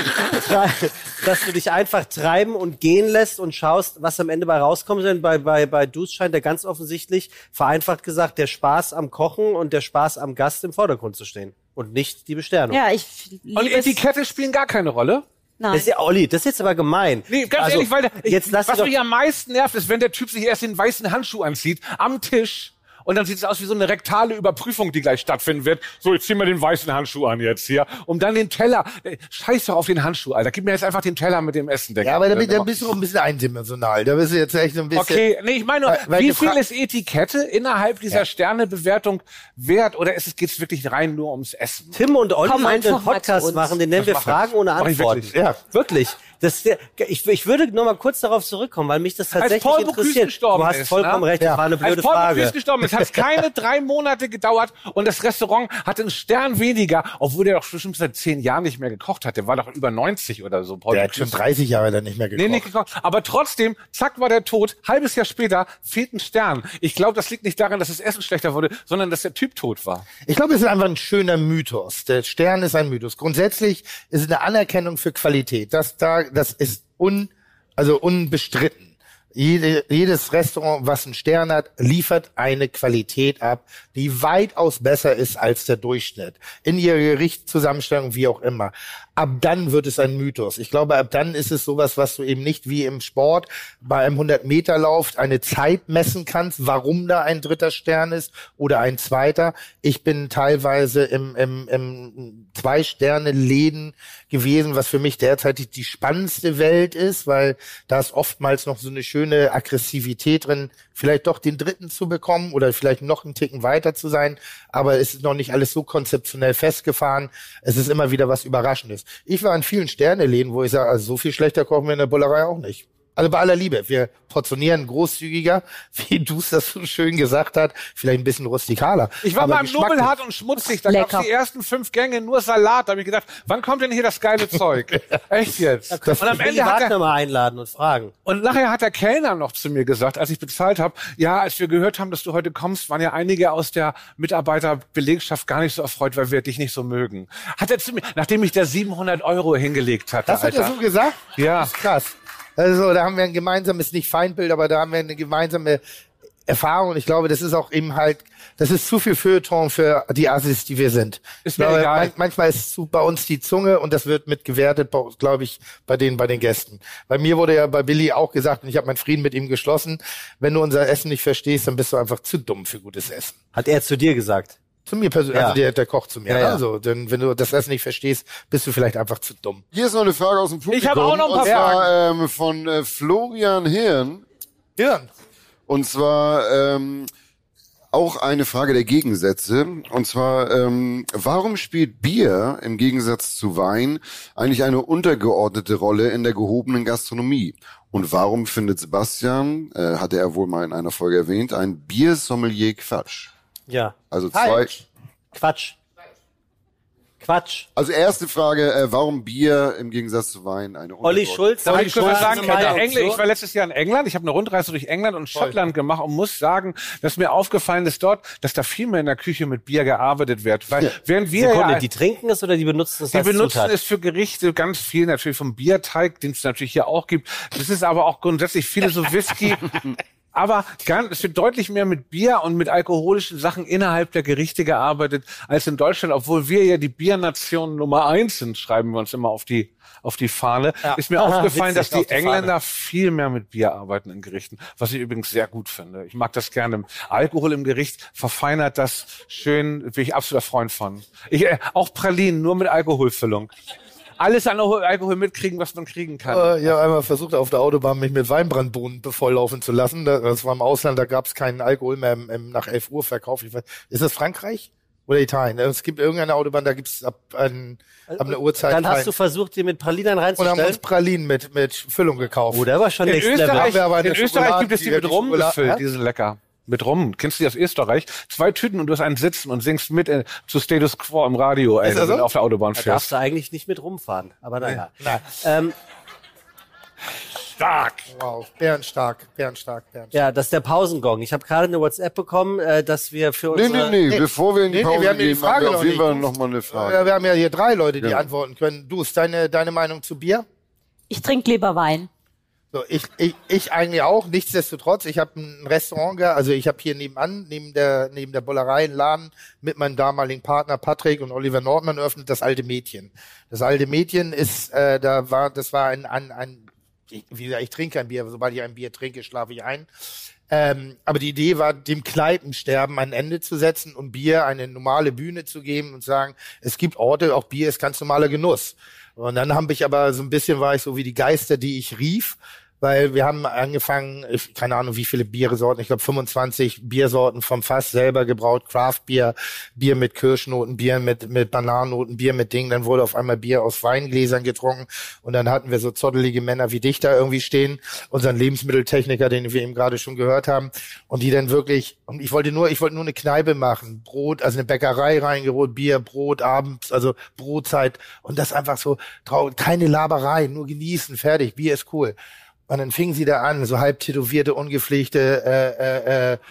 dass du dich einfach treiben und gehen lässt und schaust, was am Ende bei rauskommt. Denn bei, bei, bei Dus scheint der ganz offensichtlich, vereinfacht gesagt, der Spaß am Kochen und der Spaß am Gast im Vordergrund zu stehen. Und nicht die Besternung. Ja, ich liebe Und es. Etikette spielen gar keine Rolle? Nein. Das ist ja, Olli, das ist jetzt aber gemein. Nee, ganz Also, ehrlich, weil der, ich, jetzt lass was sie doch- mich am meisten nervt, ist, wenn der Typ sich erst den weißen Handschuh anzieht, am Tisch, und dann sieht es aus wie so eine rektale Überprüfung, die gleich stattfinden wird. So, jetzt zieh mal den weißen Handschuh an jetzt hier. Um dann den Teller, äh, scheiß doch auf den Handschuh, Alter. Gib mir jetzt einfach den Teller mit dem Essen. Ja, aber da, da bist du auch ein bisschen eindimensional. Da bist du jetzt echt so ein bisschen... Okay, nee, ich meine, Weil- weil wie die viel Fra- ist Etikette innerhalb dieser Ja. Sternebewertung wert? Oder ist es, geht's wirklich rein nur ums Essen? Tim und Olli Komm wollen einen einfach mal zu Podcast uns. machen, den nennen wir Das mach Fragen ich. ohne Mach ich Antworten. wirklich. Ja, wirklich. Das, ich, ich würde noch mal kurz darauf zurückkommen, weil mich das tatsächlich Paul Bocuse interessiert. gestorben Du hast ist, vollkommen ne? recht, das Ja. war eine blöde Als Paul Frage. Bocuse gestorben ist, hat es keine drei Monate gedauert und das Restaurant hatte einen Stern weniger, obwohl der doch bestimmt seit zehn Jahren nicht mehr gekocht hat. Der war doch über neunzig oder so. Paul Der hat schon Bocuse. dreißig Jahre dann nicht mehr gekocht. Nee, nicht gekocht. Aber trotzdem, zack, war der tot. Halbes Jahr später fehlt ein Stern. Ich glaube, das liegt nicht daran, dass das Essen schlechter wurde, sondern dass der Typ tot war. Ich glaube, es ist einfach ein schöner Mythos. Der Stern ist ein Mythos. Grundsätzlich ist es eine Anerkennung für Qualität. Das da, das ist un, also unbestritten. Jede, jedes Restaurant, was einen Stern hat, liefert eine Qualität ab, die weitaus besser ist als der Durchschnitt. In ihrer Gerichtszusammenstellung, wie auch immer. Ab dann wird es ein Mythos. Ich glaube, ab dann ist es sowas, was du eben nicht wie im Sport bei einem hundert-Meter-Lauf eine Zeit messen kannst, warum da ein dritter Stern ist oder ein zweiter. Ich bin teilweise im, im, im Zwei-Sterne-Läden gewesen, was für mich derzeit die, die spannendste Welt ist, weil da ist oftmals noch so eine schöne Aggressivität drin, vielleicht doch den dritten zu bekommen oder vielleicht noch einen Ticken weiter zu sein, aber es ist noch nicht alles so konzeptionell festgefahren. Es ist immer wieder was Überraschendes. Ich war in vielen Sterneläden, wo ich sage, also so viel schlechter kochen wir in der Bullerei auch nicht. Also bei aller Liebe, wir portionieren großzügiger, wie du es das so schön gesagt hast, vielleicht ein bisschen rustikaler. Ich war aber mal im geschmacklich. Nobelhart und schmutzig, da Lecker. gab's die ersten fünf Gänge nur Salat. Da habe ich gedacht, wann kommt denn hier das geile Zeug? Echt jetzt? Das Und am Ende Ende hat Wagner er, mal einladen und fragen. und nachher hat der Kellner noch zu mir gesagt, als ich bezahlt habe, ja, als wir gehört haben, dass du heute kommst, waren ja einige aus der Mitarbeiterbelegschaft gar nicht so erfreut, weil wir dich nicht so mögen. Hat er zu mir, nachdem ich da siebenhundert Euro hingelegt hatte, Das hat Alter. er so gesagt? Ja. Das ist krass. Also da haben wir ein gemeinsames, nicht Feindbild, aber da haben wir eine gemeinsame Erfahrung. Und ich glaube, das ist auch eben halt, das ist zu viel Feuilleton für die Assis, die wir sind. Ist Ich mir glaube, egal. man, manchmal ist zu, bei uns die Zunge und das wird mitgewertet, glaube ich, bei den, bei den Gästen. Bei mir wurde ja bei Billy auch gesagt, und ich habe meinen Frieden mit ihm geschlossen, wenn du unser Essen nicht verstehst, dann bist du einfach zu dumm für gutes Essen. Hat er zu dir gesagt? Zu mir persönlich, Ja. also der, der Koch zu mir. Ja, ja. Also, denn wenn du das Essen nicht verstehst, bist du vielleicht einfach zu dumm. Hier ist noch eine Frage aus dem Publikum. Ich habe auch noch ein paar und zwar, ähm, von äh, Florian Hirn. Hirn. Und zwar ähm, auch eine Frage der Gegensätze. Und zwar, ähm, warum spielt Bier im Gegensatz zu Wein eigentlich eine untergeordnete Rolle in der gehobenen Gastronomie? Und warum findet Sebastian, äh, hatte er wohl mal in einer Folge erwähnt, ein Biersommelier Quatsch? Ja. Also zwei... Falsch. Quatsch. Quatsch. Also erste Frage, äh, warum Bier im Gegensatz zu Wein eine Olli Unterdruck? Schulz, Darf ich kurz was sagen? Schulz, Der Meinung Engl- zu? ich war letztes Jahr in England, ich habe eine Rundreise durch England und Schottland gemacht und muss sagen, dass mir aufgefallen ist dort, dass da viel mehr in der Küche mit Bier gearbeitet wird. Weil Ja. während wir Sekunde, ja, die trinken es oder die benutzen es die als benutzen Zutat? es für Gerichte ganz viel, natürlich vom Bierteig, den es natürlich hier auch gibt. Das ist aber auch grundsätzlich viele so Whisky. Aber ganz, es wird deutlich mehr mit Bier und mit alkoholischen Sachen innerhalb der Gerichte gearbeitet als in Deutschland, obwohl wir ja die Biernation Nummer eins sind, schreiben wir uns immer auf die auf die Fahne. Ja. Ist mir Aha, aufgefallen, witzig, dass auf die die Engländer Fahne. viel mehr mit Bier arbeiten in Gerichten, was ich übrigens sehr gut finde. Ich mag das gerne. Alkohol im Gericht verfeinert das schön, bin ich absoluter Freund von. Ich, äh, auch Pralinen, nur mit Alkoholfüllung. Alles an Alkohol mitkriegen, was man kriegen kann. Äh, ich habe einmal versucht, auf der Autobahn mich mit Weinbrandbohnen bevolllaufen zu lassen. Das war im Ausland, da gab es keinen Alkohol mehr im, im, nach elf Uhr Verkauf. Ich weiß, ist das Frankreich oder Italien? Es gibt irgendeine Autobahn, da gibt es ab, ein, ab einer Uhrzeit Dann hast kein- du versucht, dir mit Pralinen und haben reinzustellen? uns Pralinen mit, mit Füllung gekauft. Oh, der war schon In next level. Österreich, Haben wir aber eine in Österreich Schokolade- gibt es die die- mit die Rum Schokolade- gefüllt, Hä? die sind lecker. Mit Rum. Kennst du die aus Österreich? Zwei Tüten und du hast einen Sitzen und singst mit äh, zu Status Quo im Radio, ey, Ist das wenn so? du auf der Autobahn Da fährst. darfst du eigentlich nicht mit rumfahren. Aber naja. Nein. Ähm, Stark. Wow, bärenstark, bärenstark, bärenstark. ja, das ist der Pausengong. Ich habe gerade eine WhatsApp bekommen, äh, dass wir für Nee, unsere... nee, nee, Nee. bevor wir in die Nee, nee, Pause wir haben ja die gehen, haben Frage wir noch auf jeden nicht. Fall noch mal eine Frage. Ja, wir haben ja hier drei Leute, die Ja. antworten können. Du, ist deine, deine Meinung zu Bier? Ich trinke lieber Wein. So, ich, ich, ich eigentlich auch. Nichtsdestotrotz, ich habe ein Restaurant, ge- also ich habe hier nebenan, neben der neben der Bullerei einen Laden mit meinem damaligen Partner Patrick und Oliver Nordmann eröffnet, das alte Mädchen. Das alte Mädchen ist, äh, da war, das war ein, ein, ein ich, wie gesagt, ich trinke kein Bier, aber sobald ich ein Bier trinke, schlafe ich ein. Ähm, aber die Idee war, dem Kneipensterben ein Ende zu setzen und Bier eine normale Bühne zu geben und sagen, es gibt Orte, auch Bier ist ganz normaler Genuss. Und dann habe ich aber so ein bisschen, war ich so wie die Geister, die ich rief, weil wir haben angefangen, ich, keine Ahnung, wie viele Biersorten, ich glaube fünfundzwanzig Biersorten vom Fass selber gebraut, Craft-Bier, Bier mit Kirschnoten, Bier mit mit Bananennoten, Bier mit Dingen, dann wurde auf einmal Bier aus Weingläsern getrunken und dann hatten wir so zottelige Männer wie dich da irgendwie stehen, unseren Lebensmitteltechniker, den wir eben gerade schon gehört haben, und die dann wirklich, und ich wollte nur, ich wollte nur eine Kneipe machen, Brot, also eine Bäckerei reingeholt, Bier, Brot, abends, also Brotzeit und das einfach so, traurig, keine Laberei, nur genießen, fertig, Bier ist cool. Und dann fingen sie da an, so halb tätowierte, ungepflegte, äh, äh, äh,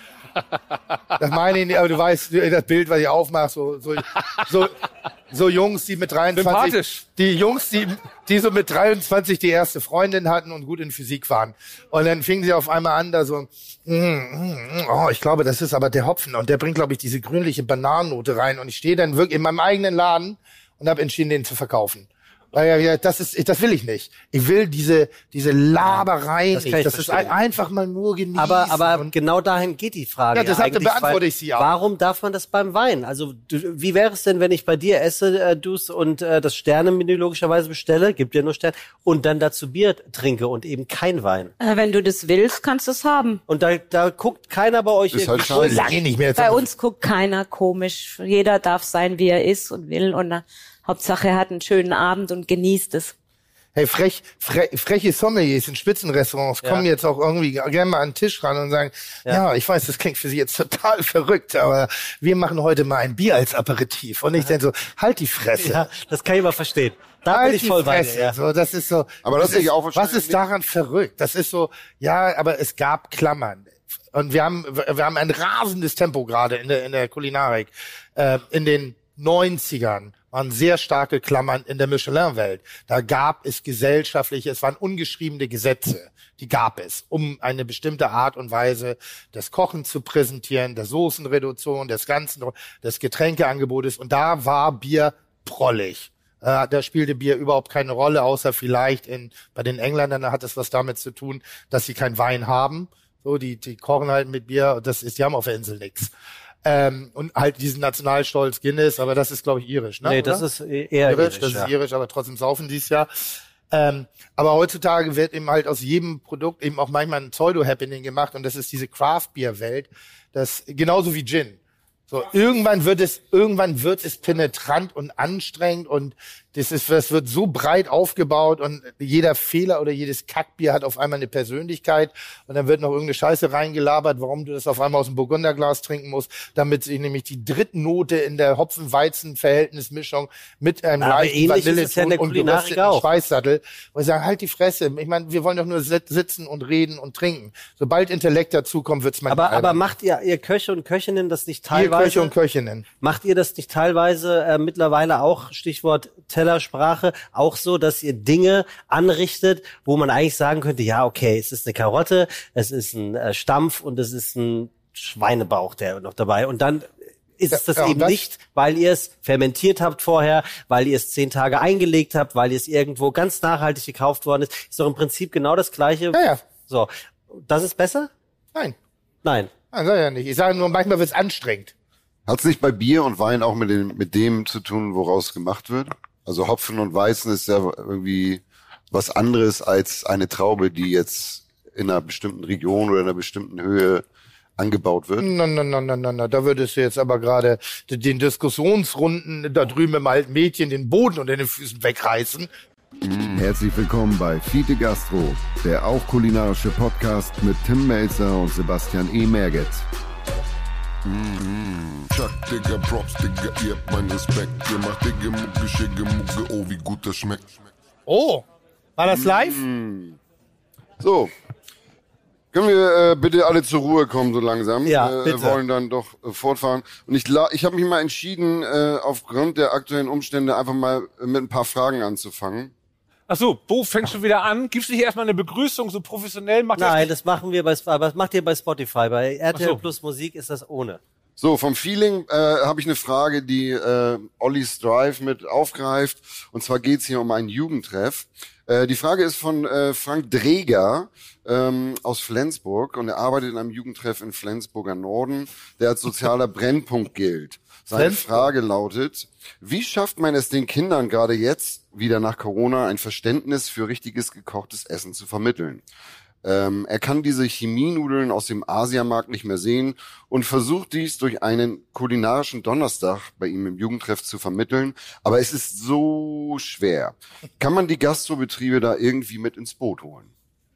das meine ich nicht, aber du weißt, das Bild, was ich aufmache, so, so, so, so Jungs, die mit dreiundzwanzig, Sympathisch. die Jungs, die, die so mit dreiundzwanzig die erste Freundin hatten und gut in Physik waren. Und dann fingen sie auf einmal an, da so, mm, mm, oh, ich glaube, das ist aber der Hopfen und der bringt, glaube ich, diese grünliche Bananennote rein und ich stehe dann wirklich in meinem eigenen Laden und habe entschieden, den zu verkaufen. Weil ja, ja, das ist, das will ich nicht. Ich will diese, diese Laberei Das kann nicht. ich Das ist verstehen. ein, einfach mal nur genießen. Aber, aber und genau dahin geht die Frage. Ja, deshalb eigentlich, beantworte weil ich sie auch. Warum darf man das beim Wein? Also, du, wie wäre es denn, wenn ich bei dir esse, äh, du's und äh, das Sternemenü logischerweise bestelle, gibt ja nur Sterne, und dann dazu Bier trinke und eben kein Wein? Äh, wenn du das willst, kannst du es haben. Und da, da guckt keiner bei euch Ist halt irgendwie scheiße. komisch. lange nicht mehr. Jetzt Bei haben wir- uns guckt keiner komisch. Jeder darf sein, wie er ist und will. Und äh, Hauptsache, er hat einen schönen Abend und genießt es. Hey, frech, frech, freche Sommeliers in Spitzenrestaurants Ja. kommen jetzt auch irgendwie gerne mal an den Tisch ran und sagen, ja. Ja. ich weiß, das klingt für Sie jetzt total verrückt, aber wir machen heute mal ein Bier als Aperitif. Und ich denke so, halt die Fresse. Ja, das kann ich mal verstehen. Da Halt bin ich die voll bei Fresse. dir. Ja. So, das ist so. Aber das was sehe ich ist, auch was wahrscheinlich ist daran verrückt? Das ist so, ja, aber es gab Klammern. Und wir haben, wir haben ein rasendes Tempo gerade in der, in der Kulinarik. Äh, in den neunzigern waren sehr starke Klammern in der Michelin-Welt. Da gab es gesellschaftliche, es waren ungeschriebene Gesetze, die gab es, um eine bestimmte Art und Weise des Kochen zu präsentieren, der Soßenreduktion, des ganzen, des Getränkeangebotes. Und da war Bier prollig. Äh, da spielte Bier überhaupt keine Rolle, außer vielleicht in, bei den Engländern hat es was damit zu tun, dass sie kein Wein haben. So, die, die kochen halt mit Bier, das ist, die haben auf der Insel nix. Ähm, und halt diesen Nationalstolz Guinness, aber das ist, glaube ich, irisch, ne? Nee, oder? das ist eher irisch, irisch, das ja. ist irisch, aber trotzdem saufen dies Jahr. Ähm, aber heutzutage wird eben halt aus jedem Produkt eben auch manchmal ein Pseudo-Happening gemacht und das ist diese Craft-Bier-Welt, das genauso wie Gin. So, irgendwann wird es, irgendwann wird es penetrant und anstrengend und das ist, das wird so breit aufgebaut und jeder Fehler oder jedes Kackbier hat auf einmal eine Persönlichkeit und dann wird noch irgendeine Scheiße reingelabert, warum du das auf einmal aus dem Burgunderglas trinken musst, damit sich nämlich die Drittnote in der Hopfen-Weizen-Verhältnismischung mit einem Aber leichten Vanilleton ja und gerösteten Schweißsattel, wo ich sage, halt die Fresse. Ich meine, wir wollen doch nur sitzen und reden und trinken. Sobald Intellekt dazukommt, wird's mal Aber, aber macht ihr, ihr Köche und Köchinnen das nicht teilweise? Ihr Köche und Köchinnen. Macht ihr das nicht teilweise äh, mittlerweile auch, Stichwort Tellersprache, auch so, dass ihr Dinge anrichtet, wo man eigentlich sagen könnte, ja, okay, es ist eine Karotte, es ist ein äh, Stampf und es ist ein Schweinebauch, der noch dabei. Und dann ist es das ja, eben das? nicht, weil ihr es fermentiert habt vorher, weil ihr es zehn Tage eingelegt habt, weil ihr es irgendwo ganz nachhaltig gekauft worden ist. Ist doch im Prinzip genau das Gleiche. Ja, ja. So, das ist besser? Nein. Nein. Nein, sag ja nicht. Ich sage nur, manchmal wird es anstrengend. Hat es nicht bei Bier und Wein auch mit dem, mit dem zu tun, woraus gemacht wird? Also Hopfen und Weizen ist ja irgendwie was anderes als eine Traube, die jetzt in einer bestimmten Region oder in einer bestimmten Höhe angebaut wird. Na, na, na, na, na, na. Da würdest du jetzt aber gerade den Diskussionsrunden da drüben im alten Mädchen den Boden unter den Füßen wegreißen. Herzlich willkommen bei Fiete Gastro, der auch kulinarische Podcast mit Tim Melzer und Sebastian E. Merget. Mm-hmm. Chuck, Digga, Props, Digga, ihr habt meinen Respekt. Ihr macht Digga, Mucke, Schicke, Mucke, oh, wie gut das schmeckt. Oh, war das live? Mm. So, können wir äh, bitte alle zur Ruhe kommen so langsam? Ja, äh, bitte. Wir wollen dann doch äh, fortfahren. Und ich, la- ich habe mich mal entschieden, äh, aufgrund der aktuellen Umstände einfach mal äh, mit ein paar Fragen anzufangen. Ach so, Bo, fängst du wieder an? Gibt's nicht erstmal eine Begrüßung so professionell? Macht Nein, das, das machen wir bei, aber das macht ihr bei Spotify. Bei R T L so. Plus Musik ist das ohne. So, vom Feeling äh, habe ich eine Frage, die äh, Olli Strive mit aufgreift. Und zwar geht's hier um einen Jugendtreff. Äh, die Frage ist von äh, Frank Dreger ähm, aus Flensburg. Und er arbeitet in einem Jugendtreff in Flensburger Norden, der als sozialer Brennpunkt gilt. Seine Frage lautet, wie schafft man es den Kindern gerade jetzt, wieder nach Corona, ein Verständnis für richtiges gekochtes Essen zu vermitteln? Ähm, er kann diese Chemienudeln aus dem Asiamarkt nicht mehr sehen und versucht dies durch einen kulinarischen Donnerstag bei ihm im Jugendtreff zu vermitteln. Aber es ist so schwer. Kann man die Gastrobetriebe da irgendwie mit ins Boot holen?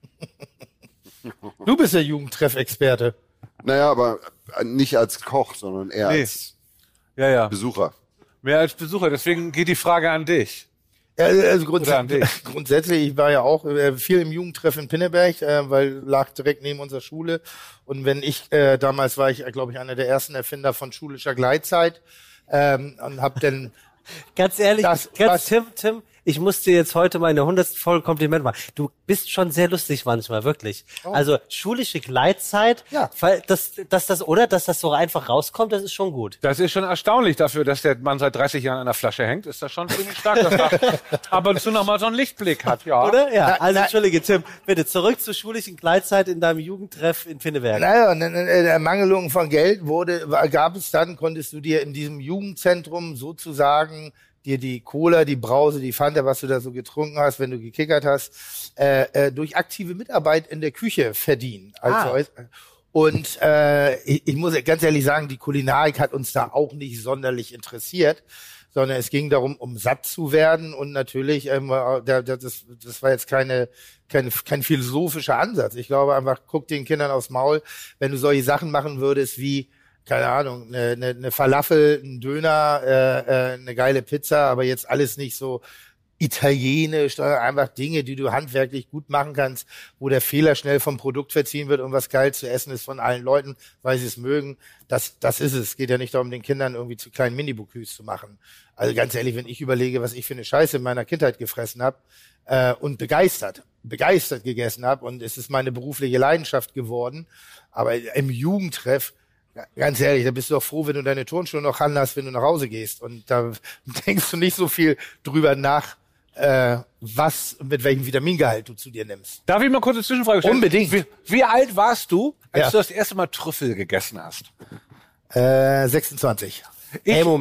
Du bist der Jugendtreff-Experte. Naja, aber nicht als Koch, sondern eher Nee. als ja, ja. Besucher. Mehr als Besucher, deswegen geht die Frage an dich. Ja, also Oder an dich. grundsätzlich, grundsätzlich, ich war ja auch äh, viel im Jugendtreff in Pinneberg, äh, weil lag direkt neben unserer Schule. Und wenn ich, äh, damals war ich, äh, glaube ich, einer der ersten Erfinder von schulischer Gleitzeit ähm, und hab dann Ganz ehrlich, Das- ganz was- Tim, Tim, ich muss dir jetzt heute meine hundertste Folge Kompliment machen. Du bist schon sehr lustig manchmal, wirklich. Oh. Also schulische Gleitzeit, Ja. weil das, dass das, oder, dass das so einfach rauskommt, das ist schon gut. Das ist schon erstaunlich dafür, dass der Mann seit dreißig Jahren an der Flasche hängt. Ist das schon ziemlich stark, dass er ab und zu noch mal so einen Lichtblick hat, ja. Oder? Ja, Na, also na- entschuldige, Tim, bitte zurück zur schulischen Gleitzeit in deinem Jugendtreff in Pinneberg. Naja, und in der Mangelung von Geld wurde, war- gab es dann, konntest du dir in diesem Jugendzentrum sozusagen dir die Cola, die Brause, die Fanta, was du da so getrunken hast, wenn du gekickert hast, äh, äh, durch aktive Mitarbeit in der Küche verdienen. Also, Ah. Und äh, ich, ich muss ganz ehrlich sagen, die Kulinarik hat uns da auch nicht sonderlich interessiert, sondern es ging darum, um satt zu werden und natürlich, ähm, da, da, das, das war jetzt keine, keine, kein philosophischer Ansatz. Ich glaube einfach, guck den Kindern aufs Maul, wenn du solche Sachen machen würdest wie, keine Ahnung, eine, eine, eine Falafel, ein Döner, äh, äh, eine geile Pizza, aber jetzt alles nicht so italienisch, sondern einfach Dinge, die du handwerklich gut machen kannst, wo der Fehler schnell vom Produkt verziehen wird und was geil zu essen ist von allen Leuten, weil sie es mögen. Das, das ist es. Es geht ja nicht darum, den Kindern irgendwie zu kleinen Mini-Bocuse zu machen. Also ganz ehrlich, wenn ich überlege, was ich für eine Scheiße in meiner Kindheit gefressen habe äh, und begeistert, begeistert gegessen habe und es ist meine berufliche Leidenschaft geworden, aber im Jugendtreff, ganz ehrlich, da bist du doch froh, wenn du deine Turnschuhe noch anhast, wenn du nach Hause gehst. Und da denkst du nicht so viel drüber nach, äh, was, mit welchem Vitamingehalt du zu dir nimmst. Darf ich mal kurz eine Zwischenfrage stellen? Unbedingt. Wie, wie alt warst du, als Ja. du das erste Mal Trüffel gegessen hast? Äh, sechsundzwanzig. Ey, Moment,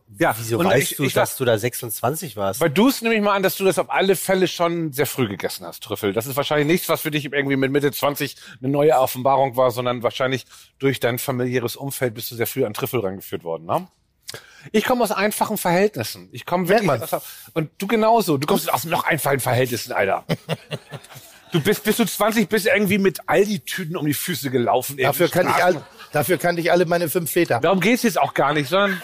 Ja, Wieso und weißt ich, du, ich, dass du da sechsundzwanzig warst? Weil du es nehme ich mal an, dass du das auf alle Fälle schon sehr früh gegessen hast, Trüffel. Das ist wahrscheinlich nichts, was für dich irgendwie mit Mitte zwanzig eine neue Offenbarung war, sondern wahrscheinlich durch dein familiäres Umfeld bist du sehr früh an Trüffel rangeführt worden, ne? Ich komme aus einfachen Verhältnissen. Ich komme wirklich aus, und du genauso. Du kommst aus noch einfachen Verhältnissen, Alter. Du bist, bis du zwanzig bist irgendwie mit Aldi-Tüten um die Füße gelaufen. Dafür kannte ich alle, dafür kannte ich alle meine fünf Väter. Darum geht's jetzt auch gar nicht, sondern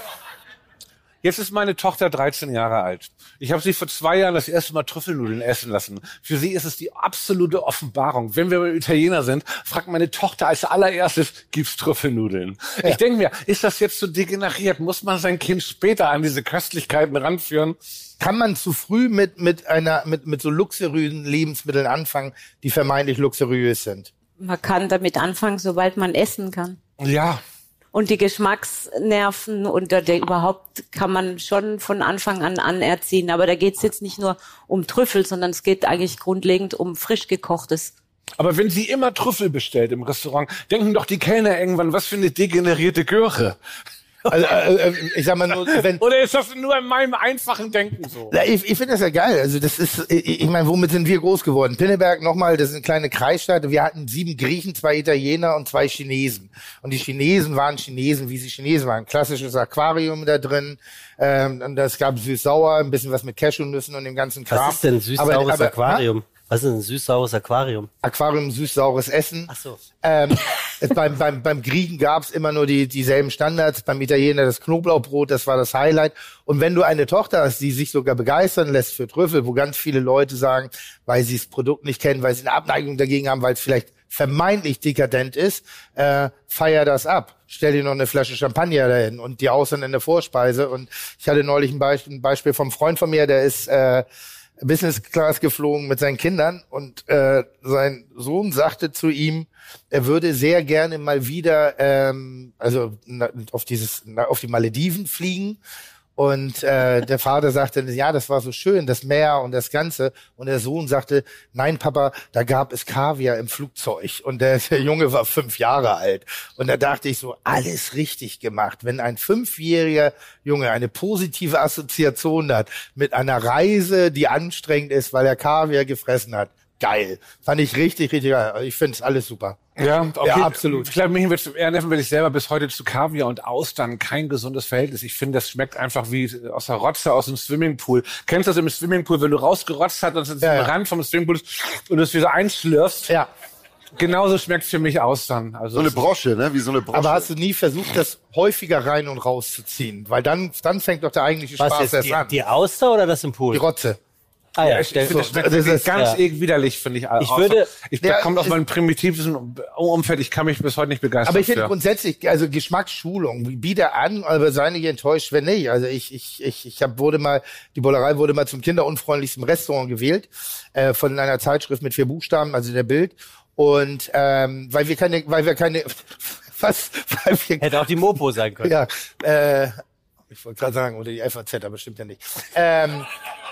jetzt ist meine Tochter dreizehn Jahre alt. Ich habe sie vor zwei Jahren das erste Mal Trüffelnudeln essen lassen. Für sie ist es die absolute Offenbarung. Wenn wir bei Italiener sind, fragt meine Tochter als allererstes, gibt's Trüffelnudeln? Ja. Ich denke mir, ist das jetzt so degeneriert? Muss man sein Kind später an diese Köstlichkeiten ranführen? Kann man zu früh mit mit einer mit mit so luxuriösen Lebensmitteln anfangen, die vermeintlich luxuriös sind? Man kann damit anfangen, sobald man essen kann. Ja. Und die Geschmacksnerven und der, der überhaupt kann man schon von Anfang an anerziehen. Aber da geht's jetzt nicht nur um Trüffel, sondern es geht eigentlich grundlegend um frisch gekochtes. Aber wenn sie immer Trüffel bestellt im Restaurant, denken doch die Kellner irgendwann, was für eine degenerierte Göre. Also, äh, ich sag mal nur, wenn oder ist das nur in meinem einfachen Denken so? Ja, ich ich finde das ja geil. Also das ist, ich, ich meine, womit sind wir groß geworden? Pinneberg nochmal, das ist eine kleine Kreisstadt. Wir hatten sieben Griechen, zwei Italiener und zwei Chinesen. Und die Chinesen waren Chinesen, wie sie Chinesen waren. Klassisches Aquarium da drin. Ähm, und es gab süß-sauer, ein bisschen was mit Cashewnüssen und dem ganzen Kram. Was ist denn süß-saures Aquarium? Ha? Was ist ein süß-saures Aquarium? Aquarium, süß-saures Essen. Ach so. Ähm, es, beim, beim, beim Griechen gab's immer nur die dieselben Standards. Beim Italiener das Knoblauchbrot, das war das Highlight. Und wenn du eine Tochter hast, die sich sogar begeistern lässt für Trüffel, wo ganz viele Leute sagen, weil sie das Produkt nicht kennen, weil sie eine Abneigung dagegen haben, weil es vielleicht vermeintlich dekadent ist, äh, feier das ab. Stell dir noch eine Flasche Champagner dahin und die Austern in der Vorspeise. Und ich hatte neulich ein Beispiel, ein Beispiel vom Freund von mir, der ist äh, Business Class geflogen mit seinen Kindern und äh, sein Sohn sagte zu ihm, er würde sehr gerne mal wieder ähm, also na, auf dieses na, auf die Malediven fliegen. Und äh, der Vater sagte, ja, das war so schön, das Meer und das Ganze. Und der Sohn sagte, nein, Papa, da gab es Kaviar im Flugzeug. Und der, der Junge war fünf Jahre alt. Und da dachte ich so, alles richtig gemacht. Wenn ein fünfjähriger Junge eine positive Assoziation hat mit einer Reise, die anstrengend ist, weil er Kaviar gefressen hat, geil. Fand ich richtig, richtig geil. Also ich finde es alles super. Ja, okay. Ja, absolut. Ich glaube, mich wird eher nerven, weil ich selber bis heute zu Kaviar und Austern kein gesundes Verhältnis. Ich finde, das schmeckt einfach wie aus der Rotze aus dem Swimmingpool. Kennst du das im Swimmingpool, wenn du rausgerotzt hast und ja, am ja. Rand vom Swimmingpool und du es wieder einschlürfst? Ja. Genauso schmeckt für mich Austern. Also so eine Brosche, ne? Wie so eine Brosche. Aber hast du nie versucht, das häufiger rein und rauszuziehen? Weil dann, dann fängt doch der eigentliche Was Spaß jetzt, erst die, an. Die Auster oder das im Pool? Die Rotze. Ah ja, ja ich, ich finde, das schmeckt das ist, ganz ja. widerlich, finde ich. Ich würde, ich ja, komme aus meinem primitiven Umfeld, ich kann mich bis heute nicht begeistern. Aber ich finde grundsätzlich, also Geschmacksschulung, biete an, aber sei nicht enttäuscht, wenn nicht. Also ich, ich, ich, ich hab, wurde mal, die Bollerei wurde mal zum kinderunfreundlichsten Restaurant gewählt, äh, von einer Zeitschrift mit vier Buchstaben, also der Bild. Und ähm, weil wir keine, weil wir keine, was, weil wir hätte auch die Mopo sein können. Ja, äh, ich wollte gerade sagen, oder die F A Z, aber stimmt ja nicht. Ähm,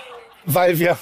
weil wir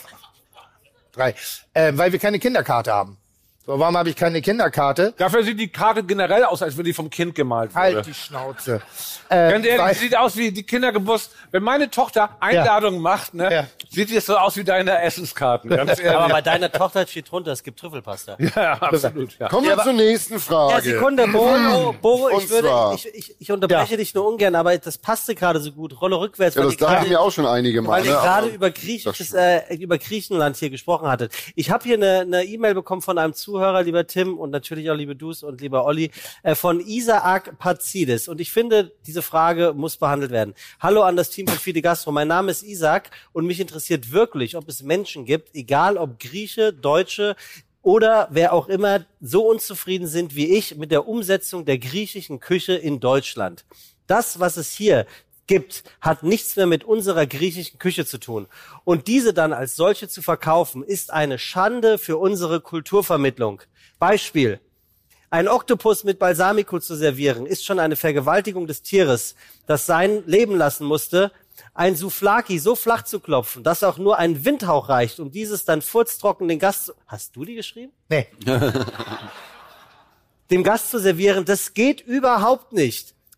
drei, äh, weil wir keine Kinderkarte haben. So, warum habe ich keine Kinderkarte? Dafür sieht die Karte generell aus, als wenn die vom Kind gemalt wurde. Halt die Schnauze. Äh, Ganz ehrlich, sieht aus wie die Kindergeburtstag. Wenn meine Tochter Einladungen ja. macht, ne, ja. sieht die so aus wie deine Essenskarten. Ganz ehrlich. Aber bei deiner Tochter steht drunter, es gibt Trüffelpasta. Ja, absolut. Ja. Kommen wir ja, zur nächsten Frage. Ja, Sekunde, Boro, Boro ich, würde, zwar, ich, ich, ich unterbreche ja. dich nur ungern, aber das passte gerade so gut. Rolle rückwärts. Ja, das dachten mir auch schon einige Mal. Weil ne? ihr gerade über, Griechisches, äh, über Griechenland hier gesprochen hattet. Ich habe hier eine eine E-Mail bekommen von einem Zuhörer, lieber Tim, und natürlich auch liebe Dus und lieber Olli, äh, von Isaac Pazidis. Und ich finde, diese Frage muss behandelt werden. Hallo an das Team von Fide Gastro. Mein Name ist Isaac und mich interessiert wirklich, ob es Menschen gibt, egal ob Grieche, Deutsche oder wer auch immer, so unzufrieden sind wie ich mit der Umsetzung der griechischen Küche in Deutschland. Das, was es hier gibt, hat nichts mehr mit unserer griechischen Küche zu tun. Und diese dann als solche zu verkaufen, ist eine Schande für unsere Kulturvermittlung. Beispiel: Ein Oktopus mit Balsamico zu servieren, ist schon eine Vergewaltigung des Tieres, das sein Leben lassen musste. Ein Souvlaki so flach zu klopfen, dass auch nur ein Windhauch reicht, um dieses dann furztrocken den Gast zu... Hast du die geschrieben? Nee. Dem Gast zu servieren, das geht überhaupt nicht.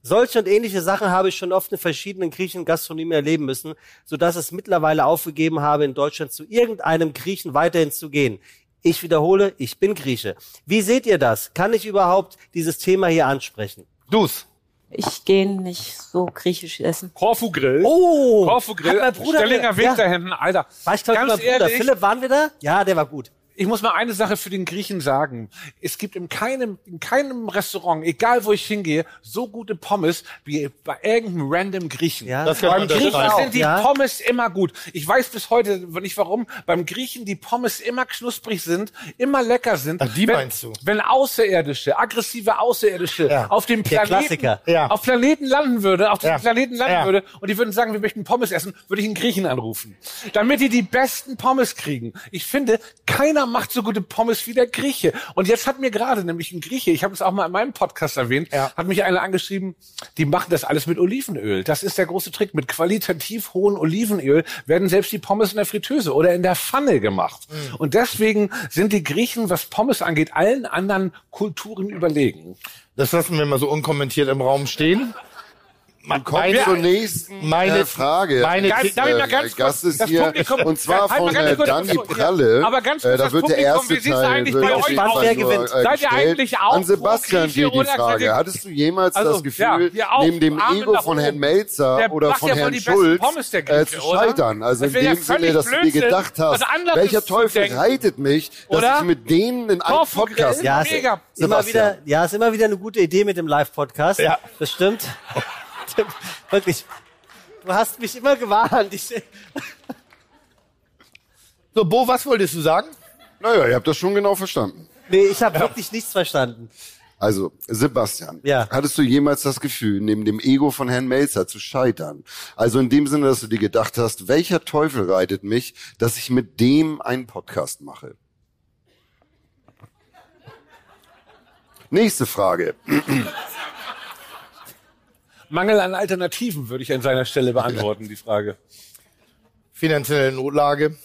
Solche und ähnliche Sachen habe ich schon oft in verschiedenen griechischen Gastronomien erleben müssen, sodass es mittlerweile aufgegeben habe, in Deutschland zu irgendeinem Griechen weiterhin zu gehen. Ich wiederhole, ich bin Grieche. Wie seht ihr das? Kann ich überhaupt dieses Thema hier ansprechen? Du's. Ich gehe nicht so griechisch essen. Korfu Grill. Oh! Korfu Grill. Hat mein Bruder Stellinger Weg ja. da hinten, Alter. War ich glaube ich mein Bruder. ehrlich, Philipp, waren wir da? Ja, der war gut. Ich muss mal eine Sache für den Griechen sagen. Es gibt in keinem, in keinem Restaurant, egal wo ich hingehe, so gute Pommes wie bei irgendeinem random Griechen. Ja, das kann beim man Griechen auch, sind die ja. Pommes immer gut. Ich weiß bis heute nicht warum. Beim Griechen die Pommes immer knusprig sind, immer lecker sind. Ach, die wenn, meinst du? Wenn Außerirdische, aggressive Außerirdische Ja. auf dem Der Planeten, Klassiker. Ja. auf Planeten landen würde, auf diesem Ja. Planeten landen Ja. würde und die würden sagen, wir möchten Pommes essen, würde ich einen Griechen anrufen. Damit die die besten Pommes kriegen. Ich finde, keiner macht so gute Pommes wie der Grieche. Und jetzt hat mir gerade nämlich ein Grieche, ich habe es auch mal in meinem Podcast erwähnt, Ja. hat mich einer angeschrieben, die machen das alles mit Olivenöl. Das ist der große Trick. Mit qualitativ hohem Olivenöl werden selbst die Pommes in der Fritteuse oder in der Pfanne gemacht. Mhm. Und deswegen sind die Griechen, was Pommes angeht, allen anderen Kulturen überlegen. Das lassen wir mal so unkommentiert im Raum stehen. Man kommt Meine- zur nächsten meine- äh, Frage. meine- Darf ich mal äh, ganz Gast kurz- ist das hier, Publikum- und zwar Halt mal von ganz äh, kurz- Dani ja, Pralle. aber ganz äh, kurz da das wird der Publikum, erste wie sieht's Teil eigentlich wird bei auf euch jeden aus? Fall Wer nur, gewinnt? äh, Seid ihr gestellt. eigentlich auch An Sebastian pro-Grieche geht die oder Frage. seid ihr- Hattest du jemals Also, das Gefühl, ja, ihr auch. neben dem Arme Ego nach von oben. Herrn Melzer Der oder macht von ja wohl Herrn die besten Schulz Pommes, der äh, Grieche, zu oder? scheitern? Also Das in wär ja dem Sinne, völlig dass du dir Blödsinn, gedacht was hast, anderes welcher zu Teufel denken. reitet mich, dass Oder? ich mit denen in einem Korfu Grill, Podcast Ja, mache? ist mega. immer Sebastian. wieder, ja, ist immer wieder eine gute Idee mit dem Live-Podcast. Ja. Das stimmt. Wirklich. Du hast mich immer gewarnt. Ich, So, Bo, was wolltest du sagen? Naja, ihr habt das schon genau verstanden. nee, ich habe wirklich nichts verstanden. Also, Sebastian, Ja. hattest du jemals das Gefühl, neben dem Ego von Herrn Melzer zu scheitern? Also in dem Sinne, dass du dir gedacht hast, welcher Teufel reitet mich, dass ich mit dem einen Podcast mache? Nächste Frage. Mangel an Alternativen würde ich an seiner Stelle beantworten, die Frage. Finanzielle Notlage.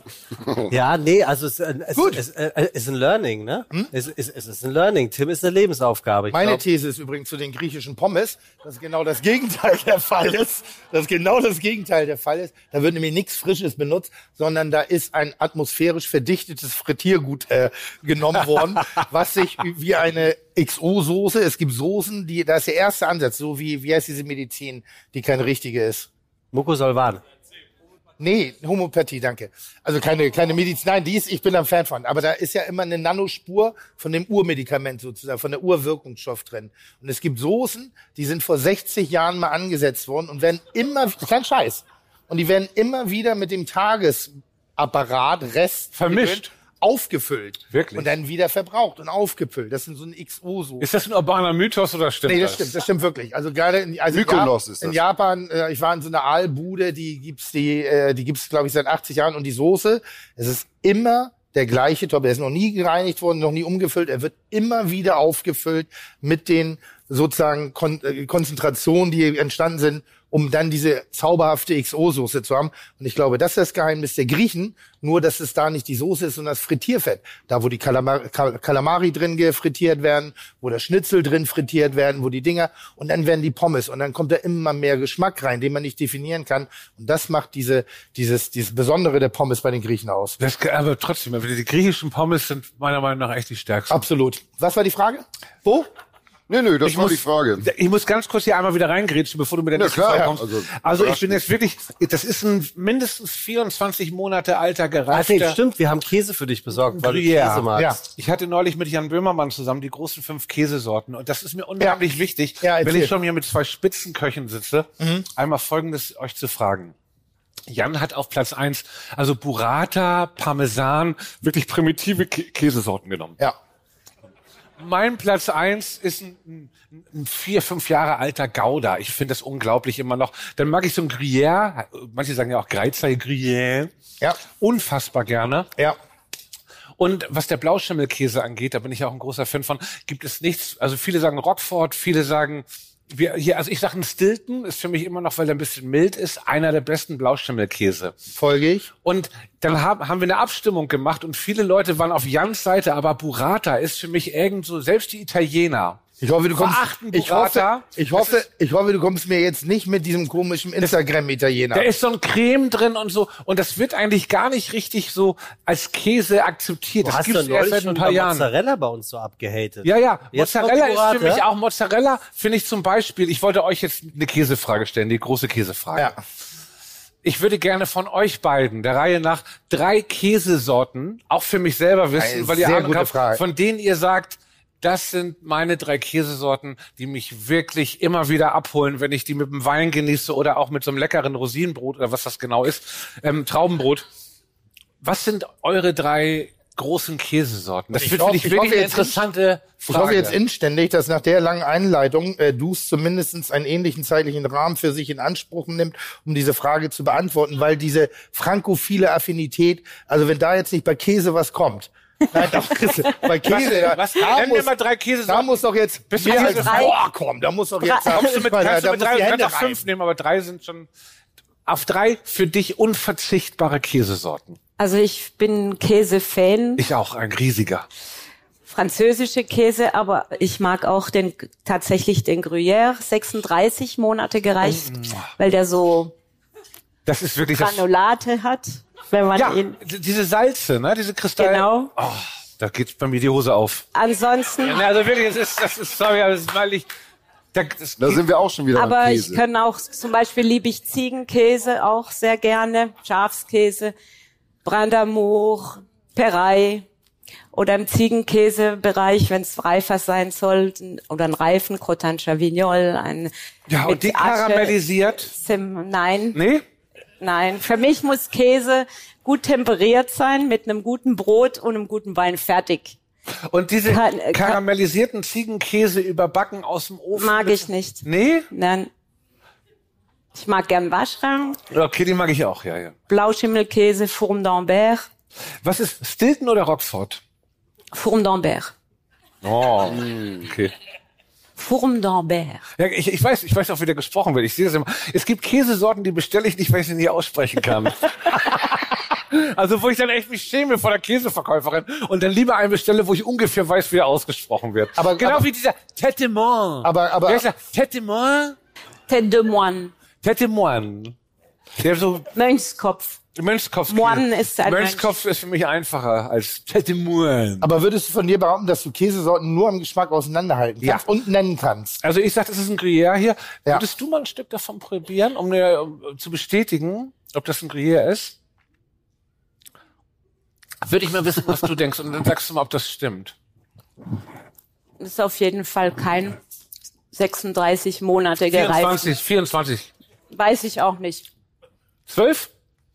Ja, nee, also es, äh, es, Gut. es, äh, es ist ein Learning, ne? Es, es, es ist ein Learning. Tim ist eine Lebensaufgabe. Ich Meine glaub, These ist übrigens zu den griechischen Pommes, dass genau das Gegenteil der Fall ist. Dass genau das Gegenteil der Fall ist. Da wird nämlich nichts Frisches benutzt, sondern da ist ein atmosphärisch verdichtetes Frittiergut äh, genommen worden, was sich wie eine X O-Soße, es gibt Soßen, die, da ist der erste Ansatz, so wie, wie heißt diese Medizin, die keine richtige ist? Mucosolvan. Nee, Homöopathie, danke. Also keine, keine Medizin, nein, die ist, ich bin ein Fan von. Aber da ist ja immer eine Nanospur von dem Urmedikament sozusagen, von der Urwirkungsstoff drin. Und es gibt Soßen, die sind vor sechzig Jahren mal angesetzt worden und werden immer, kein Scheiß. Und die werden immer wieder mit dem Tagesapparat, Rest, Vermischt. aufgefüllt. Wirklich? Und dann wieder verbraucht und aufgefüllt. Das sind so eine X O-Soßen. Ist das ein urbaner Mythos oder stimmt Nee, das das? stimmt, das stimmt wirklich. Also gerade in, also Mykonos in, ist in das. Japan, äh, ich war in so einer Aalbude, die gibt's die äh, die gibt's glaube ich seit achtzig Jahren und die Soße, es ist immer der gleiche Topf, der ist noch nie gereinigt worden, noch nie umgefüllt, er wird immer wieder aufgefüllt mit den sozusagen Kon äh, Konzentrationen, die entstanden sind, um dann diese zauberhafte X O-Soße zu haben. Und ich glaube, das ist das Geheimnis der Griechen, nur dass es da nicht die Soße ist, sondern das Frittierfett. Da, wo die Kalamari, Kalamari drin gefrittiert werden, wo der Schnitzel drin frittiert werden, wo die Dinger, und dann werden die Pommes. Und dann kommt da immer mehr Geschmack rein, den man nicht definieren kann. Und das macht diese, dieses, dieses Besondere der Pommes bei den Griechen aus. Das, aber trotzdem, die griechischen Pommes sind meiner Meinung nach echt die stärksten. Absolut. Was war die Frage? Wo? Nö, nö, das Ich war muss- die Frage. Ich muss ganz kurz hier einmal wieder reingrätschen, bevor du mit der Na nächsten klar, Frage ja. kommst. Also, Also, ich überrascht bin jetzt wirklich, das ist ein mindestens vierundzwanzig Monate alter Ah, nee, gereifter stimmt, wir haben Käse für dich besorgt, weil du Gruyère. Käse magst. Ja. Ich hatte neulich mit Jan Böhmermann zusammen die großen fünf Käsesorten und das ist mir unheimlich wichtig, Ja, wenn erzähl. ich schon hier mit zwei Spitzenköchen sitze, einmal Folgendes euch zu fragen. Jan hat auf Platz eins also Burrata, Parmesan, wirklich primitive Kä- Käsesorten genommen. Ja. Mein Platz eins ist ein, ein, ein vier, fünf Jahre alter Gouda. Ich finde das unglaublich immer noch. Dann mag ich so ein Gruyère. Manche sagen ja auch Greizer, Gruyère. Ja. Unfassbar gerne. Ja. Und was der Blauschimmelkäse angeht, da bin ich ja auch ein großer Fan von, gibt es nichts. Also viele sagen Roquefort, viele sagen, wir, hier, also ich sage ein Stilton ist für mich immer noch, weil der ein bisschen mild ist, einer der besten Blauschimmelkäse. Folge ich. Und dann haben, haben wir eine Abstimmung gemacht und viele Leute waren auf Jans Seite, aber Burrata ist für mich irgend so, selbst die Italiener Ich hoffe, du kommst, verachten ich Burrata. hoffe, ich hoffe, ich hoffe, du kommst mir jetzt nicht mit diesem komischen Instagram-Italiener. Da ist so ein Creme drin und so. Und das wird eigentlich gar nicht richtig so als Käse akzeptiert. Du Das hast gibt's doch erst neulich seit ein schon paar über Jahren. Mozzarella bei uns so abgehatet. Ja, ja. Jetzt Mozzarella kommt die ist für Burrata. mich auch Mozzarella. Finde ich zum Beispiel, ich wollte euch jetzt eine Käsefrage stellen, die große Käsefrage. Ja. Ich würde gerne von euch beiden, der Reihe nach, drei Käsesorten, auch für mich selber wissen, Eine weil ihr sehr Ahnung gute habt, Frage. von denen ihr sagt, das sind meine drei Käsesorten, die mich wirklich immer wieder abholen, wenn ich die mit dem Wein genieße oder auch mit so einem leckeren Rosinenbrot oder was das genau ist, ähm, Traubenbrot. Was sind eure drei großen Käsesorten? Das Ich wird hoffe- für dich ich wirklich hoffe eine jetzt interessante Ich Frage. hoffe jetzt inständig, dass nach der langen Einleitung äh, du es zumindest einen ähnlichen zeitlichen Rahmen für sich in Anspruch nimmt, um diese Frage zu beantworten, weil diese frankophile Affinität, also wenn da jetzt nicht bei Käse was kommt, nein, doch, bei Käse, da, was, da, nenn mir muss, mal drei Käsesorten. da muss doch jetzt Bist du mehr als Käse- boah, komm, da muss doch jetzt Kommst du mit, da, kannst da du mit muss drei, die du Hände kannst auch fünf rein. nehmen, aber drei sind schon, auf drei für dich unverzichtbare Käsesorten. Also ich bin Käse-Fan, Ich auch, ein riesiger. französische Käse, aber ich mag auch den tatsächlich den Gruyère, sechsunddreißig Monate gereicht, weil der so Das ist wirklich das, Granulate hat, wenn man ja, ihn d- diese Salze, ne, diese Kristalle. genau. Oh, da geht bei mir die Hose auf. Ansonsten, Ja, also wirklich, das ist, das ist, sorry, aber das ist, weil ich, da, das Da sind wir auch schon wieder aber am ich Käse. kann auch, zum Beispiel liebe ich Ziegenkäse auch sehr gerne, Schafskäse, Brin d'Amour, Perrey oder im Ziegenkäsebereich, wenn es reifer sein soll, oder ein Reifen, Crottin Chavignol, ein ja, und mit die Asche, karamellisiert. Sim, nein, Nee? nein. Für mich muss Käse gut temperiert sein, mit einem guten Brot und einem guten Wein fertig. Und diese Kann- äh, kann- karamellisierten Ziegenkäse überbacken aus dem Ofen. Mag mit- ich nicht. Nee? Nein. Ich mag gern Vacherin, Okay, die mag ich auch, ja, ja. Blauschimmelkäse, Fourme d'Ambert. Was ist Stilton oder Roquefort? Fourme d'Ambert. Oh, okay. Fourme d'Ambert. Ja, ich, ich weiß, ich weiß auch, wie der gesprochen wird. Ich sehe das immer. Es gibt Käsesorten, die bestelle ich nicht, weil ich sie nie aussprechen kann. Also, wo ich dann echt mich schäme vor der Käseverkäuferin und dann lieber einen bestelle, wo ich ungefähr weiß, wie er ausgesprochen wird. Aber- genau aber- wie dieser Tête de Moine. Aber- aber- Wer ist der? Tête de Moine? Tête de Moine. Tête de Moine. Der so Mönchskopf. Mönchskopf. Moine ist ein Mönchskopf ist für mich einfacher als Tête de Moine. Aber würdest du von dir behaupten, dass du Käsesorten nur am Geschmack auseinanderhalten kannst Ja. und nennen kannst? Also ich sag, das ist ein Gruyère hier. Ja. Würdest du mal ein Stück davon probieren, um, mir, um zu bestätigen, ob das ein Gruyère ist? Würde ich mal wissen, was du denkst. Und dann sagst du mal, ob das stimmt. Das ist auf jeden Fall kein sechsunddreißig Monate gereift. vierundzwanzig, vierundzwanzig. Weiß ich auch nicht. zwölf?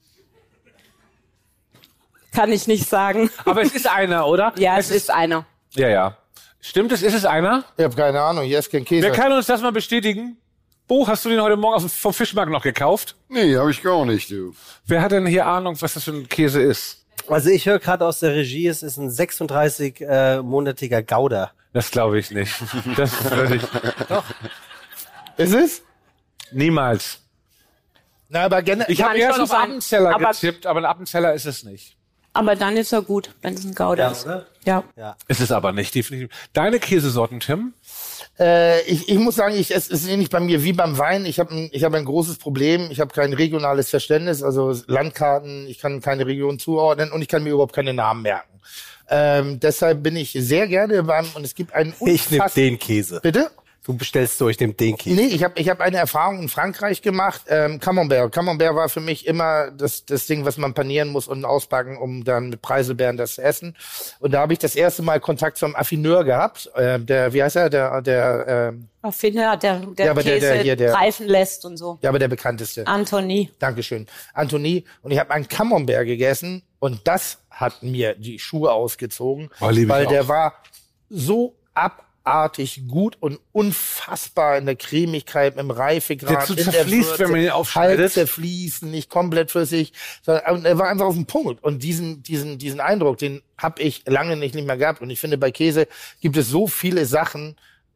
Kann ich nicht sagen. Aber es ist einer, oder? Ja, es, ist einer. Ja, ja. Stimmt es? Ist es einer? Ich habe keine Ahnung, hier ist kein Käse. Wer kann uns das mal bestätigen? Bo, hast du den heute Morgen auf dem- vom Fischmarkt noch gekauft? Nee, habe ich gar nicht, du. Wer hat denn hier Ahnung, was das für ein Käse ist? Also ich höre gerade aus der Regie, es ist ein sechsunddreißig-monatiger Gouda. Das glaube ich nicht. Das würde ich. Doch. Ist es? Niemals. Na, aber generell. Ich habe Kann erst schon auf sein. Appenzeller Aber- getippt, aber ein Appenzeller ist es nicht. Aber dann ist er gut, wenn es ein Gouda Ja, ist. oder? Ja. Ja. Ist es aber nicht, definitiv. Deine Käsesorten, Tim? Äh, ich, ich muss sagen, ich, es ist ähnlich bei mir wie beim Wein. Ich habe ein, ich hab ein großes Problem. Ich habe kein regionales Verständnis, also Landkarten. Ich kann keine Region zuordnen und ich kann mir überhaupt keine Namen merken. Ähm, deshalb bin ich sehr gerne beim, und es gibt einen Ich nehme unfass- den Käse. Bitte? Du bestellst so, ich nehme den Käse. Nee, ich habe ich hab eine Erfahrung in Frankreich gemacht. Ähm, Camembert. Camembert war für mich immer das, das Ding, was man panieren muss und ausbacken, um dann mit Preiselbeeren das zu essen. Und da habe ich das erste Mal Kontakt zum Affineur gehabt. Ähm, der, wie heißt er? Der, der, ähm, Affineur, der, der Ja, aber der- Käse der hier, der- reifen lässt und so. ja, aber der bekannteste. Anthony. Dankeschön. Anthony. Und ich habe einen Camembert gegessen und das hat mir die Schuhe ausgezogen, Oh, lieb ich weil der auch. war so abartig gut und unfassbar in der Cremigkeit, im Reifegrad. Der zu in zerfließt, Würze, wenn man ihn aufschneidet. Halb zerfließen, nicht komplett flüssig, sondern und er war einfach auf dem Punkt. Und diesen, diesen, diesen Eindruck, den habe ich lange nicht, nicht mehr gehabt. Und ich finde, bei Käse gibt es so viele Sachen,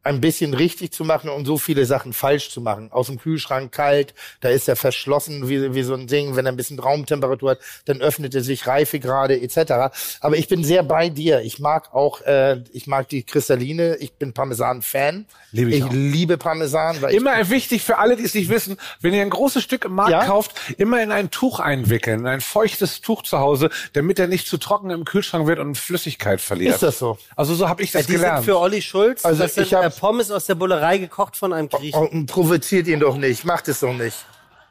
ein bisschen richtig zu machen und so viele Sachen falsch zu machen. Aus dem Kühlschrank kalt, da ist er verschlossen wie, wie so ein Ding. Wenn er ein bisschen Raumtemperatur hat, dann öffnet er sich Reifegrade et cetera. Aber ich bin sehr bei dir. Ich mag auch, äh, ich mag die Kristalline. Ich bin Parmesan-Fan. Liebe ich ich auch. liebe Parmesan. Weil Immer ich, wichtig für alle, die es nicht wissen, wenn ihr ein großes Stück im Markt Ja? kauft, immer in ein Tuch einwickeln, in ein feuchtes Tuch zu Hause, damit er nicht zu trocken im Kühlschrank wird und Flüssigkeit verliert. Ist das so? Also so habe ich das Ja, die gelernt. sind für Olli Schulz. Also das sind ich hab- äh, Pommes aus der Bullerei gekocht von einem Griechen. oh, oh, provoziert ihn doch nicht. Macht es doch nicht.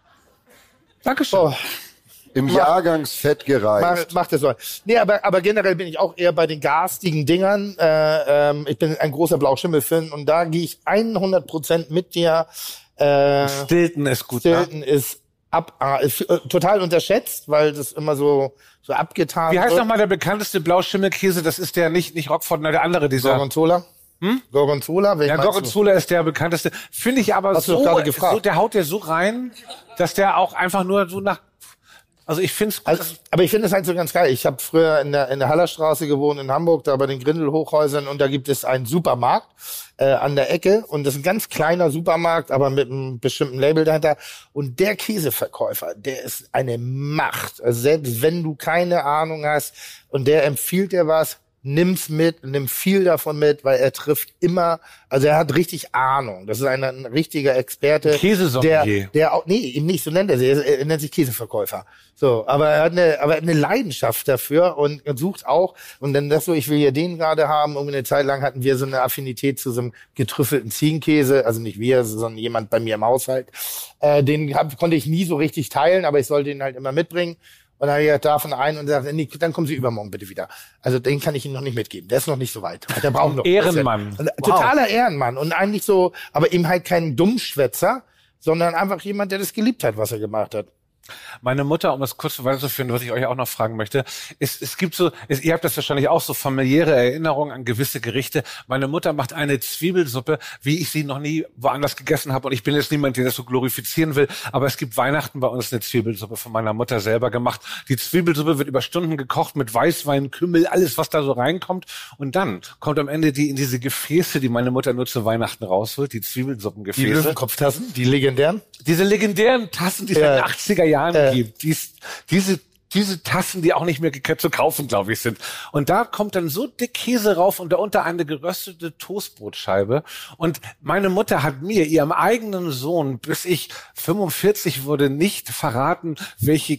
Dankeschön. Oh. Im Jahrgangsfett gereift. Mach, mach das so. Nee, aber, aber generell bin ich auch eher bei den garstigen Dingern. Äh, ähm, ich bin ein großer Blauschimmelfan und da gehe ich hundert Prozent mit dir. Äh, Stilton ist gut. Stilton Ne? ist ab, äh, ist äh, total unterschätzt, weil das immer so so abgetan Wie heißt wird. nochmal der bekannteste Blauschimmelkäse? Das ist der nicht nicht Roquefort, nein, der andere, dieser. Gorgonzola? Hm? Gorgonzola? Welchen Ja, meinst du? Gorgonzola ist der bekannteste. Finde ich aber Hast du doch so, gerade gefragt. so, der haut der so rein, dass der auch einfach nur so nach, also ich finde es, Also, aber ich finde es halt so ganz geil. Ich habe früher in der, in der Hallerstraße gewohnt in Hamburg, da bei den Grindel-Hochhäusern und da gibt es einen Supermarkt äh, an der Ecke und das ist ein ganz kleiner Supermarkt, aber mit einem bestimmten Label dahinter und der Käseverkäufer, der ist eine Macht. Also selbst wenn du keine Ahnung hast und der empfiehlt dir was, nimm's mit, nimm viel davon mit, weil er trifft immer, also er hat richtig Ahnung. Das ist ein, ein richtiger Experte. Käsesommelier. Der, der auch, nee, ihn nicht so nennt er sich, er, er nennt sich Käseverkäufer. So, aber er hat eine, aber er hat eine Leidenschaft dafür und, und sucht auch, und dann das so, ich will ja den gerade haben, um eine Zeit lang hatten wir so eine Affinität zu so einem getrüffelten Ziegenkäse, also nicht wir, sondern jemand bei mir im Haushalt. Äh, den hab, konnte ich nie so richtig teilen, aber ich sollte ihn halt immer mitbringen. Und dann habe ich gesagt, davon ein und sagte, nee, dann kommen Sie übermorgen bitte wieder. Also den kann ich Ihnen noch nicht mitgeben. Der ist noch nicht so weit. Der braucht noch ein Ehrenmann. bisschen. Und, totaler Ehrenmann. Und eigentlich so, aber eben halt kein Dummschwätzer, sondern einfach jemand, der das geliebt hat, was er gemacht hat. Meine Mutter, um das kurz weiterzuführen, was ich euch auch noch fragen möchte, es, es gibt so, es, ihr habt das wahrscheinlich auch so familiäre Erinnerungen an gewisse Gerichte. Meine Mutter macht eine Zwiebelsuppe, wie ich sie noch nie woanders gegessen habe. Und ich bin jetzt niemand, der das so glorifizieren will, aber es gibt Weihnachten bei uns eine Zwiebelsuppe von meiner Mutter selber gemacht. Die Zwiebelsuppe wird über Stunden gekocht mit Weißwein, Kümmel, alles, was da so reinkommt. Und dann kommt am Ende die in diese Gefäße, die meine Mutter nur zu Weihnachten rausholt, die Zwiebelsuppengefäße. Die Löwenkopftassen, die legendären? Diese legendären Tassen, die es Ja. in den achtziger Jahren Äh. gibt. Dies, diese, diese Tassen, die auch nicht mehr ge- zu kaufen, glaube ich, sind. Und da kommt dann so dick Käse rauf und darunter eine geröstete Toastbrotscheibe. Und meine Mutter hat mir, ihrem eigenen Sohn, bis ich fünfundvierzig wurde, nicht verraten, welche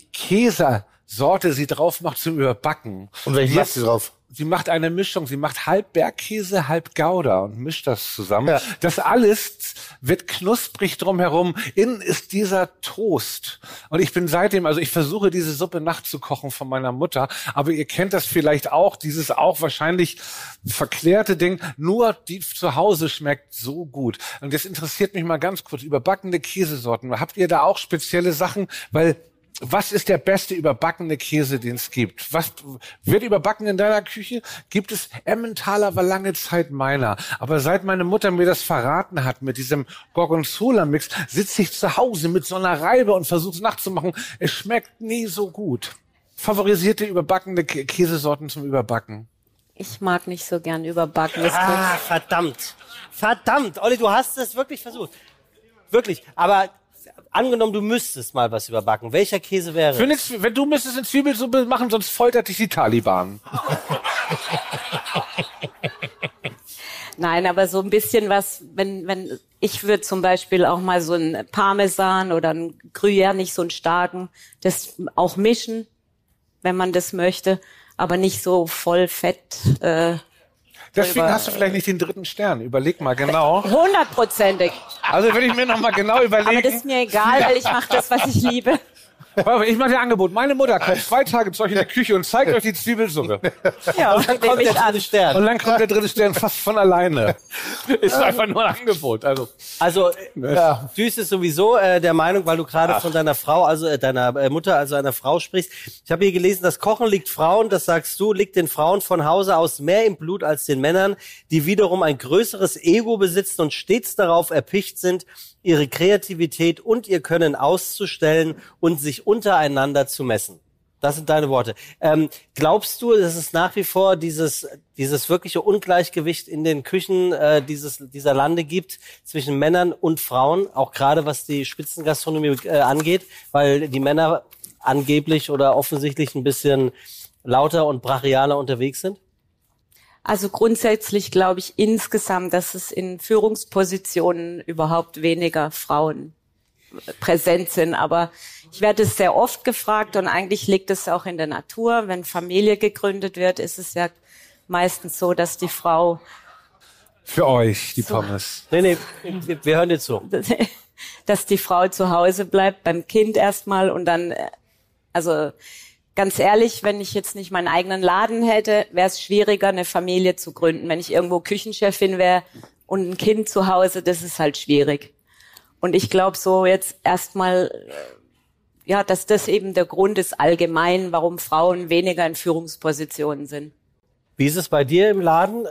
Käsesorte sie drauf macht zum Überbacken. Und welche Die macht ist- sie drauf? Sie macht eine Mischung. Sie macht halb Bergkäse, halb Gouda und mischt das zusammen. Ja. Das alles wird knusprig drumherum. Innen ist dieser Toast. Und ich bin seitdem, also ich versuche diese Suppe nachzukochen von meiner Mutter. Aber ihr kennt das vielleicht auch, dieses auch wahrscheinlich verklärte Ding. Nur die zu Hause schmeckt so gut. Und das interessiert mich mal ganz kurz. Überbackene Käsesorten. Habt ihr da auch spezielle Sachen? Weil was ist der beste überbackene Käse, den es gibt? Was wird überbacken in deiner Küche? Gibt es? Emmentaler war lange Zeit meiner. Aber seit meine Mutter mir das verraten hat mit diesem Gorgonzola-Mix, sitze ich zu Hause mit so einer Reibe und versuche es nachzumachen. Es schmeckt nie so gut. Favorisierte überbackene Kä- Käsesorten zum Überbacken? Ich mag nicht so gern überbacken. Es Ah, kommt- verdammt. Verdammt. Olli, du hast es wirklich versucht. Wirklich. Aber angenommen, du müsstest mal was überbacken. Welcher Käse wäre Für es? eine, wenn du müsstest eine Zwiebelsuppe machen, sonst foltert dich die Taliban. Nein, aber so ein bisschen was, wenn, wenn, ich würde zum Beispiel auch mal so ein Parmesan oder ein Gruyère, nicht so einen starken, das auch mischen, wenn man das möchte, aber nicht so voll fett, äh, Deswegen drüber. hast du vielleicht nicht den dritten Stern. Überleg mal genau. Hundertprozentig. Also wenn ich mir noch mal genau überlegen. Aber das ist mir egal, weil ich mache das, was ich liebe. Aber ich mache dir ein Angebot. Meine Mutter kommt zwei Tage zu euch in der Küche und zeigt euch die Zwiebelsuppe. Ja, Und dann kommt der dritte Stern. Und dann kommt der dritte Stern fast von alleine. Ist einfach nur ein Angebot. Also Also, äh, Ja. Süß ist sowieso äh, der Meinung, weil du gerade Ach. von deiner Frau, also äh, deiner äh, Mutter, also einer Frau sprichst. Ich habe hier gelesen, das Kochen liegt Frauen, das sagst du, liegt den Frauen von Hause aus mehr im Blut als den Männern, die wiederum ein größeres Ego besitzen und stets darauf erpicht sind, ihre Kreativität und ihr Können auszustellen und sich untereinander zu messen. Das sind deine Worte. Ähm, glaubst du, dass es nach wie vor dieses dieses wirkliche Ungleichgewicht in den Küchen äh, dieses dieser Lande gibt zwischen Männern und Frauen, auch gerade was die Spitzengastronomie äh, angeht, weil die Männer angeblich oder offensichtlich ein bisschen lauter und brachialer unterwegs sind? Also grundsätzlich glaube ich insgesamt, dass es in Führungspositionen überhaupt weniger Frauen präsent sind. Aber ich werde es sehr oft gefragt und eigentlich liegt es auch in der Natur. Wenn Familie gegründet wird, ist es ja meistens so, dass die Frau... Für euch, die so, Pommes. Nee, nee, wir, wir hören dir zu. Dass die Frau zu Hause bleibt, beim Kind erstmal und dann... Also ganz ehrlich, wenn ich jetzt nicht meinen eigenen Laden hätte, wäre es schwieriger, eine Familie zu gründen. Wenn ich irgendwo Küchenchefin wäre und ein Kind zu Hause, das ist halt schwierig. Und ich glaube so jetzt erstmal, ja, dass das eben der Grund ist allgemein, warum Frauen weniger in Führungspositionen sind. Wie ist es bei dir im Laden?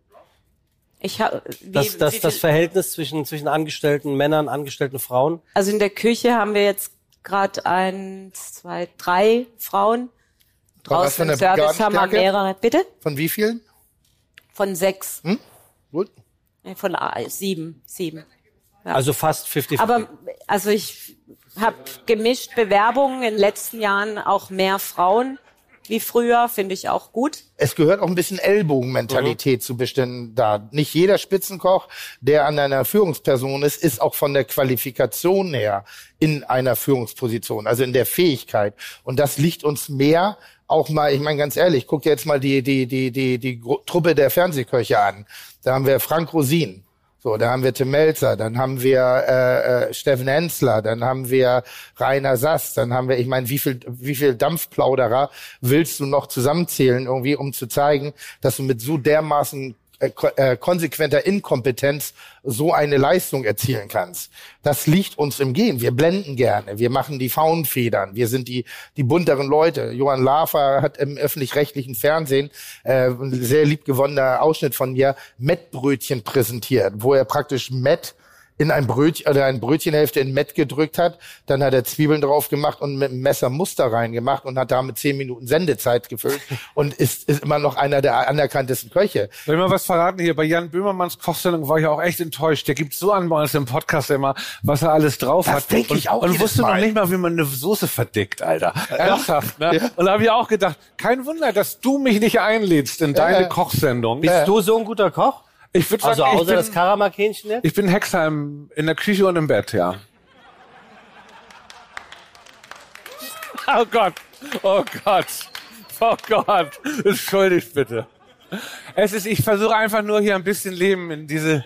Ich ha, wie, das, das, wie das Verhältnis zwischen, zwischen angestellten Männern, angestellten Frauen? Also in der Küche haben wir jetzt gerade eins, zwei, drei Frauen. Draußen im Service haben wir mehrere. Bitte? Von wie vielen? Von sechs. Hm? Gut. Nee, von äh, sieben. Sieben. Ja. Also fast fünfzig. Aber also ich habe gemischt Bewerbungen in den letzten Jahren, auch mehr Frauen wie früher, finde ich auch gut. Es gehört auch ein bisschen Ellbogenmentalität mhm. zu bestimmen da. Nicht jeder Spitzenkoch, der an einer Führungsperson ist, ist auch von der Qualifikation her in einer Führungsposition, also in der Fähigkeit. Und das liegt uns mehr auch mal, ich meine ganz ehrlich, guck dir jetzt mal die, die, die, die, die Truppe der Fernsehköche an. Da haben wir Frank Rosin. So, da haben wir Tim Melzer, dann haben wir äh, äh, Steffen Hensler, dann haben wir Rainer Sass, dann haben wir, ich meine, wie viel wie viel Dampfplauderer willst du noch zusammenzählen irgendwie, um zu zeigen, dass du mit so dermaßen äh, äh, konsequenter Inkompetenz so eine Leistung erzielen kannst. Das liegt uns im Gehen. Wir blenden gerne, wir machen die Faunenfedern, wir sind die die bunteren Leute. Johann Lafer hat im öffentlich-rechtlichen Fernsehen äh, ein sehr liebgewonnener Ausschnitt von mir Mettbrötchen präsentiert, wo er praktisch Mett in ein Brötchen oder ein Brötchenhälfte in Mett gedrückt hat, dann hat er Zwiebeln drauf gemacht und mit dem Messer Muster reingemacht und hat damit zehn Minuten Sendezeit gefüllt und ist, ist immer noch einer der anerkanntesten Köche. Soll ich mal was verraten hier? Bei Jan Böhmermanns Kochsendung war ich auch echt enttäuscht. Der gibt so an bei uns im Podcast immer, was er alles drauf das hat. Denk und ich auch und wusste Mal. noch nicht mal, wie man eine Soße verdickt, Alter. Ernsthaft, ne? Ja. Und da habe ich auch gedacht, kein Wunder, dass du mich nicht einlädst in deine ja. Kochsendung. Bist ja. du so ein guter Koch? Ich würde sagen, also außer ich bin, das Karamak-Hähnchen jetzt? Ich bin Hexer im, in der Küche und im Bett, ja. Oh Gott, oh Gott, oh Gott, entschuldigt bitte. Es ist, ich versuche einfach nur hier ein bisschen Leben in diese...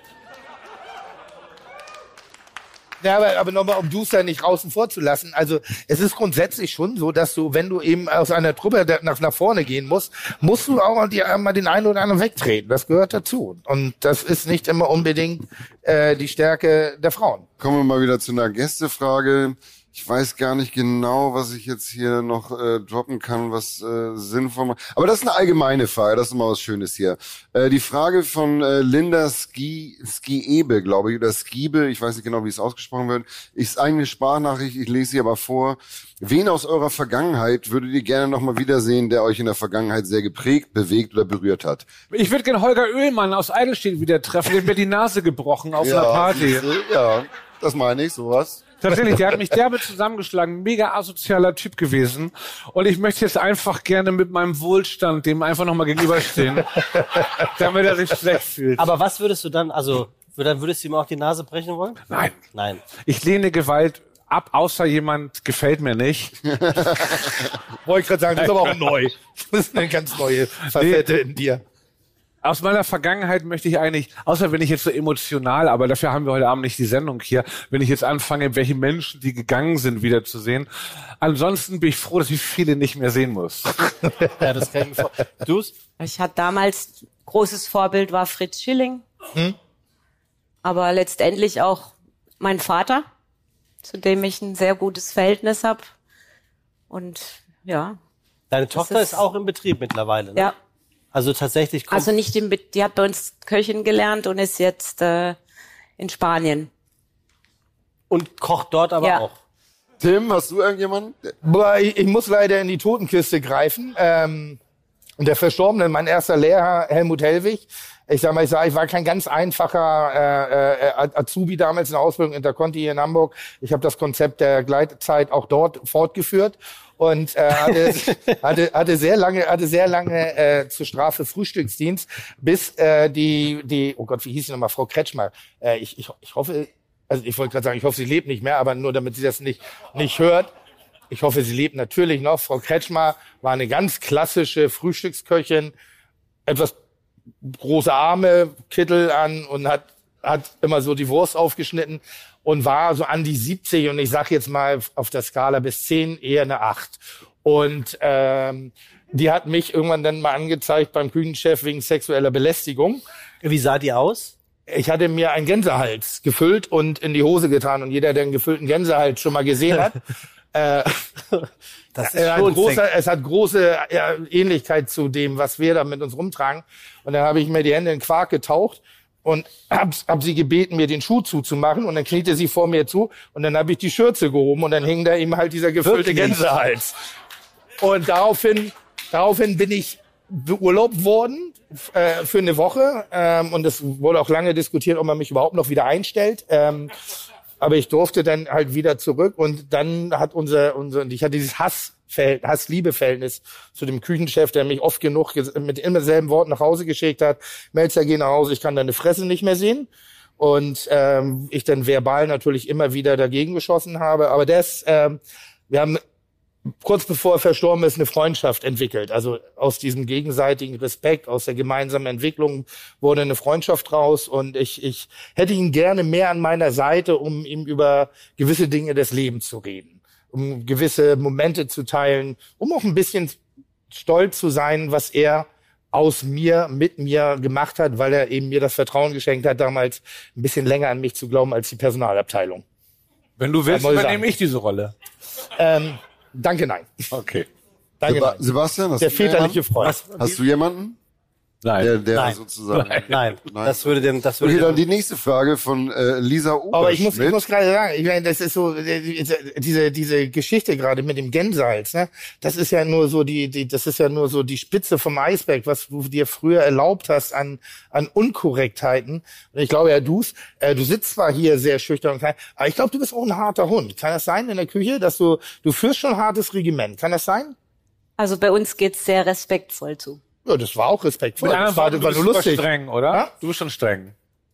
Ja, aber, aber nochmal, um Duster nicht außen vor zu lassen. Also es ist grundsätzlich schon so, dass du, wenn du eben aus einer Truppe nach, nach vorne gehen musst, musst du auch mal, die, mal den einen oder anderen wegtreten. Das gehört dazu. Und das ist nicht immer unbedingt äh, die Stärke der Frauen. Kommen wir mal wieder zu einer Gästefrage. Ich weiß gar nicht genau, was ich jetzt hier noch äh, droppen kann, was äh, sinnvoll macht. Aber das ist eine allgemeine Frage, das ist mal was Schönes hier. Äh, die Frage von äh, Linda Ski, Skiebe, glaube ich, oder Skiebe, ich weiß nicht genau, wie es ausgesprochen wird, ist eine Sprachnachricht, ich lese sie aber vor. Wen aus eurer Vergangenheit würdet ihr gerne nochmal wiedersehen, der euch in der Vergangenheit sehr geprägt, bewegt oder berührt hat? Ich würde gerne Holger Oehlmann aus Eidelstedt wieder treffen, der hat mir die Nase gebrochen auf ja, einer Party. Ja, das meine ich, sowas. Tatsächlich, der hat mich derbe zusammengeschlagen, mega asozialer Typ gewesen. Und ich möchte jetzt einfach gerne mit meinem Wohlstand dem einfach nochmal gegenüberstehen, damit er sich schlecht fühlt. Aber was würdest du dann, also dann würdest du ihm auch die Nase brechen wollen? Nein. Nein. Ich lehne Gewalt ab, außer jemand gefällt mir nicht. Wollte ich gerade sagen, das ist aber auch neu. Das ist eine ganz neue Facette nee. in dir. Aus meiner Vergangenheit möchte ich eigentlich, außer wenn ich jetzt so emotional, aber dafür haben wir heute Abend nicht die Sendung hier, wenn ich jetzt anfange, welche Menschen, die gegangen sind, wiederzusehen. Ansonsten bin ich froh, dass ich viele nicht mehr sehen muss. Ja, das kann ich mir vorstellen. Du's? Ich hatte damals, großes Vorbild war Fritz Schilling. Hm? Aber letztendlich auch mein Vater, zu dem ich ein sehr gutes Verhältnis habe. Und ja. Deine Tochter ist, ist auch im Betrieb mittlerweile, ne? Ja. Also tatsächlich. Also nicht im, Be- die hat bei uns Köchin gelernt und ist jetzt äh, in Spanien. Und kocht dort aber ja. auch. Tim, hast du irgendjemanden? Boah, ich, ich muss leider in die Totenkiste greifen. Ähm, der Verstorbene, mein erster Lehrer, Helmut Hellwig. Ich sag mal, ich, sag, ich war kein ganz einfacher äh, äh, Azubi damals in der Ausbildung Interconti hier in Hamburg. Ich habe das Konzept der Gleitzeit auch dort fortgeführt und äh, hatte, hatte, hatte sehr lange, hatte sehr lange äh, zur Strafe Frühstücksdienst, bis äh, die, die, oh Gott, wie hieß sie nochmal, Frau Kretschmer. Äh, ich, ich, ich hoffe, also ich wollte gerade sagen, ich hoffe, sie lebt nicht mehr, aber nur damit sie das nicht nicht hört. Ich hoffe, sie lebt natürlich noch. Frau Kretschmer war eine ganz klassische Frühstücksköchin, etwas große Arme, Kittel an und hat hat immer so die Wurst aufgeschnitten und war so an die siebzig und ich sag jetzt mal auf der Skala bis zehn eher eine acht. Und ähm, die hat mich irgendwann dann mal angezeigt beim Küchenchef wegen sexueller Belästigung. Wie sah die aus? Ich hatte mir einen Gänsehals gefüllt und in die Hose getan und jeder, der einen gefüllten Gänsehals schon mal gesehen hat, äh, das ist er hat schon große, es hat große ja, Ähnlichkeit zu dem, was wir da mit uns rumtragen. Und dann habe ich mir die Hände in den Quark getaucht und hab, hab sie gebeten, mir den Schuh zuzumachen. Und dann kniete sie vor mir zu und dann habe ich die Schürze gehoben und dann hing da eben halt dieser gefüllte Wirklich? Gänsehals. Und daraufhin, daraufhin bin ich beurlaubt worden äh, für eine Woche. Ähm, und es wurde auch lange diskutiert, ob man mich überhaupt noch wieder einstellt. Ähm, aber ich durfte dann halt wieder zurück und dann hat unser, unser, ich hatte dieses Hass, Hass-Liebe-Verhältnis zu dem Küchenchef, der mich oft genug mit immer selben Worten nach Hause geschickt hat. Melzer, geh nach Hause, ich kann deine Fresse nicht mehr sehen. Und ähm, ich dann verbal natürlich immer wieder dagegen geschossen habe. Aber das, ähm, wir haben kurz bevor er verstorben ist, eine Freundschaft entwickelt. Also aus diesem gegenseitigen Respekt, aus der gemeinsamen Entwicklung wurde eine Freundschaft raus und ich, ich hätte ihn gerne mehr an meiner Seite, um ihm über gewisse Dinge des Lebens zu reden, um gewisse Momente zu teilen, um auch ein bisschen stolz zu sein, was er aus mir, mit mir gemacht hat, weil er eben mir das Vertrauen geschenkt hat, damals ein bisschen länger an mich zu glauben als die Personalabteilung. Wenn du willst, übernehme ich diese Rolle. Ähm, Danke, nein. Okay. Danke, Seba nein. Sebastian, hast der du väterliche jemanden? Freund. Hast, hast du jemanden? Nein. Der, der Nein. sozusagen. Nein. Nein. Das würde dem, das würde Okay, dem, dann die nächste Frage von äh, Lisa Oberschmidt. Aber ich muss, ich muss gerade sagen, ich meine, das ist so äh, diese diese Geschichte gerade mit dem Gänsehals, ne? Das ist ja nur so die, die das ist ja nur so die Spitze vom Eisberg, was du dir früher erlaubt hast an an Unkorrektheiten. Und ich glaube, Herr Dus, äh, du sitzt zwar hier sehr schüchtern und klein, aber ich glaube, du bist auch ein harter Hund. Kann das sein in der Küche, dass du du führst schon ein hartes Regiment? Kann das sein? Also bei uns geht's sehr respektvoll zu. Ja, das war auch respektvoll. Mit Das war, das du war bist nur lustig. streng, oder? Ja? Du bist schon streng.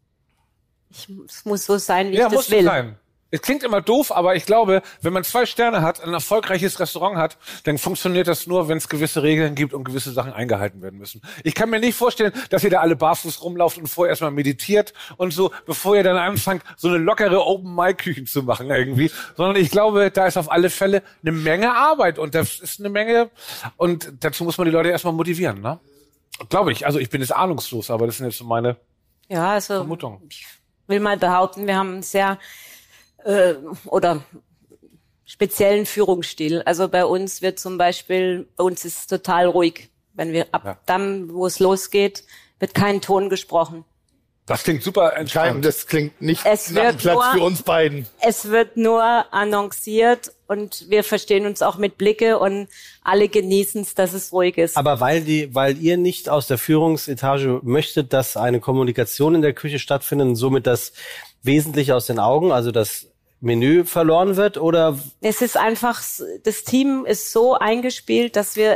Ich, es muss so sein, wie Ja, ich muss das will. so sein. Es klingt immer doof, aber ich glaube, wenn man zwei Sterne hat, ein erfolgreiches Restaurant hat, dann funktioniert das nur, wenn es gewisse Regeln gibt und gewisse Sachen eingehalten werden müssen. Ich kann mir nicht vorstellen, dass ihr da alle barfuß rumlauft und vorher erstmal meditiert und so, bevor ihr dann anfangt, so eine lockere Open-Mic-Küchen zu machen irgendwie. Sondern ich glaube, da ist auf alle Fälle eine Menge Arbeit und das ist eine Menge, und dazu muss man die Leute erstmal motivieren, ne? Glaube ich. Also ich bin jetzt ahnungslos, aber das sind jetzt so meine Ja, also Vermutungen. ich will mal behaupten, wir haben einen sehr äh, oder speziellen Führungsstil. Also bei uns wird zum Beispiel, bei uns ist es total ruhig. Wenn wir ab Ja. dann, wo es losgeht, wird kein Ton gesprochen. Das klingt super entscheidend. Das klingt nicht Es nach einem wird Platz nur- für uns beiden. Es wird nur annonciert und wir verstehen uns auch mit Blicke und alle genießen es, dass es ruhig ist. aber weil die, weil ihr nicht aus der Führungsetage möchtet, dass eine Kommunikation in der Küche stattfindet und somit das Wesentliche aus den Augen, also das Menü verloren wird, oder? Es ist einfach, das Team ist so eingespielt, dass wir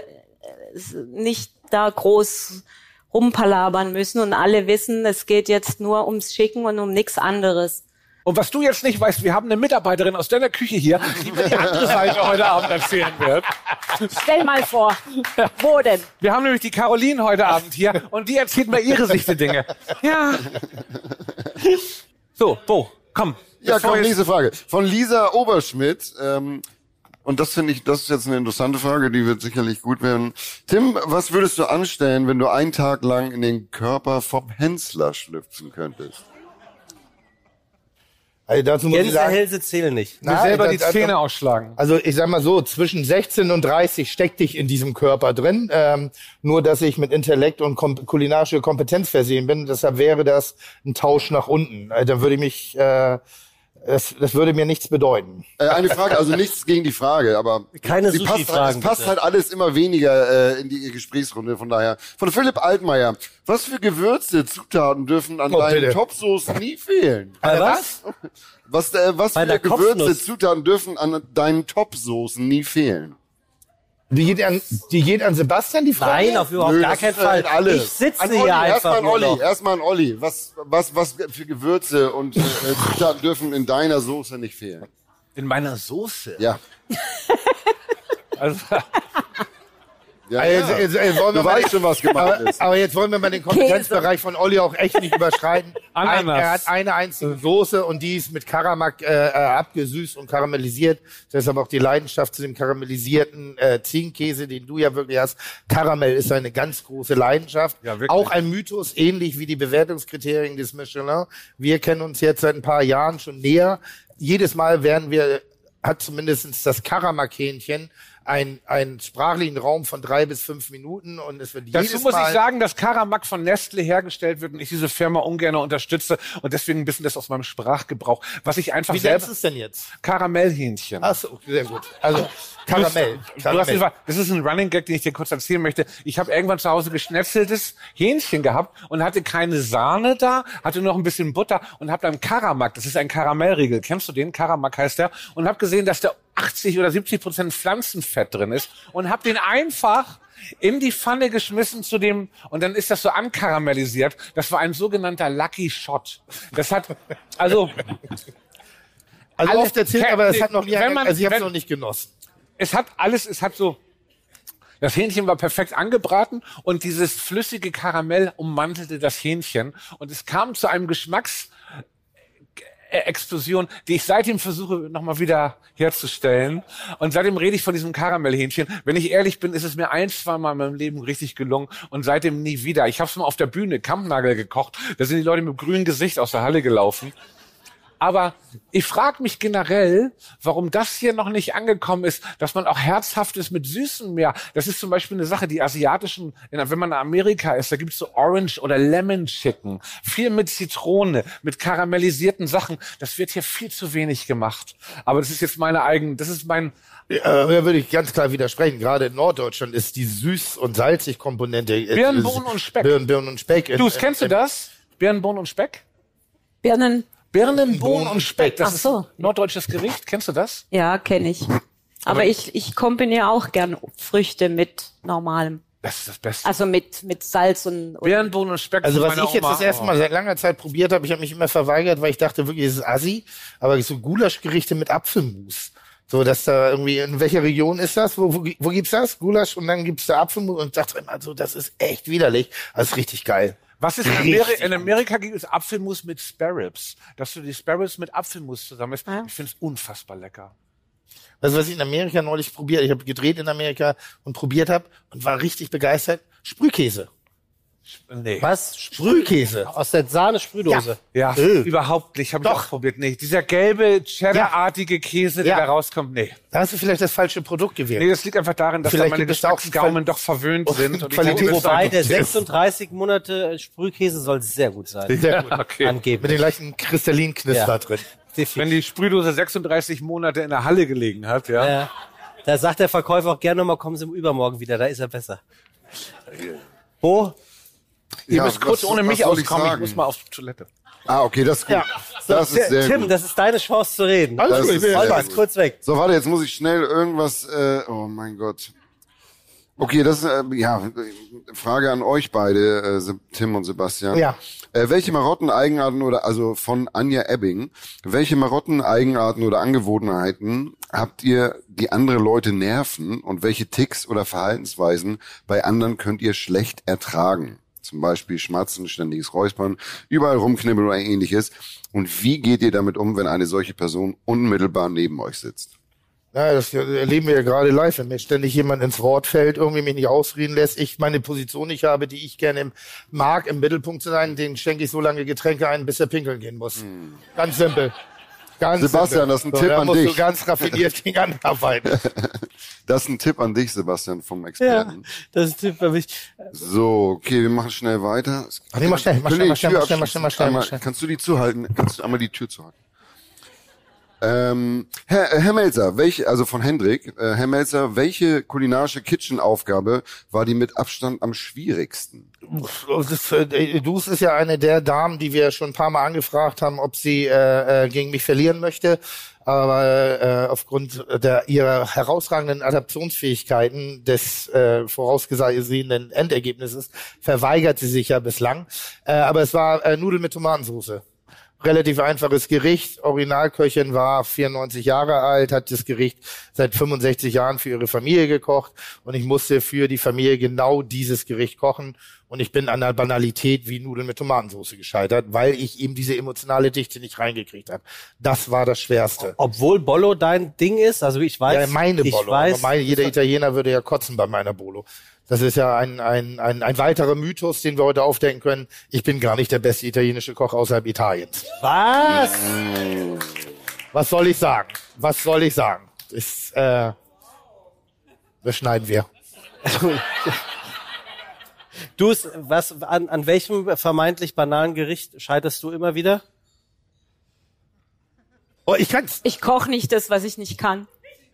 nicht da groß rumpalabern müssen und alle wissen, es geht jetzt nur ums Schicken und um nichts anderes. Und was du jetzt nicht weißt, wir haben eine Mitarbeiterin aus deiner Küche hier, die mir die andere Seite heute Abend erzählen wird. Stell mal vor, wo denn? Wir haben nämlich die Caroline heute Abend hier und die erzählt mir ihre Sicht der Dinge. Ja. So, Bo, komm. Ja, Bevor komm, jetzt- nächste Frage. Von Lisa Oberschmidt. Ähm, und das finde ich, das ist jetzt eine interessante Frage, die wird sicherlich gut werden. Tim, was würdest du anstellen, wenn du einen Tag lang in den Körper vom Hensler schlüpfen könntest? Also dazu muss ich sagen, Gänsehälse zählen nicht. Mir Na, selber das- die Zähne ausschlagen. Also ich sag mal so, zwischen sechzehn und dreißig steckt ich in diesem Körper drin. Ähm, nur, dass ich mit Intellekt und kom kulinarischer Kompetenz versehen bin. Deshalb wäre das ein Tausch nach unten. Also, dann würde ich mich, äh, Das, das würde mir nichts bedeuten. Äh, eine Frage, also nichts gegen die Frage, aber keine sie passt, Sushi-Fragen. Es passt bitte. halt alles immer weniger äh, in die Gesprächsrunde, von daher. Von Philipp Altmaier. Was für Gewürze, Zutaten dürfen an Oh, deinen bitte. Topsoßen nie fehlen? Bei was? Was, äh, was Bei für der Gewürze, Kopfnuss. Zutaten dürfen an deinen Topsoßen nie fehlen? Die geht an, die geht an Sebastian, die Frage? Nein, auf überhaupt Nö, gar das keinen ist, äh, Fall. Alle. Ich sitze An hier Olli, einfach Erstmal an nur Olli, noch. erstmal an Olli. Was, was, was für Gewürze und äh, Zutaten dürfen in deiner Soße nicht fehlen? In meiner Soße? Ja. Also, Ja, Also, ja. jetzt, jetzt wollen wir Du mal weißt schon, was gemeint aber, ist. aber jetzt wollen wir mal den Kompetenzbereich von Olli auch echt nicht überschreiten. Ein, Ananas. er hat eine einzige Soße und die ist mit Karamak äh, äh, abgesüßt und karamellisiert. Deshalb auch die Leidenschaft zu dem karamellisierten äh, Ziegenkäse, den du ja wirklich hast. Karamell ist eine ganz große Leidenschaft. Ja, wirklich. Auch ein Mythos, ähnlich wie die Bewertungskriterien des Michelin. Wir kennen uns jetzt seit ein paar Jahren schon näher. Jedes Mal werden wir, hat zumindest das Karamak-Hähnchen ein, einen sprachlichen Raum von drei bis fünf Minuten und es wird dazu jedes muss Mal... ich sagen, dass Karamak von Nestle hergestellt wird und ich diese Firma ungern unterstütze und deswegen ein bisschen das aus meinem Sprachgebrauch, was ich einfach Wie selber... nennst du es denn jetzt? Karamellhähnchen. Ach so, sehr gut. Also Karamell. Du hast Karamell. gesagt, das ist ein Running Gag, den ich dir kurz erzählen möchte. Ich habe irgendwann zu Hause geschnetzeltes Hähnchen gehabt und hatte keine Sahne da, hatte noch ein bisschen Butter und habe dann Karamak, das ist ein Karamellriegel, kennst du den? Karamak heißt der. Und habe gesehen, dass da achtzig oder siebzig Prozent Pflanzenfett drin ist und habe den einfach in die Pfanne geschmissen zu dem, und dann ist das so ankaramellisiert. Das war ein sogenannter Lucky Shot. Das hat, also... Also alles- oft erzählt, aber es hat noch nie, Wenn man- also ich habe es wenn- noch nicht genossen. Es hat alles, es hat so, das Hähnchen war perfekt angebraten und dieses flüssige Karamell ummantelte das Hähnchen und es kam zu einem Geschmacks äh, Explosion, die ich seitdem versuche nochmal wieder herzustellen. Und seitdem rede ich von diesem Karamellhähnchen. Wenn ich ehrlich bin, ist es mir ein, zwei Mal in meinem Leben richtig gelungen und seitdem nie wieder. Ich habe es mal auf der Bühne Kampnagel gekocht. Da sind die Leute mit grünem Gesicht aus der Halle gelaufen. Aber ich frage mich generell, warum das hier noch nicht angekommen ist, dass man auch Herzhaftes mit Süßen mehr. Das ist zum Beispiel eine Sache, die asiatischen, wenn man in Amerika ist, da gibt's so Orange oder Lemon Chicken. Viel mit Zitrone, mit karamellisierten Sachen. Das wird hier viel zu wenig gemacht. Aber das ist jetzt meine eigene, das ist mein... Äh, da würde ich ganz klar widersprechen. Gerade in Norddeutschland ist die Süß- und Salzig-Komponente... äh, Birnen, Bohnen und Speck. Birnen, Birnen und Speck. Du, kennst du das? Birnen, Bohnen und Speck? Birnen. Birnen, Bohnen und Speck. Das Ach so. ist ein norddeutsches Gericht. Kennst du das? Ja, kenne ich. Aber, Aber- ich, ich kombiniere auch gern Früchte mit normalem. Das ist das Beste. Also mit, mit Salz und... und Birnen, Bohnen und Speck. Also von was meiner ich jetzt Oma. das erste Mal seit langer Zeit probiert habe, ich habe mich immer verweigert, weil ich dachte wirklich, es ist assi, aber so Gulaschgerichte mit Apfelmus. So, dass da irgendwie, in welcher Region ist das? Wo, wo, wo gibt's das? Gulasch und dann gibt's da Apfelmus und ich dachte immer so, das ist echt widerlich. Das ist richtig geil. Was ist in Amerika? In Amerika gibt es Apfelmus mit Sparrows. Dass du die Sparrows mit Apfelmus zusammen isst. Ich finde es unfassbar lecker. Also was ich in Amerika neulich probiert, ich habe gedreht in Amerika und probiert habe und war richtig begeistert. Sprühkäse. Nee. Was? Sprühkäse. Aus der Sahne-Sprühdose? Ja, Äh. überhaupt nicht. Habe ich auch probiert. Nee, dieser gelbe, cheddar-artige Käse, der Ja. da rauskommt, nee. Da hast du vielleicht das falsche Produkt gewählt. Nee, das liegt einfach darin, dass da Vielleicht meine gibt es da auch Geschmacksgaumen doch verwöhnt sind. Und ich Qualität- glaube, das Wobei sollte- der sechsunddreißig Monate Sprühkäse soll sehr gut sein. Sehr gut. Okay. Angeblich. Mit den leichten Kristallinknister Ja. drin. Wenn die Sprühdose sechsunddreißig Monate in der Halle gelegen hat, ja. Ja. Da sagt der Verkäufer auch gerne nochmal, kommen Sie übermorgen wieder, da ist er besser. Wo? Ihr Ja, müsst kurz was- ohne was mich soll ich auskommen. Ich sagen? muss mal auf die Toilette. Ah, okay, das ist gut. Ja. Das ist sehr Tim, gut. das ist deine Chance zu reden. Das ist sehr Holmann, gut. kurz weg. So, warte, jetzt muss ich schnell irgendwas, äh, oh mein Gott. Okay, das ist, äh, ja, Frage an euch beide, äh, Se- Tim und Sebastian. Ja. Äh, welche Marotten, Eigenarten oder, also von Anja Ebbing, welche Marotten, Eigenarten oder Angewohnheiten habt ihr, die andere Leute nerven und welche Ticks oder Verhaltensweisen bei anderen könnt ihr schlecht ertragen? Zum Beispiel Schmatzen, ständiges Räuspern, überall rumknibbeln oder ähnliches. Und wie geht ihr damit um, wenn eine solche Person unmittelbar neben euch sitzt? Ja, das erleben wir ja gerade live, wenn mir ständig jemand ins Wort fällt, irgendwie mich nicht ausreden lässt, ich meine Position nicht habe, die ich gerne mag, im Mittelpunkt zu sein, den schenke ich so lange Getränke ein, bis er pinkeln gehen muss. Ganz simpel. Ganz Sebastian, simpel. das ist ein so, Tipp da an musst dich. du ganz raffiniert gegen anarbeiten. Das ist ein Tipp an dich, Sebastian, vom Ja, Experten. das ist ein Tipp für mich. So, okay, wir machen schnell weiter. Ach nee, mach schnell, mach Können schnell, wir mach die schnell, Tür mach schnell, mach schnell, mach schnell, abschließen? mach schnell. Einmal, kannst du die zuhalten? Kannst du einmal die Tür zuhalten? Ähm, Herr, Herr Melzer, welche, also von Hendrik, äh, Herr Melzer, welche kulinarische Kitchen-Aufgabe war die mit Abstand am schwierigsten? Dus ist ja eine der Damen, die wir schon ein paar Mal angefragt haben, ob sie äh, äh, gegen mich verlieren möchte. Aber äh, aufgrund der ihrer herausragenden Adaptionsfähigkeiten des äh, vorausgesehenen Endergebnisses verweigert sie sich ja bislang. Äh, aber es war äh, Nudeln mit Tomatensauce. Relativ einfaches Gericht. Originalköchin war vierundneunzig Jahre alt, hat das Gericht seit fünfundsechzig Jahren für ihre Familie gekocht und ich musste für die Familie genau dieses Gericht kochen und ich bin an der Banalität wie Nudeln mit Tomatensauce gescheitert, weil ich eben diese emotionale Dichte nicht reingekriegt habe. Das war das Schwerste. Obwohl Bollo dein Ding ist, also ich weiß, ja, meine ich Bollo, weiß, aber meine, jeder Italiener würde ja kotzen bei meiner Bolo. Das ist ja ein, ein, ein, ein weiterer Mythos, den wir heute aufdecken können. Ich bin gar nicht der beste italienische Koch außerhalb Italiens. Was? Was soll ich sagen? Was soll ich sagen? Ist, äh, das schneiden wir. Du, was, an, an welchem vermeintlich banalen Gericht scheiterst du immer wieder? Oh, ich kann's. Ich koche nicht das, was ich nicht kann.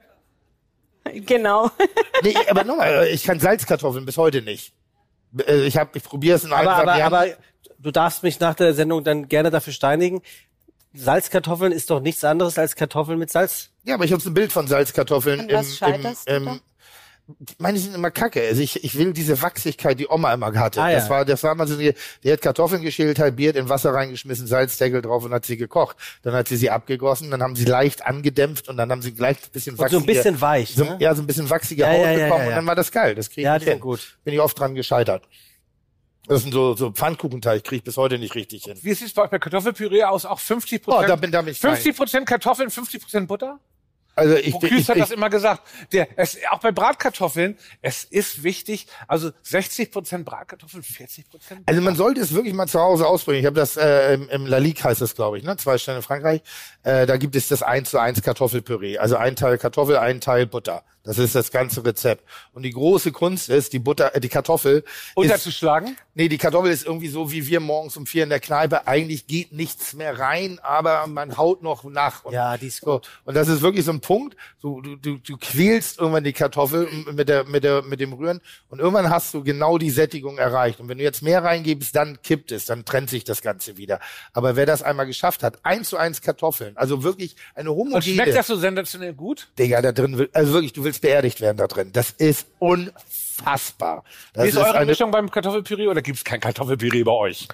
Genau. Nee, aber nochmal, ich kann Salzkartoffeln bis heute nicht. Ich hab, ich probiere es in allen aber, aber, Varianten. aber du darfst mich nach der Sendung dann gerne dafür steinigen. Salzkartoffeln ist doch nichts anderes als Kartoffeln mit Salz. Ja, aber ich habe so ein Bild von Salzkartoffeln An im, was scheiterst im, du im meine sind immer kacke. Also ich, ich will diese Wachsigkeit, die Oma immer hatte. Ah, ja. Das war, das war mal so, die, die hat Kartoffeln geschält, halbiert, in Wasser reingeschmissen, Salzdeckel drauf und hat sie gekocht. Dann hat sie sie abgegossen, dann haben sie leicht angedämpft und dann haben sie gleich ein bisschen wachsiger. Und so ein bisschen weich, so, ne? Ja, so ein bisschen wachsige Ja, Haut ja, ja, bekommen ja, ja. und dann war das geil. Das kriege Ja, ich die hin. sind gut. Bin ich oft dran gescheitert. Das sind so, so Pfannkuchenteig, kriege ich bis heute nicht richtig hin. Wie sieht es bei euch bei Kartoffelpüree aus? Auch fünfzig Prozent? Oh, da bin, da bin ich fein. fünfzig Prozent Kartoffeln, fünfzig Prozent Butter? Also ich, Bocuse ich, hat ich, das immer gesagt. Der, es, auch bei Bratkartoffeln, es ist wichtig, also sechzig Prozent Bratkartoffeln, vierzig Prozent. Also man sollte es wirklich mal zu Hause ausprobieren. Ich habe das äh, im, im La Ligue heißt das, glaube ich, ne? Zwei Sterne in Frankreich. Äh, da gibt es das eins zu eins Kartoffelpüree. Also ein Teil Kartoffel, ein Teil Butter. Das ist das ganze Rezept. Und die große Kunst ist, die Butter, äh, die Kartoffel unterzuschlagen? Ist, nee, die Kartoffel ist irgendwie so wie wir morgens um vier in der Kneipe. Eigentlich geht nichts mehr rein, aber man haut noch nach. Und ja, die ist so. Und das ist wirklich so ein Punkt. So, du, du, du quälst irgendwann die Kartoffel mit der, mit der, mit dem Rühren. Und irgendwann hast du genau die Sättigung erreicht. Und wenn du jetzt mehr reingibst, dann kippt es, dann trennt sich das Ganze wieder. Aber wer das einmal geschafft hat, eins zu eins Kartoffeln, also wirklich eine homogene. Und schmeckt das so sensationell gut? Digga, da drin will, also wirklich, du willst beerdigt werden da drin. Das ist unfassbar. Das Wie ist, ist eure eine Mischung beim Kartoffelpüree oder gibt es kein Kartoffelpüree bei euch?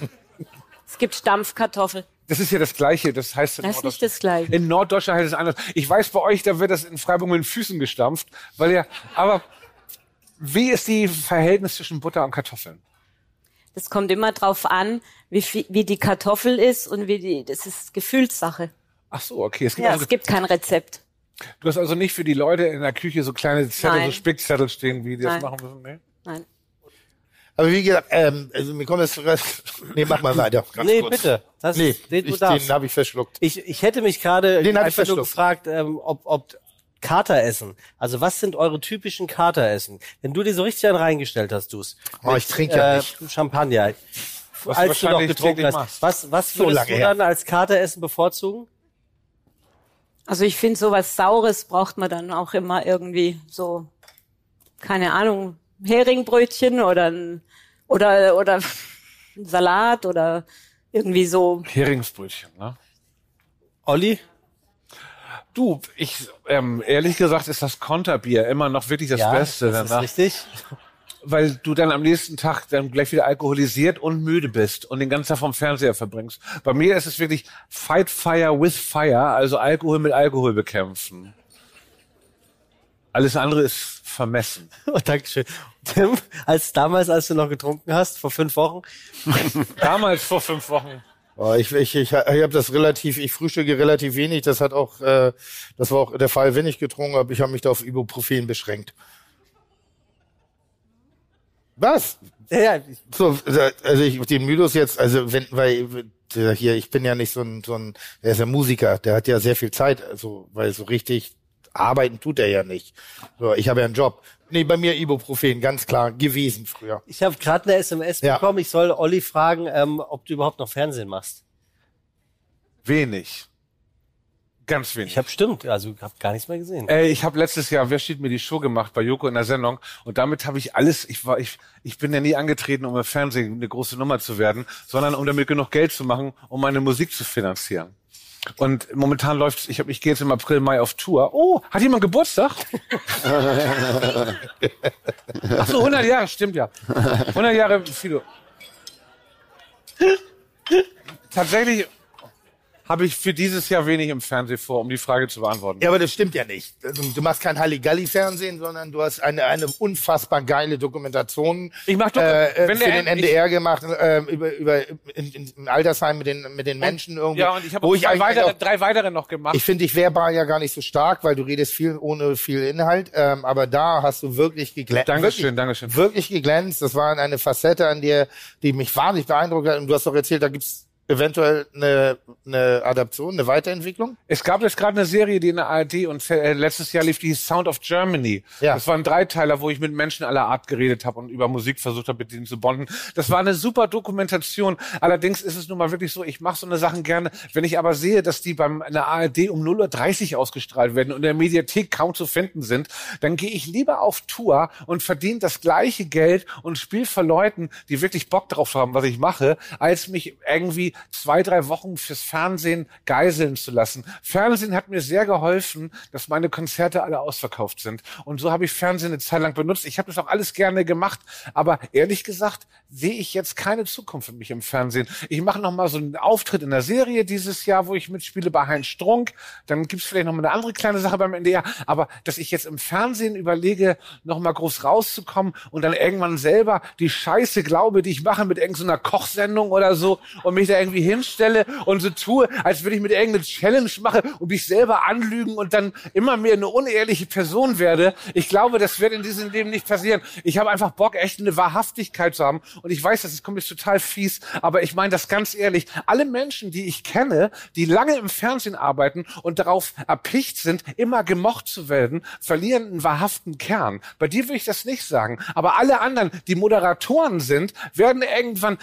Es gibt Stampfkartoffel. Das ist ja das Gleiche, das heißt... Das ist nicht das Gleiche. In Norddeutschland heißt es anders. Ich weiß, bei euch, da wird das in Freiburg mit den Füßen gestampft, weil ja, aber wie ist die Verhältnis zwischen Butter und Kartoffeln? Das kommt immer drauf an, wie, viel, wie die Kartoffel ist und wie die, das ist Gefühlssache. Ach so, okay. Es gibt Ja, also, es gibt kein Rezept. Du hast also nicht für die Leute in der Küche so kleine Zettel, Nein. so Spickzettel stehen, wie die das Nein. machen müssen? Nee? Nein. Aber wie gesagt, ähm, also mir kommt jetzt, nee, mach mal weiter. Ganz Nee, kurz. bitte. Das, Nee, den, du ich, darfst. den habe ich verschluckt. Ich, ich hätte mich gerade Den hab ich einfach nur verschluckt. gefragt, ähm, ob, ob Kateressen. Also was sind eure typischen Kateressen? Wenn du dir so richtig einen reingestellt hast, du's. Oh, ich trinke ja äh, nicht. Champagner. Was als du noch wahrscheinlich getrunken täglich hast. machst. Was, was So würdest lange du her. dann als Kateressen bevorzugen? Also ich finde, sowas Saures braucht man dann auch immer irgendwie so, keine Ahnung, Heringbrötchen oder ein, oder, oder ein Salat oder irgendwie so. Heringsbrötchen, ne? Olli? Du, ich, ähm, ehrlich gesagt ist das Konterbier immer noch wirklich das Ja, Beste das ist danach. richtig. Weil du dann am nächsten Tag dann gleich wieder alkoholisiert und müde bist und den ganzen Tag vom Fernseher verbringst. Bei mir ist es wirklich Fight Fire with Fire, also Alkohol mit Alkohol bekämpfen. Alles andere ist vermessen. Oh, Dankeschön. Tim, als damals, als du noch getrunken hast, vor fünf Wochen? Damals vor fünf Wochen. Oh, ich ich ich, ich habe das relativ, ich frühstücke relativ wenig. Das hat auch, äh, das war auch der Fall, wenn ich getrunken habe. Ich habe mich da auf Ibuprofen beschränkt. Was? Ja, ja. So, also ich den Mythos jetzt, also wenn, weil der hier, ich bin ja nicht so ein, so ein, der ist ja Musiker, der hat ja sehr viel Zeit, also weil so richtig arbeiten tut er ja nicht. So, ich habe ja einen Job. Nee, bei mir Ibuprofen, ganz klar gewesen früher. Ich habe gerade eine S M S Ja. bekommen. Ich soll Olli fragen, ähm, ob du überhaupt noch Fernsehen machst. Wenig. Ganz wenig. Ich habe stimmt, also ich habe gar nichts mehr gesehen. Äh, ich habe letztes Jahr Wer steht mir die Show gemacht bei Joko in der Sendung und damit habe ich alles, ich war ich ich bin ja nie angetreten, um im Fernsehen eine große Nummer zu werden, sondern um damit genug Geld zu machen, um meine Musik zu finanzieren. Und momentan läuft's, ich habe ich gehe jetzt im April Mai auf Tour. Oh, hat jemand Geburtstag? Ach so, hundert Jahre, stimmt ja. hundert Jahre Fido. Tatsächlich habe ich für dieses Jahr wenig im Fernsehen vor, um die Frage zu beantworten. Ja, aber das stimmt ja nicht. Also, du machst kein Halligalli-Fernsehen, sondern du hast eine eine unfassbar geile Dokumentation ich mach doch, äh, wenn für der, den N D R gemacht, äh, über, über in, in, im Altersheim mit den mit den Menschen irgendwie. Ja, und ich habe wo ich drei, weitere, auch, drei weitere noch gemacht. Ich finde dich verbal ja gar nicht so stark, weil du redest viel ohne viel Inhalt. Ähm, aber da hast du wirklich geglänzt. Dankeschön, wirklich, Dankeschön. Wirklich geglänzt. Das war eine Facette an dir, die mich wahnsinnig beeindruckt hat. Und du hast doch erzählt, da gibt's eventuell eine, eine Adaption, eine Weiterentwicklung? Es gab jetzt gerade eine Serie, die in der A R D und äh, letztes Jahr lief, die hieß Sound of Germany. Ja. Das war ein Dreiteiler, wo ich mit Menschen aller Art geredet habe und über Musik versucht habe, mit denen zu bonden. Das war eine super Dokumentation. Allerdings ist es nun mal wirklich so, ich mache so eine Sachen gerne. Wenn ich aber sehe, dass die beim in der A R D um null Uhr dreißig ausgestrahlt werden und in der Mediathek kaum zu finden sind, dann gehe ich lieber auf Tour und verdiene das gleiche Geld und spiele für Leuten, die wirklich Bock drauf haben, was ich mache, als mich irgendwie zwei, drei Wochen fürs Fernsehen geiseln zu lassen. Fernsehen hat mir sehr geholfen, dass meine Konzerte alle ausverkauft sind. Und so habe ich Fernsehen eine Zeit lang benutzt. Ich habe das auch alles gerne gemacht. Aber ehrlich gesagt sehe ich jetzt keine Zukunft für mich im Fernsehen. Ich mache noch mal so einen Auftritt in der Serie dieses Jahr, wo ich mitspiele bei Heinz Strunk. Dann gibt's vielleicht noch mal eine andere kleine Sache beim N D R. Aber dass ich jetzt im Fernsehen überlege, noch mal groß rauszukommen und dann irgendwann selber die Scheiße glaube, die ich mache mit irgendeiner Kochsendung oder so und mich da irgendwie hin stelle und so tue, als würde ich mit irgendeiner Challenge mache und mich selber anlügen und dann immer mehr eine unehrliche Person werde. Ich glaube, das wird in diesem Leben nicht passieren. Ich habe einfach Bock, echt eine Wahrhaftigkeit zu haben. Und ich weiß, das kommt jetzt total fies, aber ich meine das ganz ehrlich. Alle Menschen, die ich kenne, die lange im Fernsehen arbeiten und darauf erpicht sind, immer gemocht zu werden, verlieren einen wahrhaften Kern. Bei dir will ich das nicht sagen. Aber alle anderen, die Moderatoren sind, werden irgendwann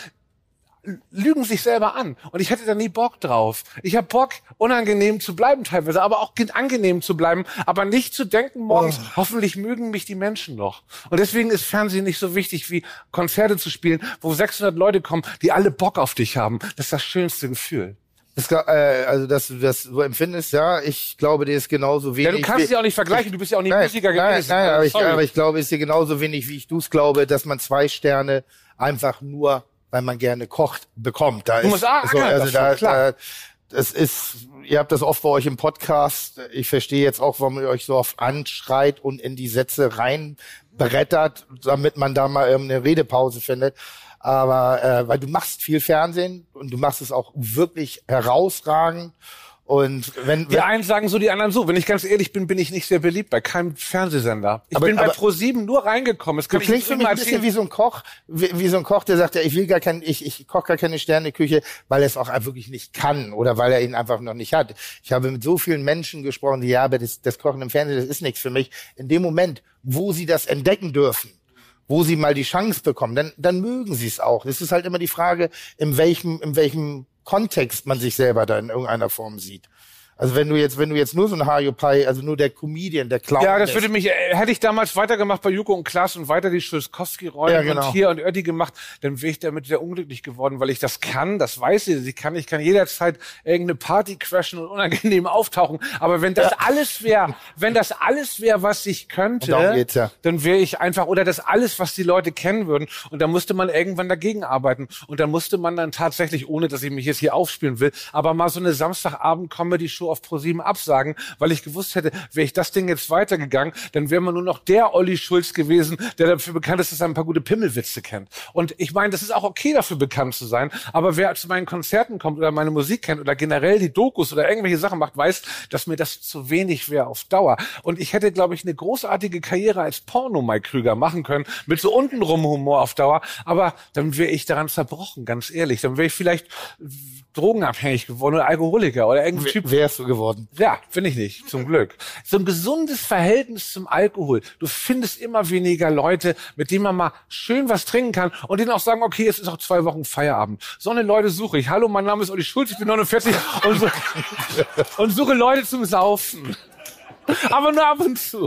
lügen sich selber an. Und ich hätte da nie Bock drauf. Ich habe Bock, unangenehm zu bleiben teilweise, aber auch angenehm zu bleiben, aber nicht zu denken morgens, oh. hoffentlich mögen mich die Menschen noch. Und deswegen ist Fernsehen nicht so wichtig, wie Konzerte zu spielen, wo sechshundert Leute kommen, die alle Bock auf dich haben. Das ist das schönste Gefühl. Das, äh, also, dass du das so empfindest, ja, ich glaube, dir ist genauso wenig. Ja, du kannst es ja auch nicht vergleichen, du bist ja auch nicht nein, Musiker nein, gewesen. Nein, nein, aber ich, aber ich glaube, es ist dir genauso wenig, wie ich du's glaube, dass man zwei Sterne einfach nur, weil man gerne kocht, bekommt. Da du ist, musst ah, so, also da, klar. da, das ist, ihr habt das oft bei euch im Podcast. Ich verstehe jetzt auch, warum ihr euch so oft anschreit und in die Sätze reinbrettert, damit man da mal eine Redepause findet. Aber äh, weil du machst viel Fernsehen und du machst es auch wirklich herausragend. Und wenn, die wenn einen sagen so, die anderen so. Wenn ich ganz ehrlich bin, bin ich nicht sehr beliebt bei keinem Fernsehsender. Ich aber, bin bei aber, ProSieben nur reingekommen. Das kann du klingst für mich ein bisschen wie so ein Koch, wie, wie so ein Koch, der sagt, ja, ich will gar kein, ich, ich koche gar keine Sterneküche, weil er es auch wirklich nicht kann oder weil er ihn einfach noch nicht hat. Ich habe mit so vielen Menschen gesprochen, die ja, aber das, das Kochen im Fernsehen, das ist nichts für mich. In dem Moment, wo sie das entdecken dürfen, wo sie mal die Chance bekommen, dann, dann mögen sie es auch. Das ist halt immer die Frage, in welchem, in welchem Kontext man sich selber da in irgendeiner Form sieht. Also wenn du jetzt, wenn du jetzt nur so ein Hajo Pai, also nur der Comedian, der Clown. Ja, das würde mich, äh, hätte ich damals weitergemacht bei Joko und Klaas und weiter die Schulzkowski-Rollen ja, genau. und hier und Ötti gemacht, dann wäre ich damit sehr unglücklich geworden, weil ich das kann, das weiß ich, ich kann, ich kann jederzeit irgendeine Party crashen und unangenehm auftauchen. Aber wenn das ja. alles wäre, wenn das alles wäre, was ich könnte, ja. dann wäre ich einfach, oder das alles, was die Leute kennen würden. Und da musste man irgendwann dagegen arbeiten. Und da musste man dann tatsächlich, ohne dass ich mich jetzt hier aufspielen will, aber mal so eine Samstagabend-Comedy-Show auf ProSieben absagen, weil ich gewusst hätte, wäre ich das Ding jetzt weitergegangen, dann wäre man nur noch der Olli Schulz gewesen, der dafür bekannt ist, dass er ein paar gute Pimmelwitze kennt. Und ich meine, das ist auch okay, dafür bekannt zu sein, aber wer zu meinen Konzerten kommt oder meine Musik kennt oder generell die Dokus oder irgendwelche Sachen macht, weiß, dass mir das zu wenig wäre auf Dauer. Und ich hätte, glaube ich, eine großartige Karriere als Porno-Mike Krüger machen können, mit so untenrum Humor auf Dauer, aber dann wäre ich daran zerbrochen, ganz ehrlich. Dann wäre ich vielleicht drogenabhängig geworden oder Alkoholiker oder irgendein Typ. Wer wärst du geworden. Ja, finde ich nicht, zum Glück. So ein gesundes Verhältnis zum Alkohol. Du findest immer weniger Leute, mit denen man mal schön was trinken kann und denen auch sagen, okay, es ist auch zwei Wochen Feierabend. So eine Leute suche ich. Hallo, mein Name ist Olli Schulz, ich bin neunundvierzig und, so, und suche Leute zum Saufen. Aber nur ab und zu.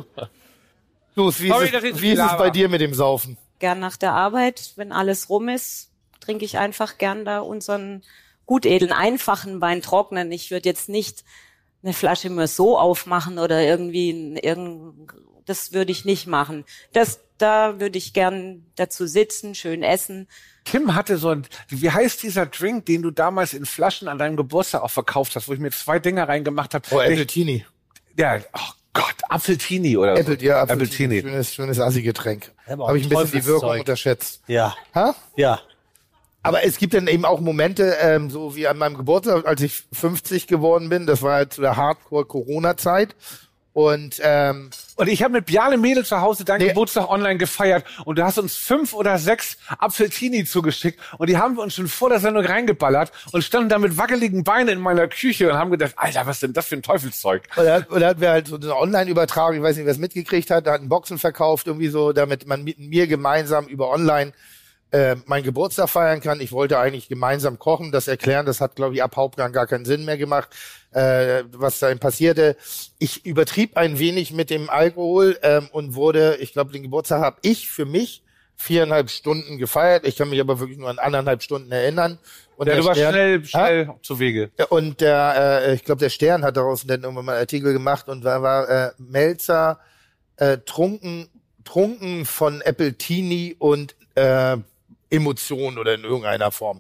Los, wie, Sorry, ist, dass es, ich wie ist es laber. bei dir mit dem Saufen? Gern nach der Arbeit, wenn alles rum ist, trinke ich einfach gern da unseren gutedlen, einfachen Wein trocknen. Ich würde jetzt nicht eine Flasche nur so aufmachen oder irgendwie, ein, irgend, das würde ich nicht machen. Das, da würde ich gern dazu sitzen, schön essen. Tim hatte so ein, wie heißt dieser Drink, den du damals in Flaschen an deinem Geburtstag auch verkauft hast, wo ich mir zwei Dinger reingemacht habe? Oh, Appletini. Ja, oh Gott, Apfeltini oder Apple, so. ja, Appletini. Schönes, schönes Assi-Getränk. Aber Habe ich ein bisschen die Wirkung Teufelszeug. unterschätzt. Ja. Ha? Ja. Aber es gibt dann eben auch Momente, ähm, so wie an meinem Geburtstag, als ich fünfzig geworden bin. Das war halt zu der Hardcore-Corona-Zeit. Und ähm, Und ich habe mit Bjarne Mädel zu Hause deinen Nee. Geburtstag online gefeiert und du hast uns fünf oder sechs Apfeltini zugeschickt und die haben wir uns schon vor der Sendung reingeballert und standen da mit wackeligen Beinen in meiner Küche und haben gedacht, Alter, was ist denn das für ein Teufelszeug? Und da, und da hatten wir halt so eine Online-Übertragung, ich weiß nicht, wer es mitgekriegt hat, da hatten Boxen verkauft, irgendwie so, damit man mit mir gemeinsam über Online äh, meinen Geburtstag feiern kann. Ich wollte eigentlich gemeinsam kochen, das erklären, das hat, glaube ich, ab Hauptgang gar keinen Sinn mehr gemacht, äh, was da eben passierte. Ich übertrieb ein wenig mit dem Alkohol ähm, und wurde, ich glaube, den Geburtstag habe ich für mich viereinhalb Stunden gefeiert. Ich kann mich aber wirklich nur an anderthalb Stunden erinnern. Und Ja, der du warst Stern- schnell, Ha? schnell zu Wege. Und der, äh, ich glaube, der Stern hat daraus dann irgendwann mal einen Artikel gemacht und da war äh, Melzer äh, trunken, trunken von Appletini und äh, Emotionen oder in irgendeiner Form.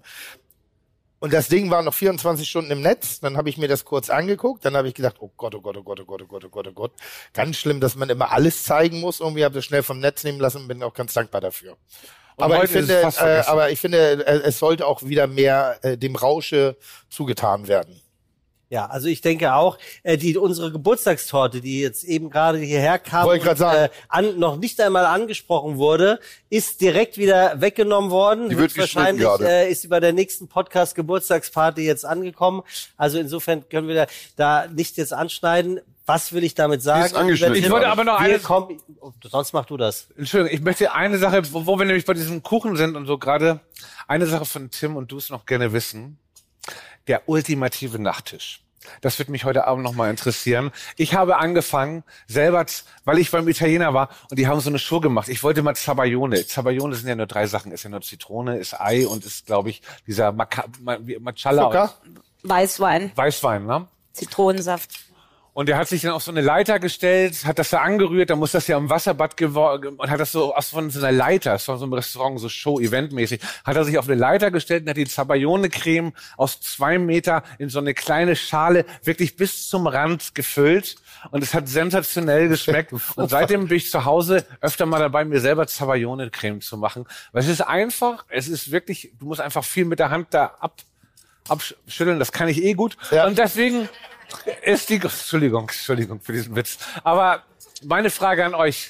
Und das Ding war noch vierundzwanzig Stunden im Netz. Dann habe ich mir das kurz angeguckt. Dann habe ich gedacht, oh Gott, oh Gott, oh Gott, oh Gott, oh Gott, oh Gott, oh Gott. Ganz schlimm, dass man immer alles zeigen muss. Irgendwie habe ich das schnell vom Netz nehmen lassen und bin auch ganz dankbar dafür. Und Aber ich heute ist es finde, fast äh, vergessen. aber ich finde, äh, es sollte auch wieder mehr äh, dem Rausche zugetan werden. Ja, also ich denke auch, äh, die unsere Geburtstagstorte, die jetzt eben gerade hierher kam Wollte ich grad und sagen. äh, an, noch nicht einmal angesprochen wurde, ist direkt wieder weggenommen worden. Die wird geschnitten Wahrscheinlich gerade. äh, ist sie bei der nächsten Podcast Geburtstagsparty jetzt angekommen. Also insofern können wir da, da nicht jetzt anschneiden. Was will ich damit sagen? Die ist angeschnitten Ich wollte aber noch wir eines, kommen, oh, sonst mach du das. Entschuldigung, ich möchte eine Sache, wo, wo wir nämlich bei diesem Kuchen sind und so gerade, eine Sache von Tim und du es noch gerne wissen. Der ultimative Nachttisch. Das wird mich heute Abend noch mal interessieren. Ich habe angefangen, selber, z- weil ich beim Italiener war und die haben so eine Show gemacht. Ich wollte mal Zabaglione. Zabaglione sind ja nur drei Sachen. Ist ja nur Zitrone, ist Ei und ist, glaube ich, dieser Maca- Ma- wie- Macchiala. Zucker? Weißwein, Weißwein, ne? Zitronensaft. Und der hat sich dann auf so eine Leiter gestellt, hat das da angerührt, dann muss das ja im Wasserbad geworden und hat das so aus von so einer Leiter, das war so ein Restaurant, so Show-Eventmäßig, hat er sich auf eine Leiter gestellt und hat die Zabaglione-Creme aus zwei Meter in so eine kleine Schale wirklich bis zum Rand gefüllt und es hat sensationell geschmeckt. Und seitdem bin ich zu Hause öfter mal dabei, mir selber Zabaglione-Creme zu machen. Weil es ist einfach, es ist wirklich, du musst einfach viel mit der Hand da ab, abschütteln, das kann ich eh gut. Ja. Und deswegen ist die, Entschuldigung, Entschuldigung für diesen Witz. Aber meine Frage an euch.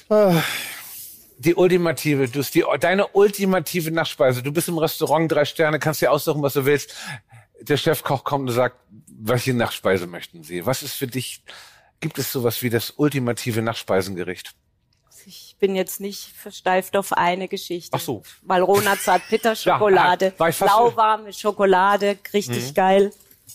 Die ultimative, du, die, deine ultimative Nachspeise. Du bist im Restaurant, drei Sterne, kannst dir aussuchen, was du willst. Der Chefkoch kommt und sagt, welche Nachspeise möchten Sie? Was ist für dich, gibt es sowas wie das ultimative Nachspeisengericht? Ich bin jetzt nicht versteift auf eine Geschichte. Ach so. Valrhona Zartbitterschokolade, Ja, war ich fast- lauwarme Schokolade, richtig geil.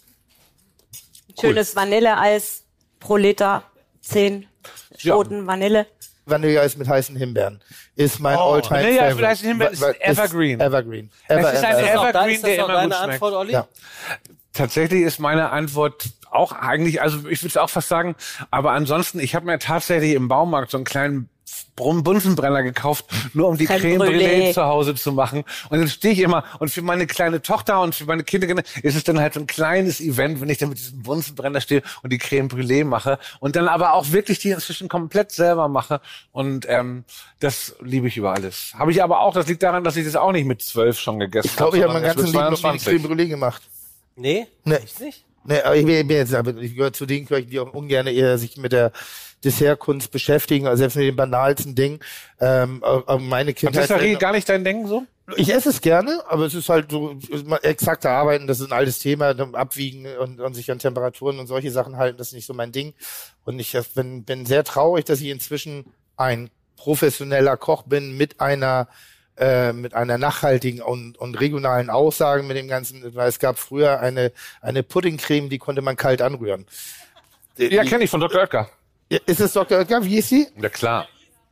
Schönes Vanilleeis pro Liter, zehn Ja. Schoten Vanille. Vanilleeis mit heißen Himbeeren ist mein Oh, All-Time Vanilleeis mit Favorite. heißen Himbeeren ist Wa- wa- Evergreen. Evergreen. Es Ever, ist ein ever, ever. Evergreen, ist das der auch immer deine gut schmeckt. Antwort, Olli? Ja. Tatsächlich ist meine Antwort auch eigentlich, also ich würde es auch fast sagen, aber ansonsten, ich habe mir tatsächlich im Baumarkt so einen kleinen Brum- Bunsenbrenner gekauft, nur um die Crème Creme Brûlée Brûlée. zu Hause zu machen. Und dann stehe ich immer, und für meine kleine Tochter und für meine Kinder ist es dann halt so ein kleines Event, wenn ich dann mit diesem Bunsenbrenner stehe und die Creme Brûlée mache und dann aber auch wirklich die inzwischen komplett selber mache. Und ähm, das liebe ich über alles. Habe ich aber auch, das liegt daran, dass ich das auch nicht mit zwölf schon gegessen Ich glaube, ich habe sondern meinen erst ganzen mit Leben noch nie die zweiundzwanzig. Creme Brûlée gemacht. Nee? Nee. Echt nicht? Nee, aber ich bin, ich bin jetzt, aber ich gehöre zu den Köchen, die auch ungern eher sich mit der Dessertkunst beschäftigen, also selbst mit den banalsten Dingen. Ähm, aber meine Kindheit. Patisserie gar nicht dein Denken so? Ich esse es gerne, aber es ist halt so exakte Arbeiten, das ist ein altes Thema, abwiegen und, und sich an Temperaturen und solche Sachen halten, das ist nicht so mein Ding. Und ich bin, bin sehr traurig, dass ich inzwischen ein professioneller Koch bin mit einer äh, mit einer nachhaltigen und, und regionalen Aussage mit dem Ganzen, weil es gab früher eine eine Puddingcreme, die konnte man kalt anrühren. Ja, kenne ich von Doktor Oetker. Ist es Doktor Oetker? Wie ist sie? Ja, klar.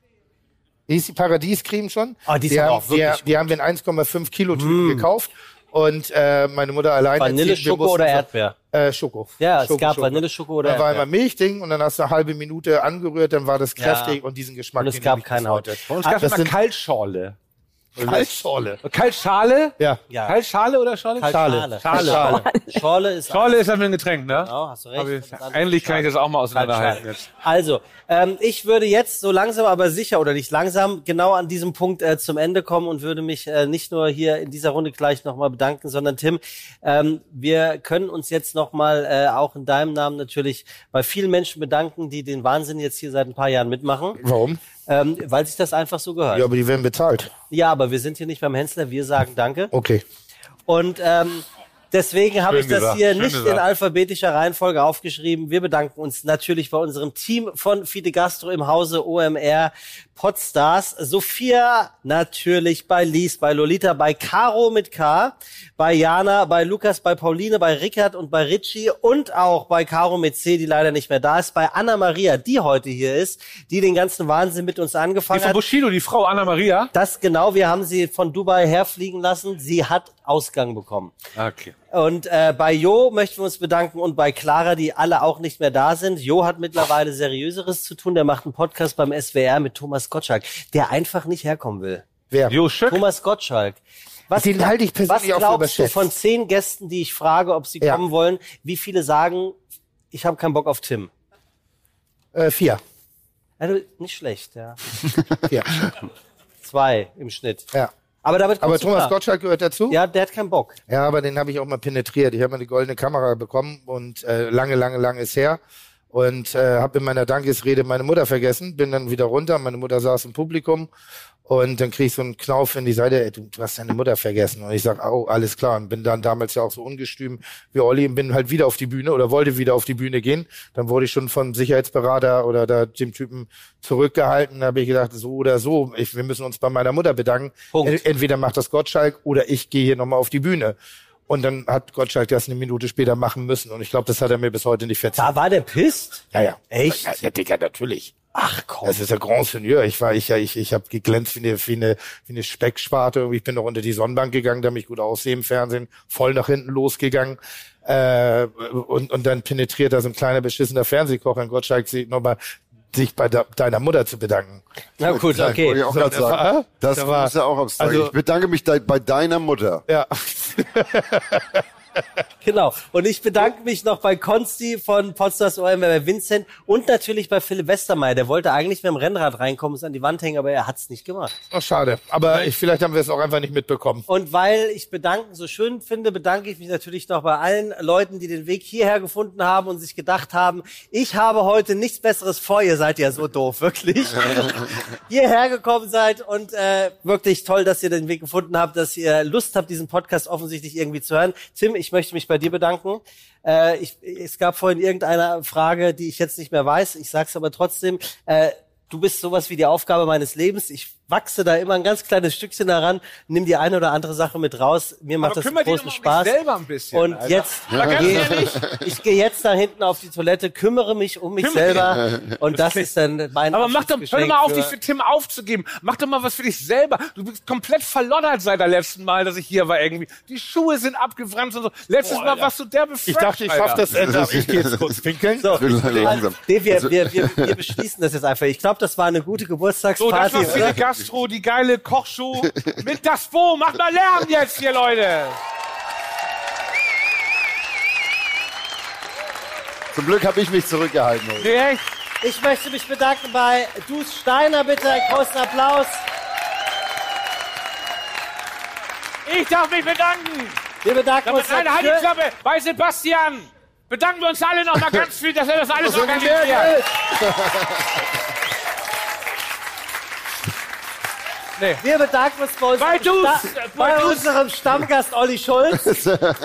Wie ist die Paradiescreme schon? Ah, die ist die, aber haben, auch wirklich die, die haben wir in eins Komma fünf Kilo Tüten mm. gekauft und äh, meine Mutter alleine. Vanille, Schoko oder Erdbeer? Äh, Schoko. Ja, Schoko, es gab Schoko. Vanille, Schoko oder Erdbeer. Da war Erdbeer. immer Milchding und dann hast du eine halbe Minute angerührt, dann war das kräftig Ja. und diesen Geschmack. Und es gab keine Haut. Und es gab immer Kaltschorle. Kaltschorle. Kaltschale? Ja. ja. Kaltschale oder Schorle? Schale. Schale. Schale. Schorle ist Schorle ist einfach ein Getränk, ne? Genau, hast du recht. Ich, eigentlich kann ich das auch mal auseinanderhalten jetzt. Also, ähm, ich würde jetzt so langsam aber sicher oder nicht langsam genau an diesem Punkt äh, zum Ende kommen und würde mich äh, nicht nur hier in dieser Runde gleich nochmal bedanken, sondern Tim, ähm, wir können uns jetzt nochmal äh, auch in deinem Namen natürlich bei vielen Menschen bedanken, die den Wahnsinn jetzt hier seit ein paar Jahren mitmachen. Warum? Ähm, weil sich das einfach so gehört. Ja, aber die werden bezahlt. Ja, aber wir sind hier nicht beim Hensler, wir sagen Danke. Okay. Und ähm, deswegen habe ich das gesagt, hier schön nicht gesagt. in alphabetischer Reihenfolge aufgeschrieben. Wir bedanken uns natürlich bei unserem Team von Fide Gastro im Hause O M R Podstars. Sophia natürlich, bei Lies, bei Lolita, bei Caro mit K, bei Jana, bei Lukas, bei Pauline, bei Rickard und bei Richie und auch bei Caro mit C, die leider nicht mehr da ist, bei Anna Maria, die heute hier ist, die den ganzen Wahnsinn mit uns angefangen Die von hat. Bushido, die Frau Anna Maria? Das genau, wir haben sie von Dubai herfliegen lassen. Sie hat Ausgang bekommen. Okay. Und äh, bei Jo möchten wir uns bedanken und bei Clara, die alle auch nicht mehr da sind. Jo hat mittlerweile Seriöseres zu tun. Der macht einen Podcast beim S W R mit Thomas Gottschalk, der einfach nicht herkommen will. Wer? Jo Schück? Thomas Gottschalk. Was, Den halte ich persönlich was auch für glaubst du überschätzt. von zehn Gästen, die ich frage, ob sie Ja. kommen wollen, wie viele sagen, ich habe keinen Bock auf Tim? Äh, vier. Also nicht schlecht, ja. Vier. Zwei im Schnitt. Ja. Aber damit Aber kommst du Thomas klar. Gottschalk gehört dazu? Ja, der hat keinen Bock. Ja, aber den habe ich auch mal penetriert. Ich habe mal eine goldene Kamera bekommen und äh, lange, lange, lange ist her. Und äh, habe in meiner Dankesrede meine Mutter vergessen, bin dann wieder runter, meine Mutter saß im Publikum und dann krieg ich so einen Knauf in die Seite, ey, du, du hast deine Mutter vergessen. Und ich sag, oh, alles klar. Und bin dann damals ja auch so ungestüm wie Olli und bin halt wieder auf die Bühne oder wollte wieder auf die Bühne gehen. Dann wurde ich schon vom Sicherheitsberater oder da, dem Typen zurückgehalten. Da habe ich gedacht, so oder so, ich, wir müssen uns bei meiner Mutter bedanken. Punkt. Entweder macht das Gottschalk oder ich gehe hier nochmal auf die Bühne. Und dann hat Gottschalk das eine Minute später machen müssen. Und ich glaube, das hat er mir bis heute nicht verziehen. Da war der pisst? Ja, ja. Echt? Ja, ja, Digga, natürlich. Ach komm. Das ist der Grand Seigneur. Ich war, ich, ja, ich, ich habe geglänzt wie eine, wie eine, wie eine Specksparte. Ich bin noch unter die Sonnenbank gegangen, damit ich gut aussehe im Fernsehen, voll nach hinten losgegangen. Äh, und, und dann penetriert da so ein kleiner beschissener Fernsehkocher. Und Gottschalk sieht nochmal, sich bei de, deiner Mutter zu bedanken. Na gut, Ja, okay. wollte ich auch So, gerade das sagen. war- Das da war- muss ja auch abstragen. also- Ich bedanke mich de bei deiner Mutter. Ja. Genau. Und ich bedanke mich noch bei Konsti von Podstars O M R, bei Vincent und natürlich bei Philipp Westermeier. Der wollte eigentlich mit dem Rennrad reinkommen, es an die Wand hängen, aber er hat's nicht gemacht. Ach, schade. Aber ich, vielleicht haben wir es auch einfach nicht mitbekommen. Und weil ich bedanken so schön finde, bedanke ich mich natürlich noch bei allen Leuten, die den Weg hierher gefunden haben und sich gedacht haben, ich habe heute nichts Besseres vor, ihr seid ja so doof, wirklich. hierher gekommen seid und äh, wirklich toll, dass ihr den Weg gefunden habt, dass ihr Lust habt, diesen Podcast offensichtlich irgendwie zu hören. Tim, ich möchte mich bei dir bedanken. Äh, ich, es gab vorhin irgendeine Frage, die ich jetzt nicht mehr weiß. Ich sag's aber trotzdem. Äh, du bist sowas wie die Aufgabe meines Lebens. Ich wachse da immer ein ganz kleines Stückchen daran, nimm die eine oder andere Sache mit raus. Mir macht Aber das kümmere dich großen doch mal um Spaß. dich selber ein bisschen, und Alter. jetzt Mal ganz gehe ehrlich. ich gehe jetzt da hinten auf die Toilette, kümmere mich um mich Kümmere- selber und das ist dann mein Aber mach doch, hör doch Abschiedsgeschenk mal auf, für- dich für Tim aufzugeben. Mach doch mal was für dich selber. Du bist komplett verloddert seit der letzten Mal, dass ich hier war irgendwie. Die Schuhe sind abgefranst und so. Letztes Boah, Mal Alter. warst du der befragt, Ich dachte, ich schaff das Ende, aber ich gehe jetzt kurz pinkeln. So, wird langsam. nee, wir, Also- wir, wir, wir beschließen das jetzt einfach. Ich glaube, das war eine gute So, Geburtstagsparty. das war Fide oder? Gastro, die geile Kochshow mit das Bo. Macht mal Lärm jetzt hier, Leute. Zum Glück habe ich mich zurückgehalten heute. Nee, echt? Ich möchte mich bedanken bei Dus Steiner, bitte einen großen Applaus. Ich darf mich bedanken. Wir bedanken Damit uns eine halt die natürlich- Klappe bei Sebastian. Bedanken wir uns alle noch mal ganz viel, dass er das alles Das sind die organisiert. Geld. Nee. Wir bedanken uns bei, uns bei, du's, Sta- bei, bei unserem Stammgast Olli Schulz.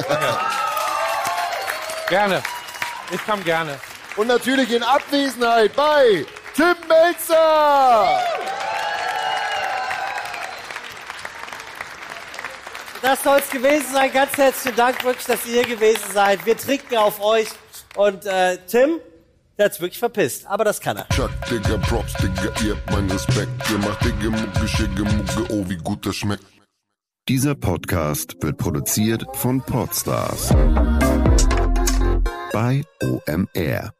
Gerne. Ich komme gerne. Und natürlich in Abwesenheit bei Tim Melzer. Das soll es gewesen sein. Ganz herzlichen Dank wirklich, dass ihr hier gewesen seid. Wir trinken auf euch. Und äh, Tim, der hat's wirklich verpisst. Aber das kann er. Chuck, Digga, Props, Digga, ihr habt meinen Respekt. Ihr macht Digga, Mucke, Schicke, Mucke, oh, wie gut das schmeckt. Dieser Podcast wird produziert von Podstars bei O M R.